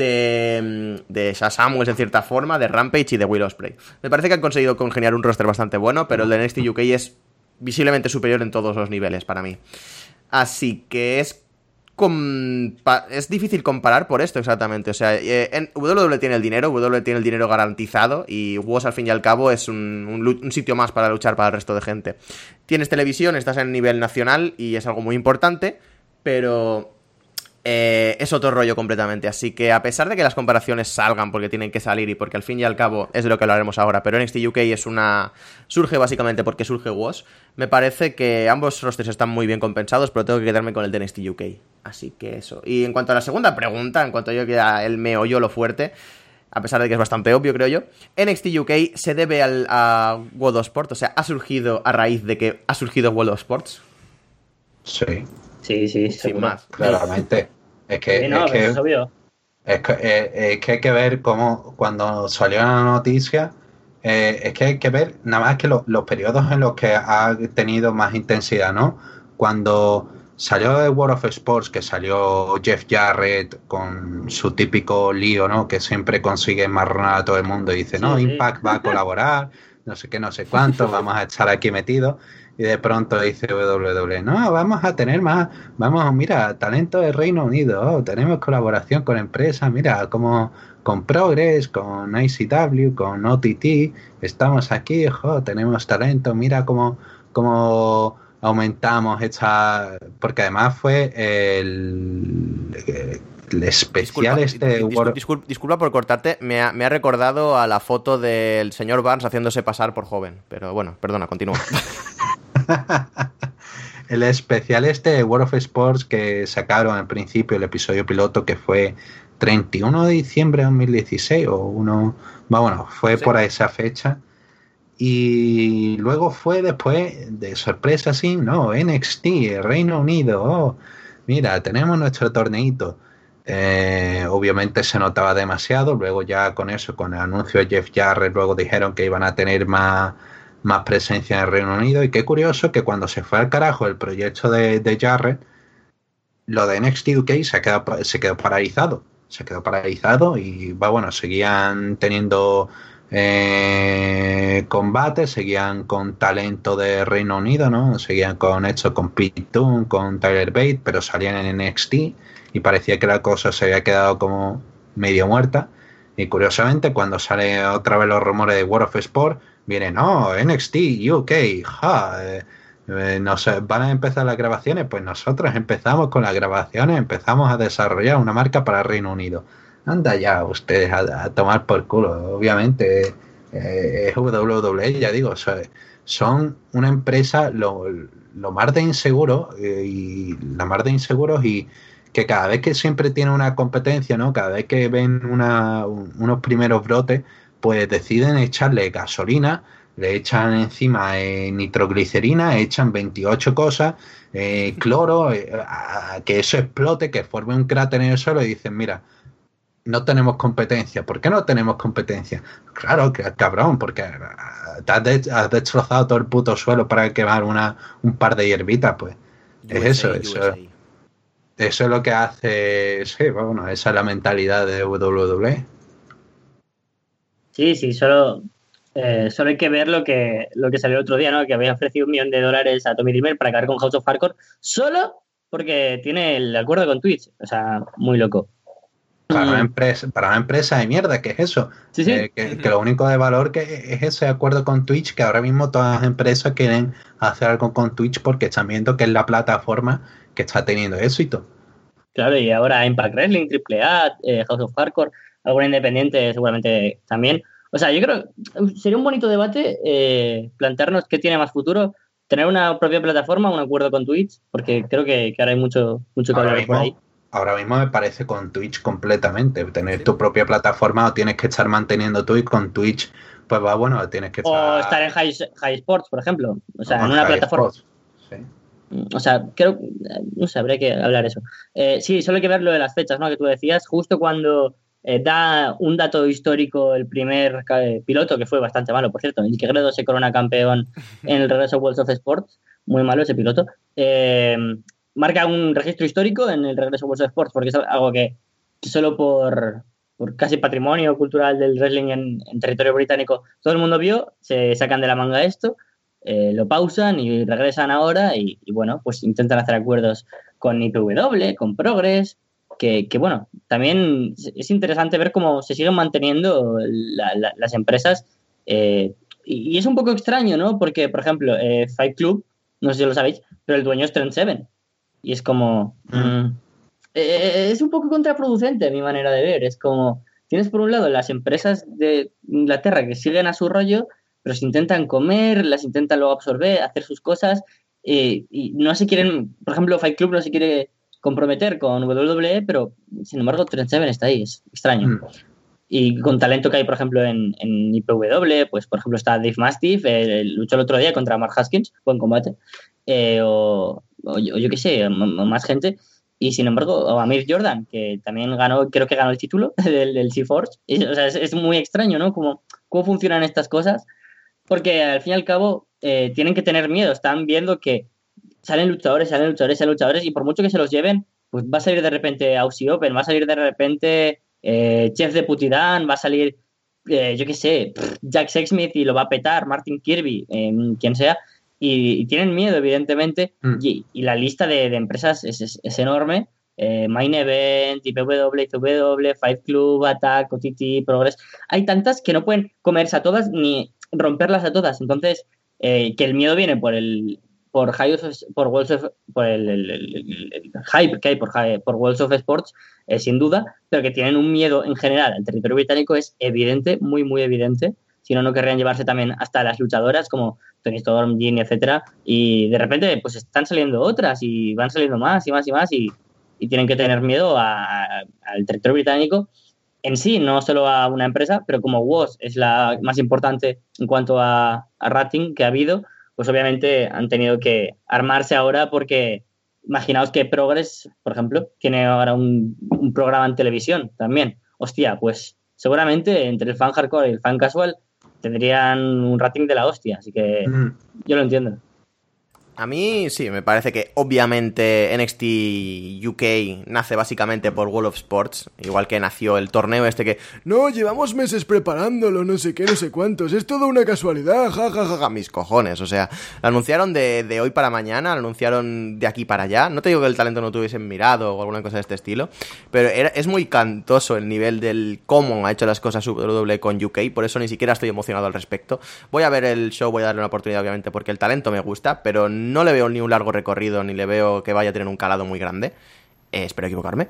de, de Sha Samuels en cierta forma, de Rampage y de Will Ospreay. Me parece que han conseguido congeniar un roster bastante bueno, pero el de N X T U K es visiblemente superior en todos los niveles para mí. Así que es compa- es difícil comparar por esto exactamente. O sea, eh, en W W E tiene el dinero, W W E tiene el dinero garantizado, y W O S al fin y al cabo es un, un, un sitio más para luchar para el resto de gente. Tienes televisión, estás en nivel nacional y es algo muy importante, pero eh, es otro rollo completamente. Así que a pesar de que las comparaciones salgan porque tienen que salir y porque al fin y al cabo es de lo que hablaremos ahora, pero N X T U K es una... surge básicamente porque surge W O S, me parece que ambos rosters están muy bien compensados, pero tengo que quedarme con el de N X T U K. Así que eso. Y en cuanto a la segunda pregunta, en cuanto a yo que el meollo, lo fuerte, a pesar de que es bastante obvio, creo yo, N X T U K se debe al, a World of Sports, o sea, ha surgido a raíz de que ha surgido World of Sports.
Sí.
Sí, sí,
sin más.
Claramente. Es que,
sí, no,
es, que
es obvio.
Es que, eh, es que hay que ver cómo, cuando salió la noticia, eh, es que hay que ver nada más que lo, los periodos en los que ha tenido más intensidad, ¿no? Cuando salió de World of Sports, que salió Jeff Jarrett con su típico lío, ¿no? Que siempre consigue marronar a todo el mundo y dice, sí, no, sí. Impact va a colaborar, no sé qué, no sé cuánto, vamos a estar aquí metidos. Y de pronto dice W W E, no, vamos a tener más, vamos, mira, talento del Reino Unido, oh, tenemos colaboración con empresas, mira, como con Progress, con I C W, con O T T, estamos aquí, jo, tenemos talento, mira cómo, cómo aumentamos esta, porque además fue el, el especial
disculpa,
este...
dis, dis, disculpa, disculpa por cortarte, me ha, me ha recordado a la foto del señor Barnes haciéndose pasar por joven, pero bueno, perdona, continúa.
El especial este de World of Sports que sacaron al principio, el episodio piloto, que fue treinta y uno de diciembre de dos mil dieciséis o uno, bueno, fue sí. por esa fecha, Y luego fue después, de sorpresa así, no, N X T, Reino Unido, oh, mira, tenemos nuestro torneito. Eh, obviamente se notaba demasiado, luego ya con eso, con el anuncio de Jeff Jarrett, luego dijeron que iban a tener más, más presencia en el Reino Unido. Y qué curioso que cuando se fue al carajo el proyecto de, de Jarrett, lo de N X T U K se quedó, se quedó paralizado. Se quedó paralizado y va, bueno, seguían teniendo eh, combates, seguían con talento de Reino Unido, ¿no? Seguían con esto, con Pete Dunne, con Tyler Bate, pero salían en N X T y parecía que la cosa se había quedado como medio muerta. Y curiosamente, cuando sale otra vez los rumores de World of Sport, viene, no, N X T U K, ja, eh, Eh, no sé, van a empezar las grabaciones, pues nosotros empezamos con las grabaciones, empezamos a desarrollar una marca para Reino Unido. Anda ya ustedes a, a tomar por culo, obviamente eh, es W W E, ya digo, o sea, son una empresa lo, lo más de inseguro eh, y la más de inseguros y que cada vez que siempre tiene una competencia, ¿no? Cada vez que ven una, un, unos primeros brotes, pues deciden echarle gasolina, le echan encima eh, nitroglicerina, echan veintiocho cosas, eh, cloro, eh, a, que eso explote, que forme un cráter en el suelo y dicen, mira, no tenemos competencia. ¿Por qué no tenemos competencia? Claro, que cabrón, porque te has, de, has destrozado todo el puto suelo para quemar una, un par de hierbitas, pues. U S A, es eso, eso. U S A. Eso es lo que hace, sí, bueno, esa es la mentalidad de W W E.
Sí, sí, solo... Eh, solo hay que ver lo que lo que salió el otro día, ¿no? Que había ofrecido un millón de dólares a Tommy Dreamer para acabar con House of Hardcore solo porque tiene el acuerdo con Twitch. O sea, muy loco.
Para una empresa, para una empresa de mierda, ¿qué es eso?
Sí, sí.
Eh, que, que lo único de valor que es ese acuerdo con Twitch, que ahora mismo todas las empresas quieren hacer algo con Twitch porque están viendo que es la plataforma que está teniendo éxito.
Claro, y ahora Impact Wrestling, Triple A, eh, House of Hardcore, alguna independiente seguramente también. O sea, yo creo que sería un bonito debate eh, plantearnos qué tiene más futuro, tener una propia plataforma, un acuerdo con Twitch, porque creo que, que ahora hay mucho, mucho que hablar por ahí.
Ahora mismo me parece con Twitch completamente. Tener ¿Sí? tu propia plataforma o tienes que estar manteniendo Twitch con Twitch, pues va, bueno, tienes que estar...
O estar en High, High Sports, por ejemplo. O sea, no, en una plataforma. Sports. Sí. O sea, creo... No sé, habría que hablar eso. Eh, sí, solo hay que ver lo de las fechas, ¿no? Que tú decías, justo cuando... Eh, da un dato histórico el primer eh, piloto, que fue bastante malo, por cierto. Nicky Gredo se corona campeón en el regreso a World of Sports. Muy malo ese piloto. Eh, marca un registro histórico en el regreso a World of Sports porque es algo que solo por, por casi patrimonio cultural del wrestling en, en territorio británico todo el mundo vio. Se sacan de la manga esto, eh, lo pausan y regresan ahora y, y bueno, pues intentan hacer acuerdos con I P W, con Progress. Que, que, bueno, también es interesante ver cómo se siguen manteniendo la, la, las empresas eh, y, y es un poco extraño, ¿no? Porque, por ejemplo, eh, Fight Club, no sé si lo sabéis, pero el dueño es Trent Seven y es como... Mm, eh, es un poco contraproducente a mi manera de ver. Es como, tienes por un lado las empresas de Inglaterra que siguen a su rollo, pero se intentan comer, las intentan luego absorber, hacer sus cosas eh, y no se quieren... Por ejemplo, Fight Club no se quiere... comprometer con W W E, pero sin embargo Trent Seven está ahí, es extraño. Mm. Y con talento que hay, por ejemplo, en, en I P W, pues por ejemplo está Dave Mastiff, eh, luchó el otro día contra Mark Haskins, buen combate, eh, o, o, o yo qué sé, o más gente, y sin embargo, o Amir Jordan, que también ganó, creo que ganó el título del, del SeaForge, y, o sea, es, es muy extraño, ¿no? Cómo, cómo funcionan estas cosas, porque al fin y al cabo eh, tienen que tener miedo, están viendo que salen luchadores, salen luchadores, salen luchadores y por mucho que se los lleven, pues va a salir de repente Aussie Open, va a salir de repente eh, Chef de Putidan, va a salir, eh, yo qué sé, Jack Sexsmith y lo va a petar, Martin Kirby, eh, quien sea, y, y tienen miedo, evidentemente, mm. y, y la lista de, de empresas es, es, es enorme. Eh, Main Event, I P W, I P W, Fight Club, Attack, O T T, Progress, hay tantas que no pueden comerse a todas ni romperlas a todas, entonces eh, que el miedo viene por el por por World of, por el, el, el, el, el hype que hay por, por World of Sports, eh, sin duda, pero que tienen un miedo en general al territorio británico es evidente, muy muy evidente, si no no querrían llevarse también hasta las luchadoras como Toni Storm, Ginny, etcétera, y de repente pues están saliendo otras y van saliendo más y más y más y, y tienen que tener miedo a, a, al territorio británico en sí, no solo a una empresa, pero como W O S es la más importante en cuanto a, a rating que ha habido, pues obviamente han tenido que armarse ahora porque imaginaos que Progress, por ejemplo, tiene ahora un, un programa en televisión también. Hostia, pues seguramente entre el fan hardcore y el fan casual tendrían un rating de la hostia, así que mm. yo lo entiendo.
A mí sí, me parece que obviamente N X T U K nace básicamente por World of Sports, igual que nació el torneo este que no, llevamos meses preparándolo, no sé qué, no sé cuántos, es todo una casualidad, ja, ja, ja, ja, mis cojones, o sea, lo anunciaron de, de hoy para mañana, lo anunciaron de aquí para allá, no te digo que el talento no tuviesen mirado o alguna cosa de este estilo, pero era, es muy cantoso el nivel del cómo ha hecho las cosas W W E con U K, por eso ni siquiera estoy emocionado al respecto. Voy a ver el show, voy a darle una oportunidad obviamente porque el talento me gusta, pero no No le veo ni un largo recorrido, ni le veo que vaya a tener un calado muy grande. Eh, espero equivocarme.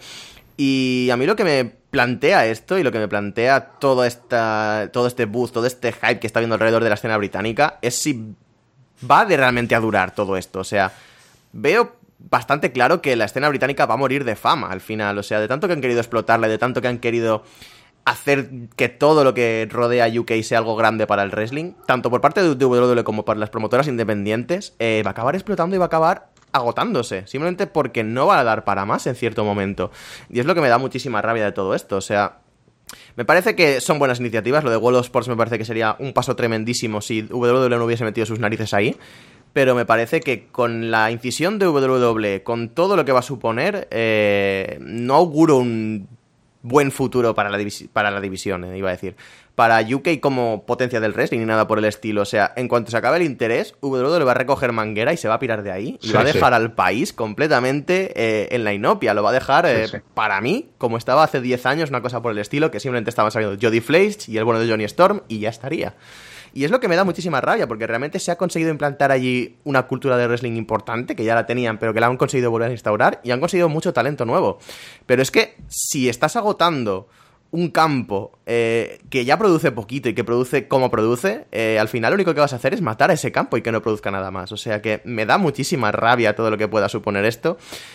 Y a mí lo que me plantea esto, y lo que me plantea todo, esta, todo este buzz, todo este hype que está viendo alrededor de la escena británica, es si va de realmente a durar todo esto. O sea, veo bastante claro que la escena británica va a morir de fama al final. O sea, de tanto que han querido explotarla, de tanto que han querido hacer que todo lo que rodea a U K sea algo grande para el wrestling, tanto por parte de W W E como por las promotoras independientes, eh, va a acabar explotando y va a acabar agotándose, simplemente porque no va a dar para más en cierto momento. Y es lo que me da muchísima rabia de todo esto, o sea, me parece que son buenas iniciativas, lo de World of Sports me parece que sería un paso tremendísimo si W W E no hubiese metido sus narices ahí, pero me parece que con la incisión de W W E, con todo lo que va a suponer, eh, no auguro un buen futuro para la, divisi- para la división, eh, iba a decir. Para U K como potencia del wrestling ni nada por el estilo. O sea, en cuanto se acabe el interés, W W E va a recoger manguera y se va a pirar de ahí. Y sí, va a dejar sí. al país completamente eh, en la inopia. Lo va a dejar, eh, sí, sí. para mí, como estaba hace diez años, una cosa por el estilo, que simplemente estaban saliendo Jody Fleisch y el bueno de Johnny Storm y ya estaría. Y es lo que me da muchísima rabia, porque realmente se ha conseguido implantar allí una cultura de wrestling importante, que ya la tenían, pero que la han conseguido volver a instaurar, y han conseguido mucho talento nuevo. Pero es que si estás agotando un campo eh, que ya produce poquito y que produce como produce, eh, al final lo único que vas a hacer es matar a ese campo y que no produzca nada más. O sea que me da muchísima rabia todo lo que pueda suponer esto,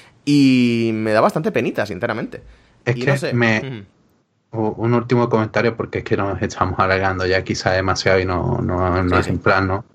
y me da bastante penita, sinceramente.
Es
y
que
no sé.
me... Mm. Un último comentario, porque es que nos estamos alargando ya quizá demasiado y no, no, no sí, es sí. en plan, ¿no?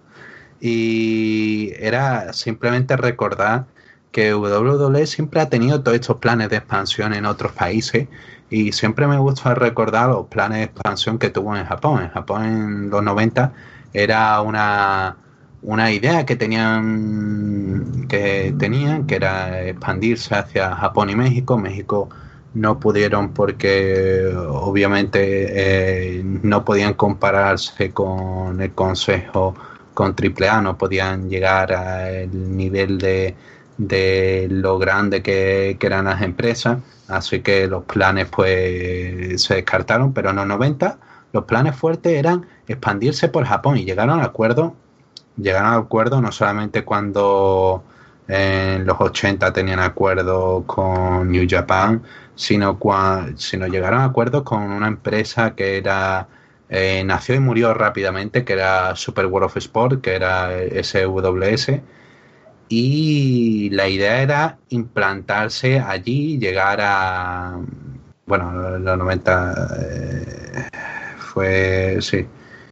Y era simplemente recordar que W W E siempre ha tenido todos estos planes de expansión en otros países, y siempre me gusta recordar los planes de expansión que tuvo en Japón. En Japón en los noventa era una, una idea que tenían, que tenían, que era expandirse hacia Japón y México. México no pudieron porque obviamente eh, no podían compararse con el Consejo, con Triple A, no podían llegar al nivel de, de lo grande que, que eran las empresas, así que los planes pues se descartaron. Pero en los noventa los planes fuertes eran expandirse por Japón, y llegaron a acuerdo, llegaron a acuerdo no solamente cuando en los ochenta tenían acuerdo con New Japan, sino, cua, sino llegaron a acuerdos con una empresa que era eh, nació y murió rápidamente, que era Super World of Sport, que era S W S, y la idea era implantarse allí, llegar a, bueno, los noventa eh, fue, sí.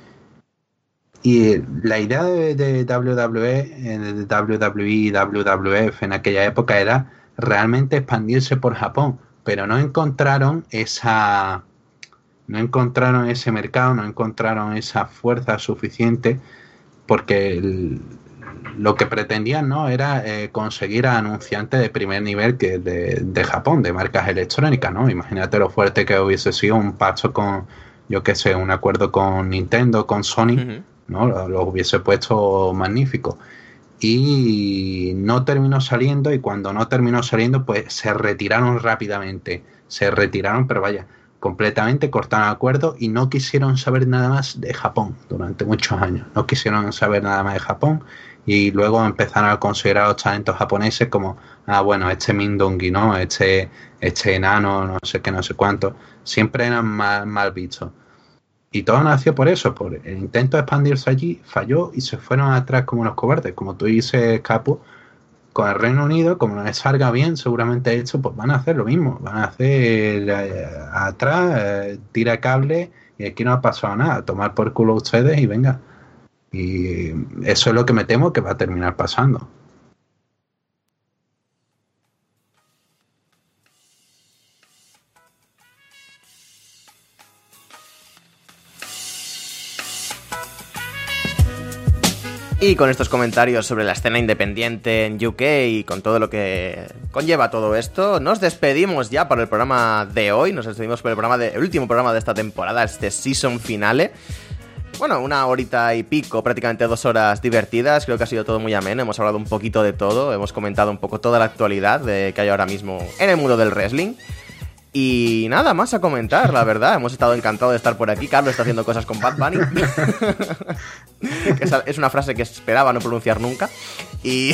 Y la idea de, de W W E, de W W E y W W F en aquella época era realmente expandirse por Japón, pero no encontraron esa no encontraron ese mercado, no encontraron esa fuerza suficiente, porque el, lo que pretendían no era eh, conseguir a anunciantes de primer nivel que de, de Japón, de marcas electrónicas, ¿no? Imagínate lo fuerte que hubiese sido un pacto con, yo qué sé, un acuerdo con Nintendo, con Sony, uh-huh. ¿no? Lo, lo hubiese puesto magnífico. Y no terminó saliendo, y cuando no terminó saliendo, pues se retiraron rápidamente. Se retiraron, pero vaya, completamente, cortaron acuerdo y no quisieron saber nada más de Japón durante muchos años. No quisieron saber nada más de Japón, y luego empezaron a considerar a los talentos japoneses como, ah, bueno, este Mindongi, ¿no? Este, este enano, no sé qué, no sé cuánto. Siempre eran mal, mal vistos. Y todo nació por eso, por el intento de expandirse allí, falló y se fueron atrás como unos cobardes. Como tú dices, Capu, con el Reino Unido, como no les salga bien, seguramente hecho, pues van a hacer lo mismo. Van a hacer eh, atrás, eh, tira cable, y aquí no ha pasado nada. Tomar por culo ustedes y venga. Y eso es lo que me temo que va a terminar pasando.
Y con estos comentarios sobre la escena independiente en U K y con todo lo que conlleva todo esto, nos despedimos ya por el programa de hoy. Nos despedimos por el programa de, el último programa de esta temporada, este season finale. Bueno, una horita y pico, prácticamente dos horas divertidas. Creo que ha sido todo muy ameno. Hemos hablado un poquito de todo. Hemos comentado un poco toda la actualidad de que hay ahora mismo en el mundo del wrestling. Y nada más a comentar, la verdad. Hemos estado encantados de estar por aquí. Carlos está haciendo cosas con Bad Bunny. Esa es una frase que esperaba no pronunciar nunca. Y...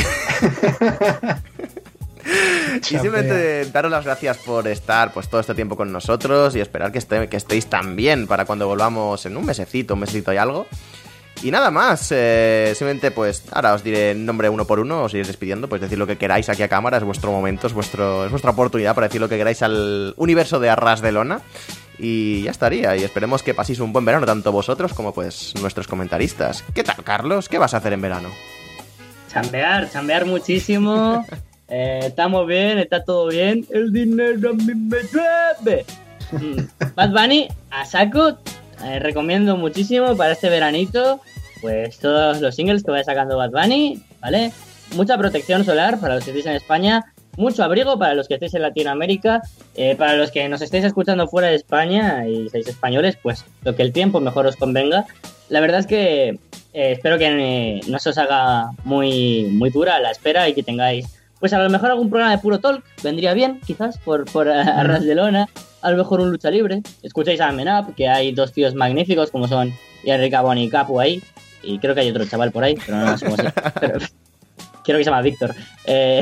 y simplemente daros las gracias por estar pues todo este tiempo con nosotros y esperar que, esté, que estéis tan bien para cuando volvamos en un mesecito, un mesecito y algo. Y nada más, eh, simplemente pues ahora os diré el nombre uno por uno, os iré despidiendo, pues decir lo que queráis aquí a cámara, es vuestro momento, es, vuestro, es vuestra oportunidad para decir lo que queráis al universo de Arras de Lona. Y ya estaría, y esperemos que paséis un buen verano, tanto vosotros como pues nuestros comentaristas. ¿Qué tal, Carlos? ¿Qué vas a hacer en verano?
Chambear, chambear muchísimo. eh, estamos bien, está todo bien. El dinero a mí me llueve. Mm. Bad Bunny, a saco. Eh, recomiendo muchísimo para este veranito, pues todos los singles que vaya sacando Bad Bunny, ¿vale? Mucha protección solar para los que estéis en España, mucho abrigo para los que estéis en Latinoamérica, eh, para los que nos estéis escuchando fuera de España y seáis españoles, pues lo que el tiempo mejor os convenga. La verdad es que eh, espero que eh, no se os haga muy, muy dura la espera y que tengáis, pues a lo mejor algún programa de puro talk, vendría bien, quizás, por, por Arras de Lona. A lo mejor un lucha libre. Escucháis a Men Up, que hay dos tíos magníficos como son Henry Cabón y Capu ahí. Y creo que hay otro chaval por ahí, pero no sé cómo se pero, creo que se llama Víctor. Eh...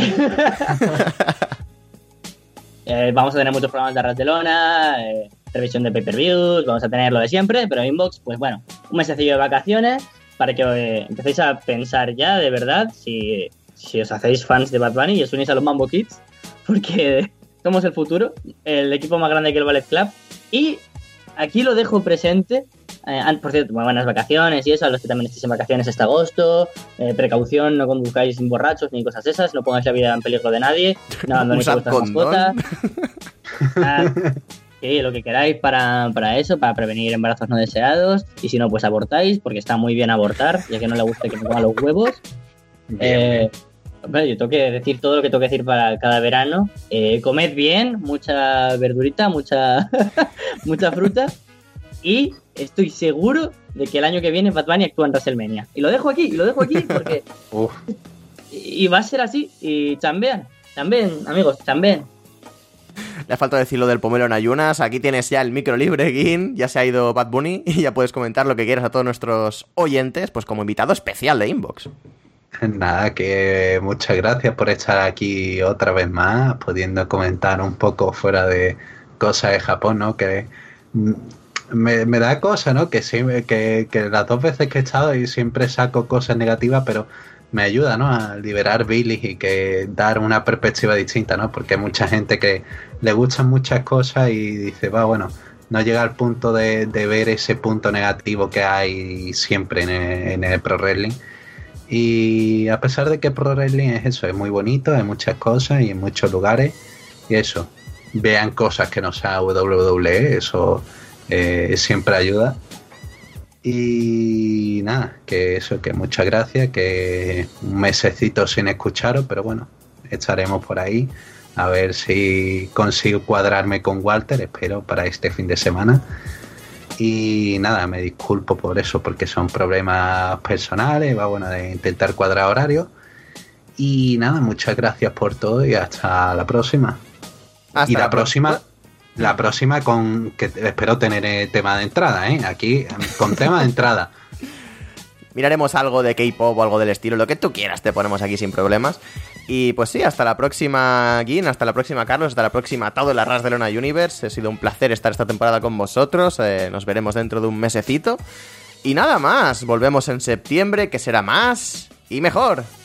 eh, vamos a tener muchos programas de Arras de Lona, eh, revisión de pay-per-views, vamos a tener lo de siempre, pero Inbox, pues bueno, un mesecillo de vacaciones para que eh, empecéis a pensar ya de verdad si, si os hacéis fans de Bad Bunny y os unís a los Mambo Kids, porque... somos el futuro, el equipo más grande que el Ballet Club. Y aquí lo dejo presente. Eh, por cierto, buenas vacaciones y eso, a los que también estéis en vacaciones este agosto. Eh, precaución, no conduzcáis borrachos ni cosas esas. No pongáis la vida en peligro de nadie. No abandonéis a vuestras mascotas. Ah, sí, lo que queráis para, para eso, para prevenir embarazos no deseados. Y si no, pues abortáis, porque está muy bien abortar, ya que no le gusta que me coman los huevos. Bien, eh, bien. Bueno, yo tengo que decir todo lo que tengo que decir para cada verano. Eh, comed bien, mucha verdurita, mucha mucha fruta. Y estoy seguro de que el año que viene Bad Bunny actúa en WrestleMania. Y lo dejo aquí, y lo dejo aquí porque... y, y va a ser así. Y chambean, chambean, amigos, chambean.
Le ha faltado decir lo del pomelo en ayunas. Aquí tienes ya el micro libre, Gin. Ya se ha ido Bad Bunny y ya puedes comentar lo que quieras a todos nuestros oyentes, pues como invitado especial de Inbox.
Nada, que muchas gracias por estar aquí otra vez más, pudiendo comentar un poco fuera de cosas de Japón, ¿no? Que me, me da cosa, ¿no? Que, sí, que, que las dos veces que he estado y siempre saco cosas negativas, pero me ayuda, ¿no? A liberar bilis y que dar una perspectiva distinta, ¿no? Porque hay mucha gente que le gustan muchas cosas y dice, va, bueno, no llega al punto de, de ver ese punto negativo que hay siempre en el, en el pro wrestling. Y a pesar de que Pro Wrestling es eso, es muy bonito, hay muchas cosas y en muchos lugares. Y eso, vean cosas que no sea W W E, eso eh, siempre ayuda. Y nada, que eso, que muchas gracias, que un mesecito sin escucharos, pero bueno, estaremos por ahí. A ver si consigo cuadrarme con Walter, espero, para este fin de semana. Y nada, me disculpo por eso, porque son problemas personales, va bueno, de intentar cuadrar horario. Y nada, muchas gracias por todo y hasta la próxima. Hasta y la, la próxima, pro- la próxima con que espero tener el tema de entrada, ¿eh? Aquí con tema de entrada.
Miraremos algo de K-pop o algo del estilo, lo que tú quieras, te ponemos aquí sin problemas. Y pues sí, hasta la próxima, Gin, hasta la próxima, Carlos, hasta la próxima, todo el Arras de Lona Universe. Ha sido un placer estar esta temporada con vosotros, eh, nos veremos dentro de un mesecito. Y nada más, volvemos en septiembre, que será más y mejor.